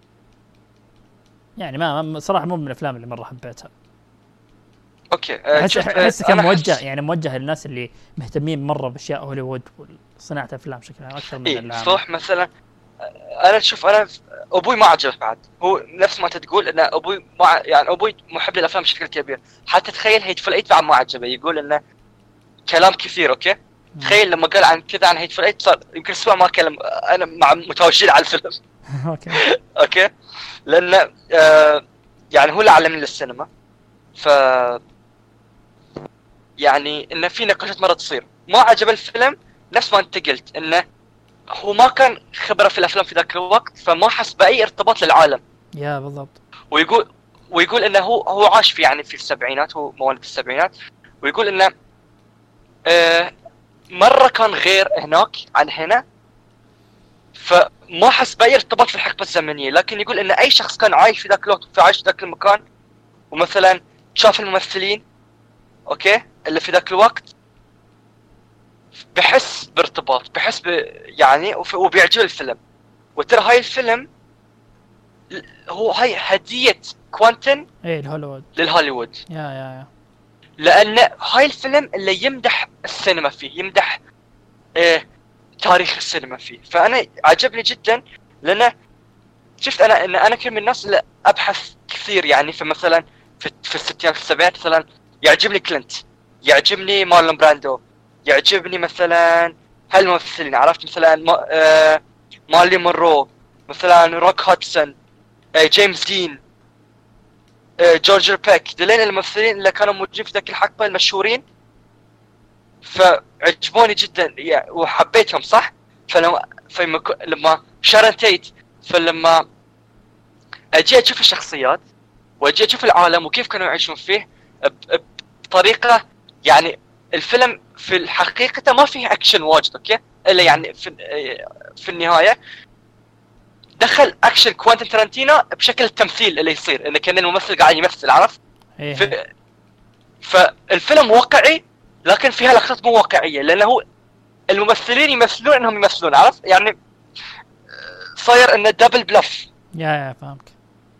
يعني ما صراحه مو من الافلام اللي مره حبيتها. اوكي احس كان موجه يعني موجه للناس اللي مهتمين مره باشياء هوليوود وصناعه افلام بشكل عام اكثر من العام. صح مثلا انا ابوي ما عجبه بعد. هو نفس ما تقول ان ابوي يعني ابوي محب للافلام بشكل كبير. حتى تخيل هيتفول ايت بعد ما عجبه. يقول انه كلام كثير. اوكي تخيل لما قال عن كذا عن هيتفول ايت صار يمكن اسبوع ما كلم. انا مع متوجين على الفيلم. اوكي لان يعني هو اللي علمني للسينما. ف يعني انه في نقاشات مره تصير. ما عجب الفيلم نفس ما انت قلت انه هو ما كان خبره في الافلام في ذاك الوقت فما حس باي ارتباط للعالم. يا بالضبط. ويقول ويقول انه هو عاش في يعني في السبعينات، هو مواليد السبعينات، ويقول انه مره كان غير هناك عن هنا، فما حس باي ارتباط في الحقبه الزمنيه. لكن يقول ان اي شخص كان عايش في ذاك الوقت وفي عايش في ذاك المكان ومثلا شاف الممثلين اوكي اللي في ذاك الوقت، بحس بارتباط، بحس يعني وبيعجب الفيلم. وترى هاي الفيلم هاي هديه كوانتن ايه الهوليوود للهوليوود. يا لان هاي الفيلم اللي يمدح السينما فيه، يمدح تاريخ السينما فيه. فانا عجبني جدا، لان شفت انا كنت من الناس اللي ابحث كثير يعني. فمثلا في الستينات في السبعينات مثلا يعجبني كلينت، يعجبني مارلون براندو، يعجبني مثلا هالممثلين عرفت، مثلا مارلي مونرو، مثلا روك هودسون، جيمس دين، جورج بيك، دلين الممثلين اللي كانوا موجودين في ذاك الحقبة المشهورين. فعجبوني جدا وحبيتهم صح. لما شارون تيت، فلما اجي اشوف الشخصيات واجي اشوف العالم وكيف كانوا يعيشون فيه بطريقة يعني. الفيلم في الحقيقة ما فيه اكشن واجد اوكي، الا يعني في النهاية دخل اكشن كوانتين تارانتينو بشكل التمثيل اللي يصير، انه كان الممثل قاعد يمثل عرفت. فالفيلم واقعي لكن فيها لقطات مو واقعيه، لانه هو الممثلين يمثلون انهم يمثلون عرفت يعني. صاير انه دبل بلف. يا فهمك.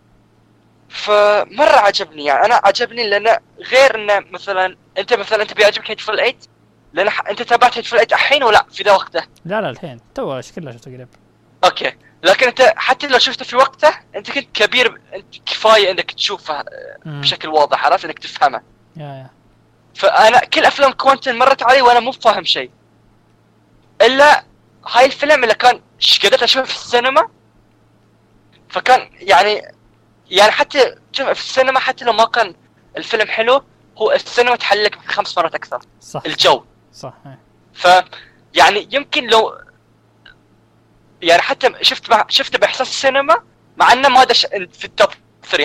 فمره عجبني يعني، انا عجبني لانه غير انه مثلا انت بيعجبك هيتفول 8 لان انت تابعت هيتفول 8 الحين ولا في ذا وقته؟ لا الحين تو كله شفته قريب. اوكي، لكن انت حتى لو شفته في وقته انت كنت كبير، انت كفايه انك تشوفه بشكل واضح عرفت، انك تفهمه. يا فانا كل افلام كوانتن مرت علي وانا مو فاهم شيء، الا هاي الفيلم اللي كان قدرت اشوفه في السينما. فكان يعني حتى شوف في السينما حتى لو ما كان الفيلم حلو، هو السينما تحلك 5 مرات اكثر صح الجو صح. ف يعني يمكن لو يعني حتى شفت باحساس السينما مع انه ما دش في التوب 3.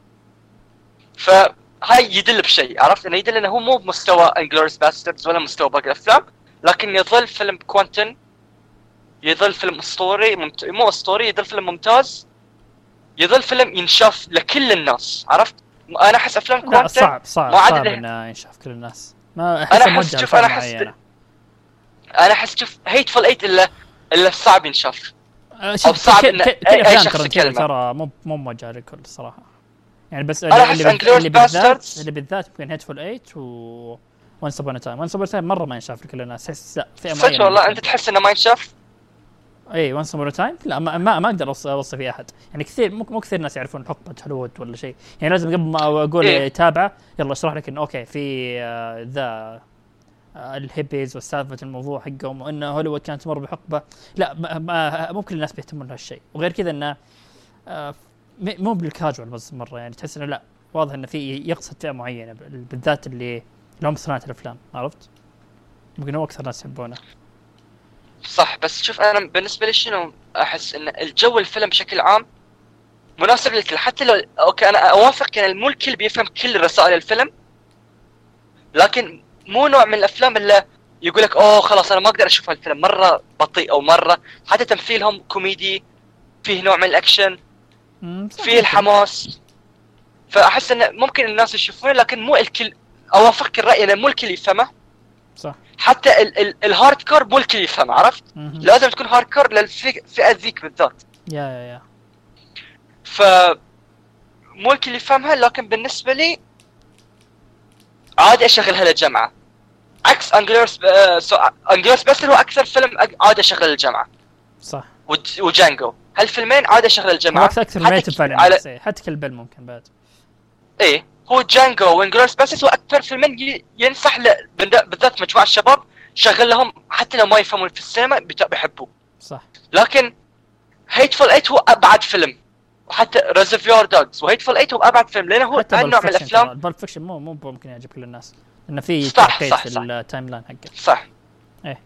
فهاي يدل بشيء عرفت، انه يدل انه هو مو بمستوى انجلوريوس باستردز ولا مستوى باقي الافلام، لكن يظل فيلم كوانتن، يظل فيلم اسطوري مو اسطوري، يظل فيلم ممتاز، يظل فيلم ينشاف لكل الناس عرفت. انا احس افلام كوانتن صعب انه ينشاف كل الناس، ما احس شوف انا احس شوف هيتفول 8 الا صعب ينشاف، او صعب ان اي شخص يكلمه. ترى مو موجه للكل الصراحه يعني. بس اللي بالذات يمكن هيتفول 8 و وانس ابون تايم. وانس ابون تايم مره ما ينشاف لكل الناس، احس فئه معينه. والله انت تحس انه ما ينشاف؟ اي وانس ابون تايم لا ما اقدر اوصف فيه احد يعني. كثير مو كثير ناس يعرفون حقبه هوليوود ولا شيء يعني. لازم قبل ما اقول تابعه يلا اشرح لك انه اوكي في ذا الهيبيز والسالفه الموضوع حقهم، وانه هوليوود كانت تمر بحقبه. لا مو كل الناس بيهتمون لهالشيء. وغير كذا انه مو بالكاجوال بس مره يعني، تحس انه لا واضح انه في يقصد فئه معينه بالذات اللي لهم صناعه الافلام عرفت، ممكن هو اكثر ناس يحبونه. صح، بس شوف انا بالنسبه لي شنو احس ان الجو الفيلم بشكل عام مناسب للكل. حتى لو اوكي انا اوافق يعني مو الكل بيفهم كل رسائل الفيلم، لكن مو نوع من الافلام اللي يقول لك اوه خلاص انا ما اقدر اشوف هالفيلم، مره بطيء او مره حتى تمثيلهم كوميدي، فيه نوع من الاكشن، فيه الحماس. فاحس ان ممكن الناس يشوفونه، لكن مو الكل. اوافقك الراي ان مو الكل يفهمه صح. حتى الهارد كور مو الكل يفهمه عرفت. لازم تكون هارد كور للفئه ذيك بالذات. يا ف مو الكل يفهمها، لكن بالنسبه لي عادي اشغلها للجمعه. عكس انجلوريوس بس هو اكثر فيلم عادي اشغل للجمعه. صح. وجانجو هالفيلمين عادي اشغل للجمعه. اكثر ريتف فعلا حتى كل بل ممكن بعد. ايه هو جانجو وانجلوريوس بس هو اكثر فيلمين ينصح بالذات مجموعه الشباب شغل لهم حتى لو ما يفهمون في السينما بيحبوه. صح. لكن هيتفول 8 هو ابعد فيلم، وحتى ريزرفوير دوجز وهيتفول 8 هو ابعد فيلم، لانه هو هالنوع من الافلام. بالب فيكشن مو ممكن يعجب كل الناس انه في تعقيد في التايم لاين حقه. صح. ايه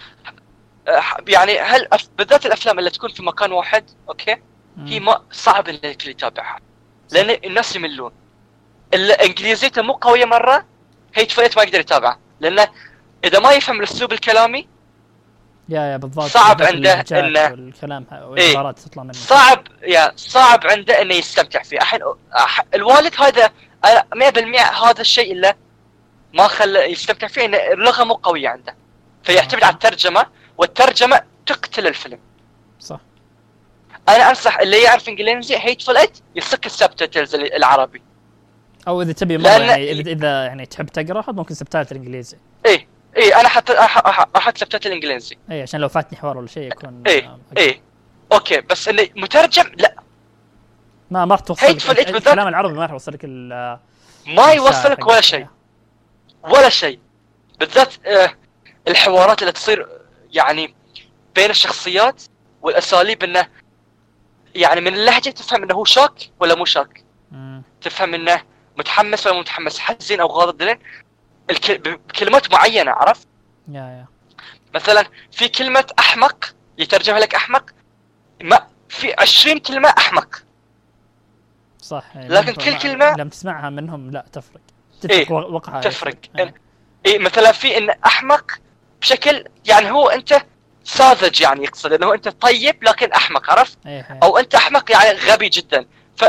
يعني بالذات الافلام اللي تكون في مكان واحد اوكي هي ما صعب ان الكل يتابعها. لان الناس يملون. الانجليزيته مو قويه مره، هيتفول 8 ما يقدر يتابعه، لانه اذا ما يفهم الاسلوب الكلامي يا بالضبط، صعب عنده انه والكلام والعبارات تطلع منه، صعب عنده انه يستمتع فيه. الحين الوالد هذا 100% هذا الشيء اللي ما خلى يستمتع فيه، ان اللغه مو قويه عنده، فيعتمد على الترجمه، والترجمه تقتل الفيلم. صح. انا انصح اللي يعرف انجليزي هيتفول 8 يسك السبتايتلز العربي، او اذا تبي مره يعني اذا يعني تحب تقرا حط ممكن سبتايتل انجليزي. انا احط سبتايتل انجليزي، عشان لو فاتني حوار ولا شيء يكون اوكي. بس انه مترجم لا، ما راح توصل الكلام العربي، ما راح يوصل لك ما يوصلك ولا شيء بالذات الحوارات اللي تصير يعني بين الشخصيات والاساليب، انه يعني من اللهجه تفهم انه هو شاك ولا مو شاك، تفهم انه متحمس ولا مو متحمس، حزين او غاضب، لين بكلمات معينه، عرفت؟ مثلا في كلمه احمق يترجمها لك احمق، ما في 20 كلمه احمق، صح. لكن كل كلمه لما تسمعها منهم لا تفرق وقعها تفرق. مثلا في ان احمق بشكل يعني هو انت ساذج، يعني يقصد انه انت طيب لكن احمق، عرفت؟ او انت احمق يعني غبي جدا.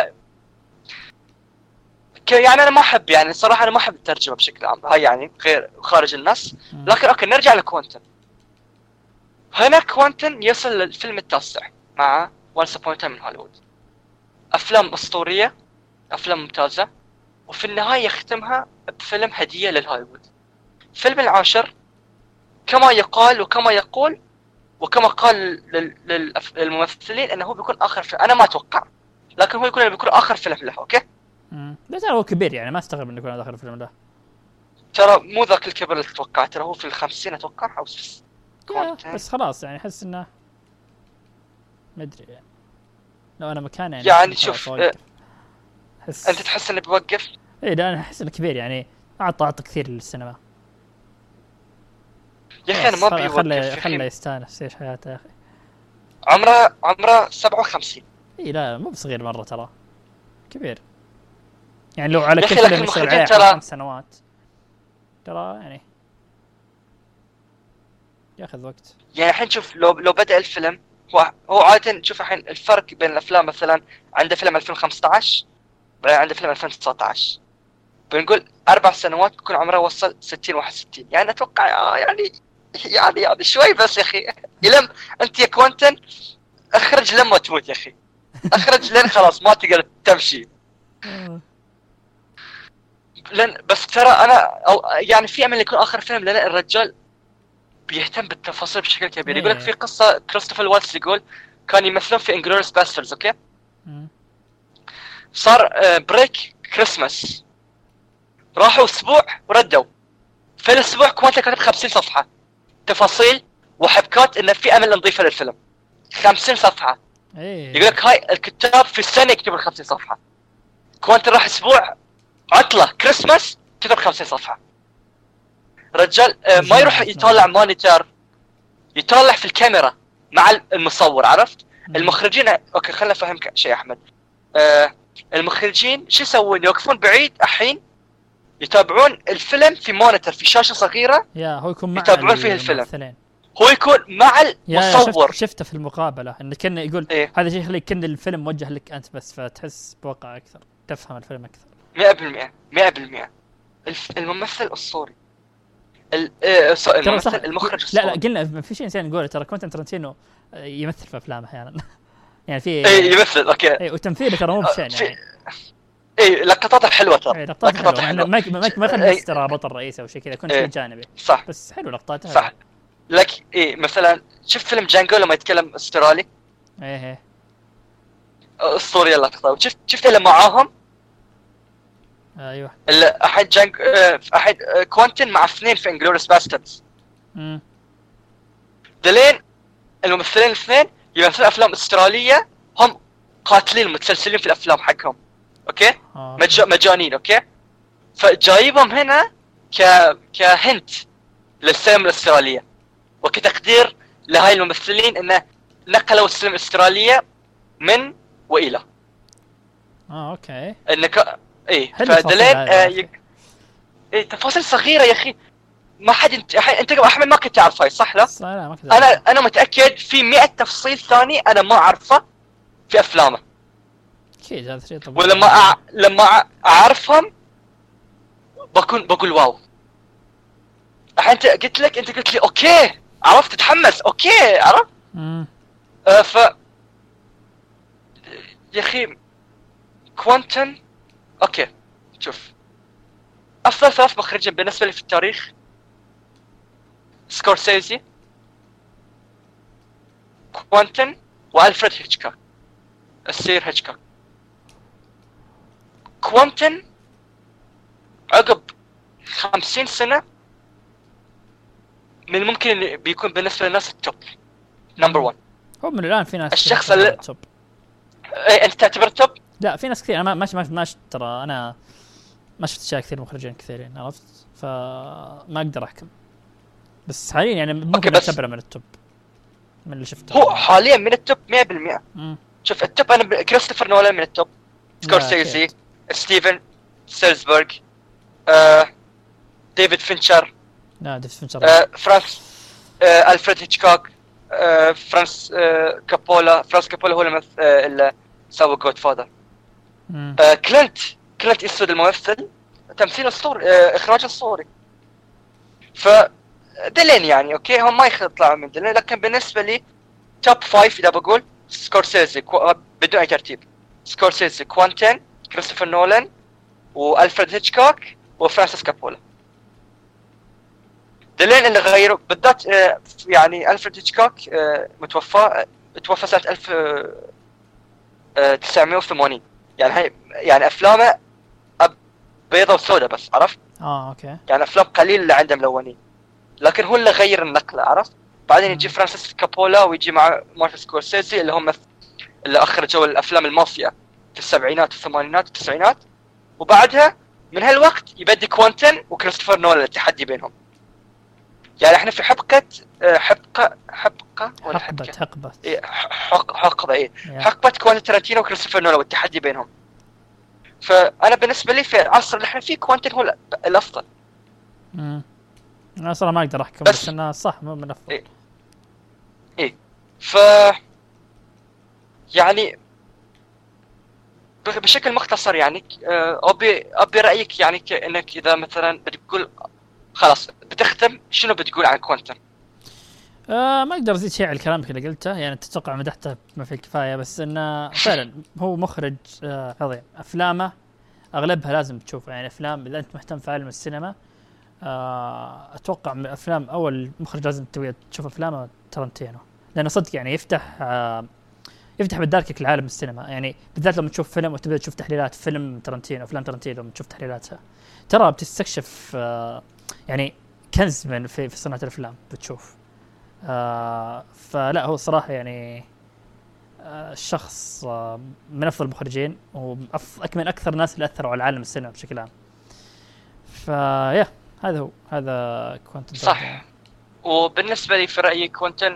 يعني انا ما احب، يعني صراحه انا ما احب الترجمه بشكل عام، هاي يعني غير خارج النص. لكن اوكي نرجع لكوانتن. هنا كوانتن يصل للفيلم التاسع مع وانس أبون تايم إن هوليوود، افلام اسطوريه، افلام ممتازه، وفي النهايه يختمها بفيلم هديه للهوليوود. فيلم العاشر كما يقال وكما يقول وكما قال للممثلين انه هو بيكون اخر فيلم، انا ما اتوقع، لكن هو يقول انه بيكون اخر فيلم له. اوكي لا ترى هو كبير، يعني ما استغرب انه يكون اخر فيلم له، ترى مو ذاك الكبر اللي تتوقع، ترى هو في ال50 اتوقع او بس خلاص يعني احس انه ما ادري، يعني لو انا مكانه يعني شوف انت تحس انه بيوقف؟ لا انا احس انه كبير، يعني اعطى كثير للسينما يا اخي. انا ما بيوقف، خليه يستانس يعيش حياته يا اخي. عمره 57. لا مو بصغير مره، ترى كبير، يعني لو على كل فيلم يشتغل عليه 5 سنوات ترى يعني ياخذ وقت. يعني الحين شوف، لو بدأ الفيلم هو عادة، شوف الحين الفرق بين الافلام، مثلا عنده فيلم 2015 بعدين عنده فيلم 2019، بنقول 4 سنوات بيكون عمره وصل 60 61. يعني اتوقع يعني شوي بس يا اخي. انت يا كوانتن اخرج لما تموت يا اخي، اخرج لين خلاص ما تقدر تمشي. لان بس ترى انا أو يعني في امل يكون اخر فيلم، لان الرجال بيهتم بالتفاصيل بشكل كبير. يقول لك في قصه كريستوفر والتز يقول كان يمثلون في انجلوريوس باسترز. اوكي صار بريك كريسماس، راحوا اسبوع وردوا. في الاسبوع كوانتن كاتب 50 صفحه تفاصيل وحبكات ان في امل نضيفها للفيلم. 50 صفحه. يقول لك هاي الكتاب في السنه يكتبون 50 صفحه. كوانتن راح اسبوع عطله كريسماس كتب 50 صفحه. رجال ما يروح يطالع مونيتور، يطالع في الكاميرا مع المصور، عرفت؟ المخرجين اوكي خلنا افهمك شيء احمد. المخرجين شو يسوون؟ يوقفون بعيد الحين يتابعون الفيلم في مونيتور، في شاشه صغيره، هو يكون مع يتابعون فيه الفيلم، هو يكون مع المصور. شفته في المقابله انه كان يقول هذا شيء يخليك كأن الفيلم موجه لك انت بس، فتحس بواقع اكثر، تفهم الفيلم اكثر. 100% الممثل اسطوري، المخرج اسطوري. لا قلنا ما في شيء انسان نقوله، ترى كوينتين ترنتينو يمثل في افلامه احيانا يعني في يمثل اوكي وتمثيله ترى مو بشين يعني لقطاته حلوه، ترى لقطاته حلوه، ما خلص ترى بطل رئيسي او شيء كذا، يكون شيء جانبي صح، بس حلو لقطاته صح. لك مثلا شفت فيلم جانجو لما يتكلم استرالي؟ اسطوري اللقطه. شفت اللي معاهم ايوه احد احد كوانتن مع 2 في انجلوريوس باستردز. دلين الممثلين الاثنين يمثلون افلام استراليه، هم قاتلين متسلسلين في الافلام حقهم. اوكي مجانين. اوكي فجايبهم هنا كهنت للسينما الاستراليه، وكتقدير لهاي الممثلين انه نقلوا السينما الاستراليه من والى. اوكي. انك ايه حلو فدلين تفاصيل ايه تفاصيل صغيره يا اخي. ما حد انت احمد ما كنت تعرف هاي صح؟ لا صح، لا ما كنت انا متاكد في 100 تفصيل ثاني انا ما اعرفه في افلامه، اكيد هذا شيء طبيعي. ولما لما اعرفهم بقول واو. الحين انت قلت لي اوكي عرفت تتحمس اوكي عرفت. ف يا اخي كوانتم اوكي شوف افضل 3 مخرجين بالنسبه لي في التاريخ سكورسيزي، كوانتم، والفريد هيتشكوك، السير هيتشكوك. كوانتم عقب 50 سنة من الممكن بيكون بالنسبة للناس التوب نمبر 1. هو من الان في ناس الشخص اللي توب. ايه انت تعتبر توب؟ لا في ناس كثير، انا ما ترى انا ما شفت اشياء كثير مخرجين كثيرين عرفت، فما اقدر احكم. بس حاليا يعني ممكن اعتبره من التوب من اللي شفته. هو حاليا من التوب 100%. شوف التوب انا كريستوفر نولان من التوب، سكورسيزي، ستيفن سيلزبرغ، ديفيد فينشر، لا ديفيد فينشر، فرانس الفريد هيتشكوك، فرانس كابولا هو اللي سوى جود فادر. كلينت إيستوود الممثل، تمثيل اسطوري، اخراج اسطوري. ف دلين يعني اوكي هم ما يطلعوا من دلين، لكن بالنسبه لي توب 5 اذا بقول سكورسيزي بدون اي ترتيب، سكورسيزي، كوانتين، كريستوفر نولان، والفريد هيتشكوك، وفرانسيس كابولا. دلين اللي غيروا بالذات يعني الفريد هيتشكوك توفى سنة 1980. يعني هاي يعني افلامه بيضة وسوداء بس عرفت. اوكي يعني افلام قليل اللي عنده ملونين، لكن هو اللي غير النقلة عرفت. بعدين يجي فرانسيس كابولا ويجي مع مارتن سكورسيزي اللي هم اللي اخرجوا الافلام المافيا في السبعينات والثمانينات والتسعينات، وبعدها من هالوقت يبدي كوانتين وكريستوفر نولان التحدي بينهم. يعني احنا في حقبة كوانتين تارانتينو وكريستوفر نولان والتحدي بينهم. فانا بالنسبة لي في العصر اللي احنا فيه كوانتين هو الافضل. انا صراحة ما اقدر احكم، بس انه صح مو من افضل. ايه يعني بشكل مختصر يعني ابي رايك يعني انك اذا مثلا بتقول خلاص بتختم شنو بتقول عن كوانتم؟ ما اقدر ازيد شيء على الكلام اللي قلته، يعني تتوقع مدحته ما في الكفايه، بس انه فعلا هو مخرج عظيم. افلامه اغلبها لازم تشوفها، يعني افلام اذا انت مهتم في عالم السينما اتوقع من افلام اول مخرج لازم تشوف افلامه تارانتينو، لانه صدق يعني يفتح بداركك لعالم السينما. يعني بالذات لما تشوف فيلم وتبدا تشوف تحليلات فيلم تارانتينو، افلام تارانتينو لما تشوف تحليلاتها ترى بتستكشف يعني كنز من في صناعه الافلام بتشوف. فلا هو صراحه يعني الشخص من افضل المخرجين ومن اكثر الناس اللي اثروا على العالم السينما بشكل عام. فيا هذا كوانتن صح. وبالنسبه لي في رايي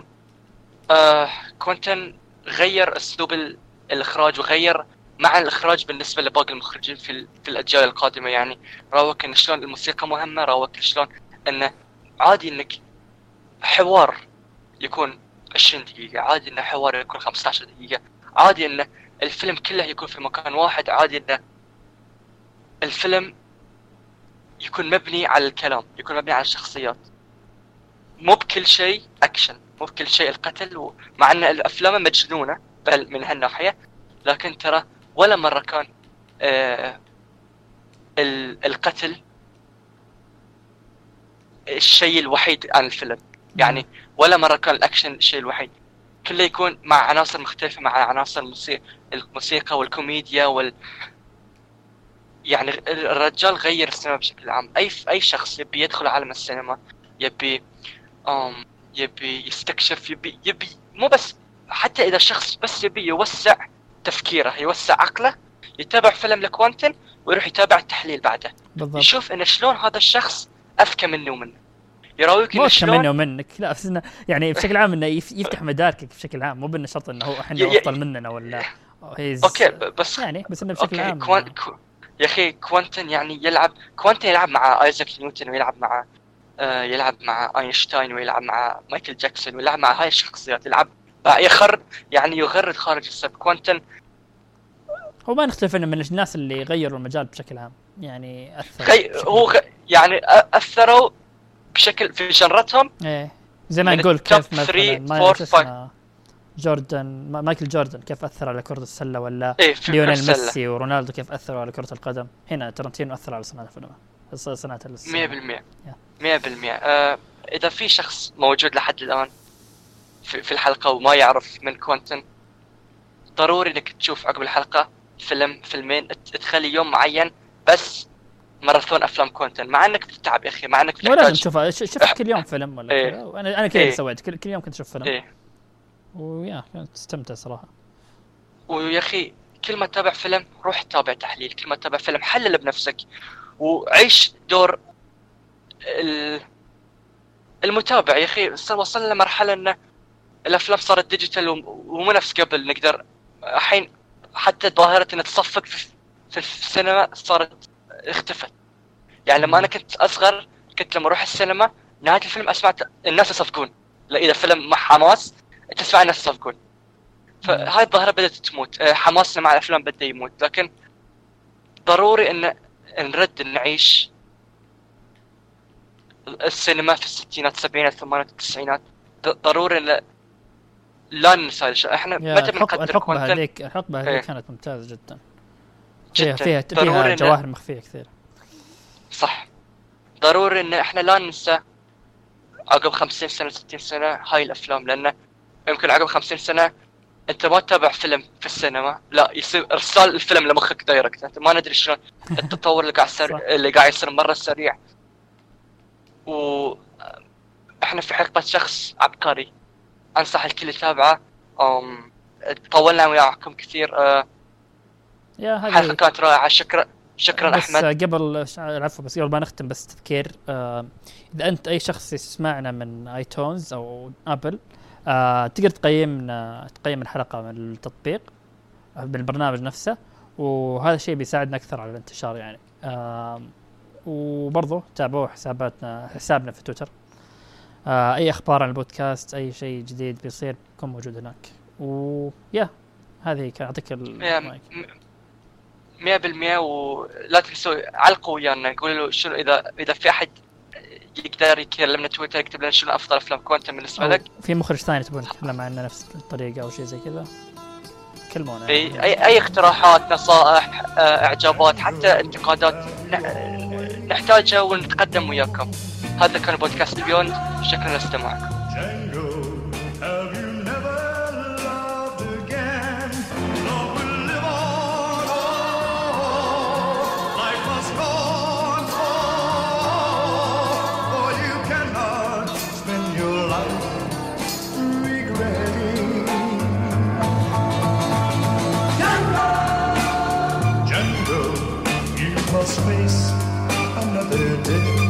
كوانتن غير اسلوب الاخراج وغير معنى الاخراج بالنسبه لباقي المخرجين في الاجيال القادمه. يعني راوك ان شلون الموسيقى مهمه، راوك شلون انه عادي انك حوار يكون 20 دقيقه، عادي انه حوار يكون 15 دقيقه، عادي انه الفيلم كله يكون في مكان واحد، عادي انه الفيلم يكون مبني على الكلام، يكون مبني على الشخصيات، مو بكل شيء اكشن، مو بكل شيء القتل. مع ان الافلام مجنونه بل من هالناحيه، لكن ترى ولا مره كان القتل الشيء الوحيد عن الفيلم. يعني ولا مره كان الاكشن الشيء الوحيد، كله يكون مع عناصر مختلفه، مع عناصر الموسيقى والكوميديا يعني الرجال غير السينما بشكل عام. اي شخص يبي يدخل عالم السينما، يبي يستكشف، يبي مو بس، حتى اذا الشخص بس يبي يوسع تفكيره، يوسع عقله، يتابع فيلم لكوانتن ويروح يتابع التحليل بعده بالضبط. يشوف ان شلون هذا الشخص اذكى منه ومنه، يراويك انه شلون منه ومنك. لا بس انه يعني بشكل عام انه يفتح مداركك بشكل عام، مو بانه شرط انه هو احنا افضل مننا ولا اوكي بس يعني بس انه بشكل اوكي عام يا اخي كوانتن يعني يلعب مع ايزاك نيوتن، ويلعب مع يلعب مع اينشتاين، ويلعب مع مايكل جاكسون، ويلعب مع هاي الشخصيات، يلعب يغرد خارج السب. كوانتن هو ما نختلف انه من الناس اللي غيروا المجال بشكل عام، يعني اثر يعني اثروا بشكل في جنرتهم. ايه زي ما نقول كيف مثلا مايكل جوردن كيف اثر على كرة السلة، ولا ليونيل ميسي ورونالدو كيف اثروا على كرة القدم. هنا ترنتينو اثر على صناعة الفيلم، صناعة 100%. اذا في شخص موجود لحد الان في الحلقة وما يعرف من كوانتن، ضروري انك تشوف عقب الحلقة فيلمين، تخلي يوم معين بس ماراثون افلام كوانتن، مع انك تتعب يا اخي، مع انك تحتاج لازم تشوفها. شوف كل يوم فيلم ولا كذا. انا كذا سويت كل يوم كنت اشوف فيلم ويا كنت استمتع صراحة. ويا اخي كل ما تتابع فيلم روح تتابع تحليل، كل ما تتابع فيلم حلل بنفسك وعيش دور المتابع. يا اخي وصلنا لمرحلة ان الافلام صارت ديجيتال ومو نفس قبل. نقدر الحين حتى ظاهرة ان تصفق في السينما صارت اختفت. يعني لما انا كنت اصغر كنت لما اروح السينما نهاية الفيلم اسمع الناس يصفقون، لا اذا فيلم مع حماس تسمع الناس يصفقون. فهاي الظاهرة بدأت تموت، حماسنا مع الافلام بدأ يموت. لكن ضروري ان نرد نعيش السينما في الستينات السبعينات الثمانينات التسعينات. ضروري ان لا ننسى احنا متى بنقدر الحقبة هذيك كانت ممتازة جدا. فيها جواهر مخفية كثير. صح. ضروري ان احنا لا ننسى عقب 50 سنة 60 سنة هاي الافلام، لان يمكن عقب 50 سنة انت ما تتابع فيلم في السينما، لا يصير ارسال الفيلم لمخك دايركت. انت ما ندري شلون التطور اللي قاعد يصير مرة سريع. واحنا في حقبة شخص عبقري، انصح الكل يتابعه. طولنا وياكم كثير. حلقة كانت رائعة. شكرا بس احمد. العفو، بس قبل ما نختم بس تذكير، اذا انت اي شخص يسمعنا من ايتونز او ابل، تقدر تقيم الحلقة من التطبيق بالبرنامج نفسه، وهذا الشيء بيساعدنا اكثر على الانتشار يعني. وبرضه تابعوا حسابنا في تويتر. اي اخبار عن البودكاست، اي شيء جديد بيصير يكون موجود هناك. هذه كان اعطيك 100%. ولا تنسوا علقوا ويانا، قولوا شنو اذا في احد يقدر يكلمنا تويتر يكتب لنا شنو افضل افلام كوانتم بالنسبه لك. في مخرج ثاني تبون نتكلم عنه نفس الطريقه او شيء زي كذا، كلمونا. اي اقتراحات، نصائح، اعجابات، حتى انتقادات نحتاجها ونتقدم وياكم. هذا كان بودكاست بيوند، شكرا لاستماعكم. Face another day.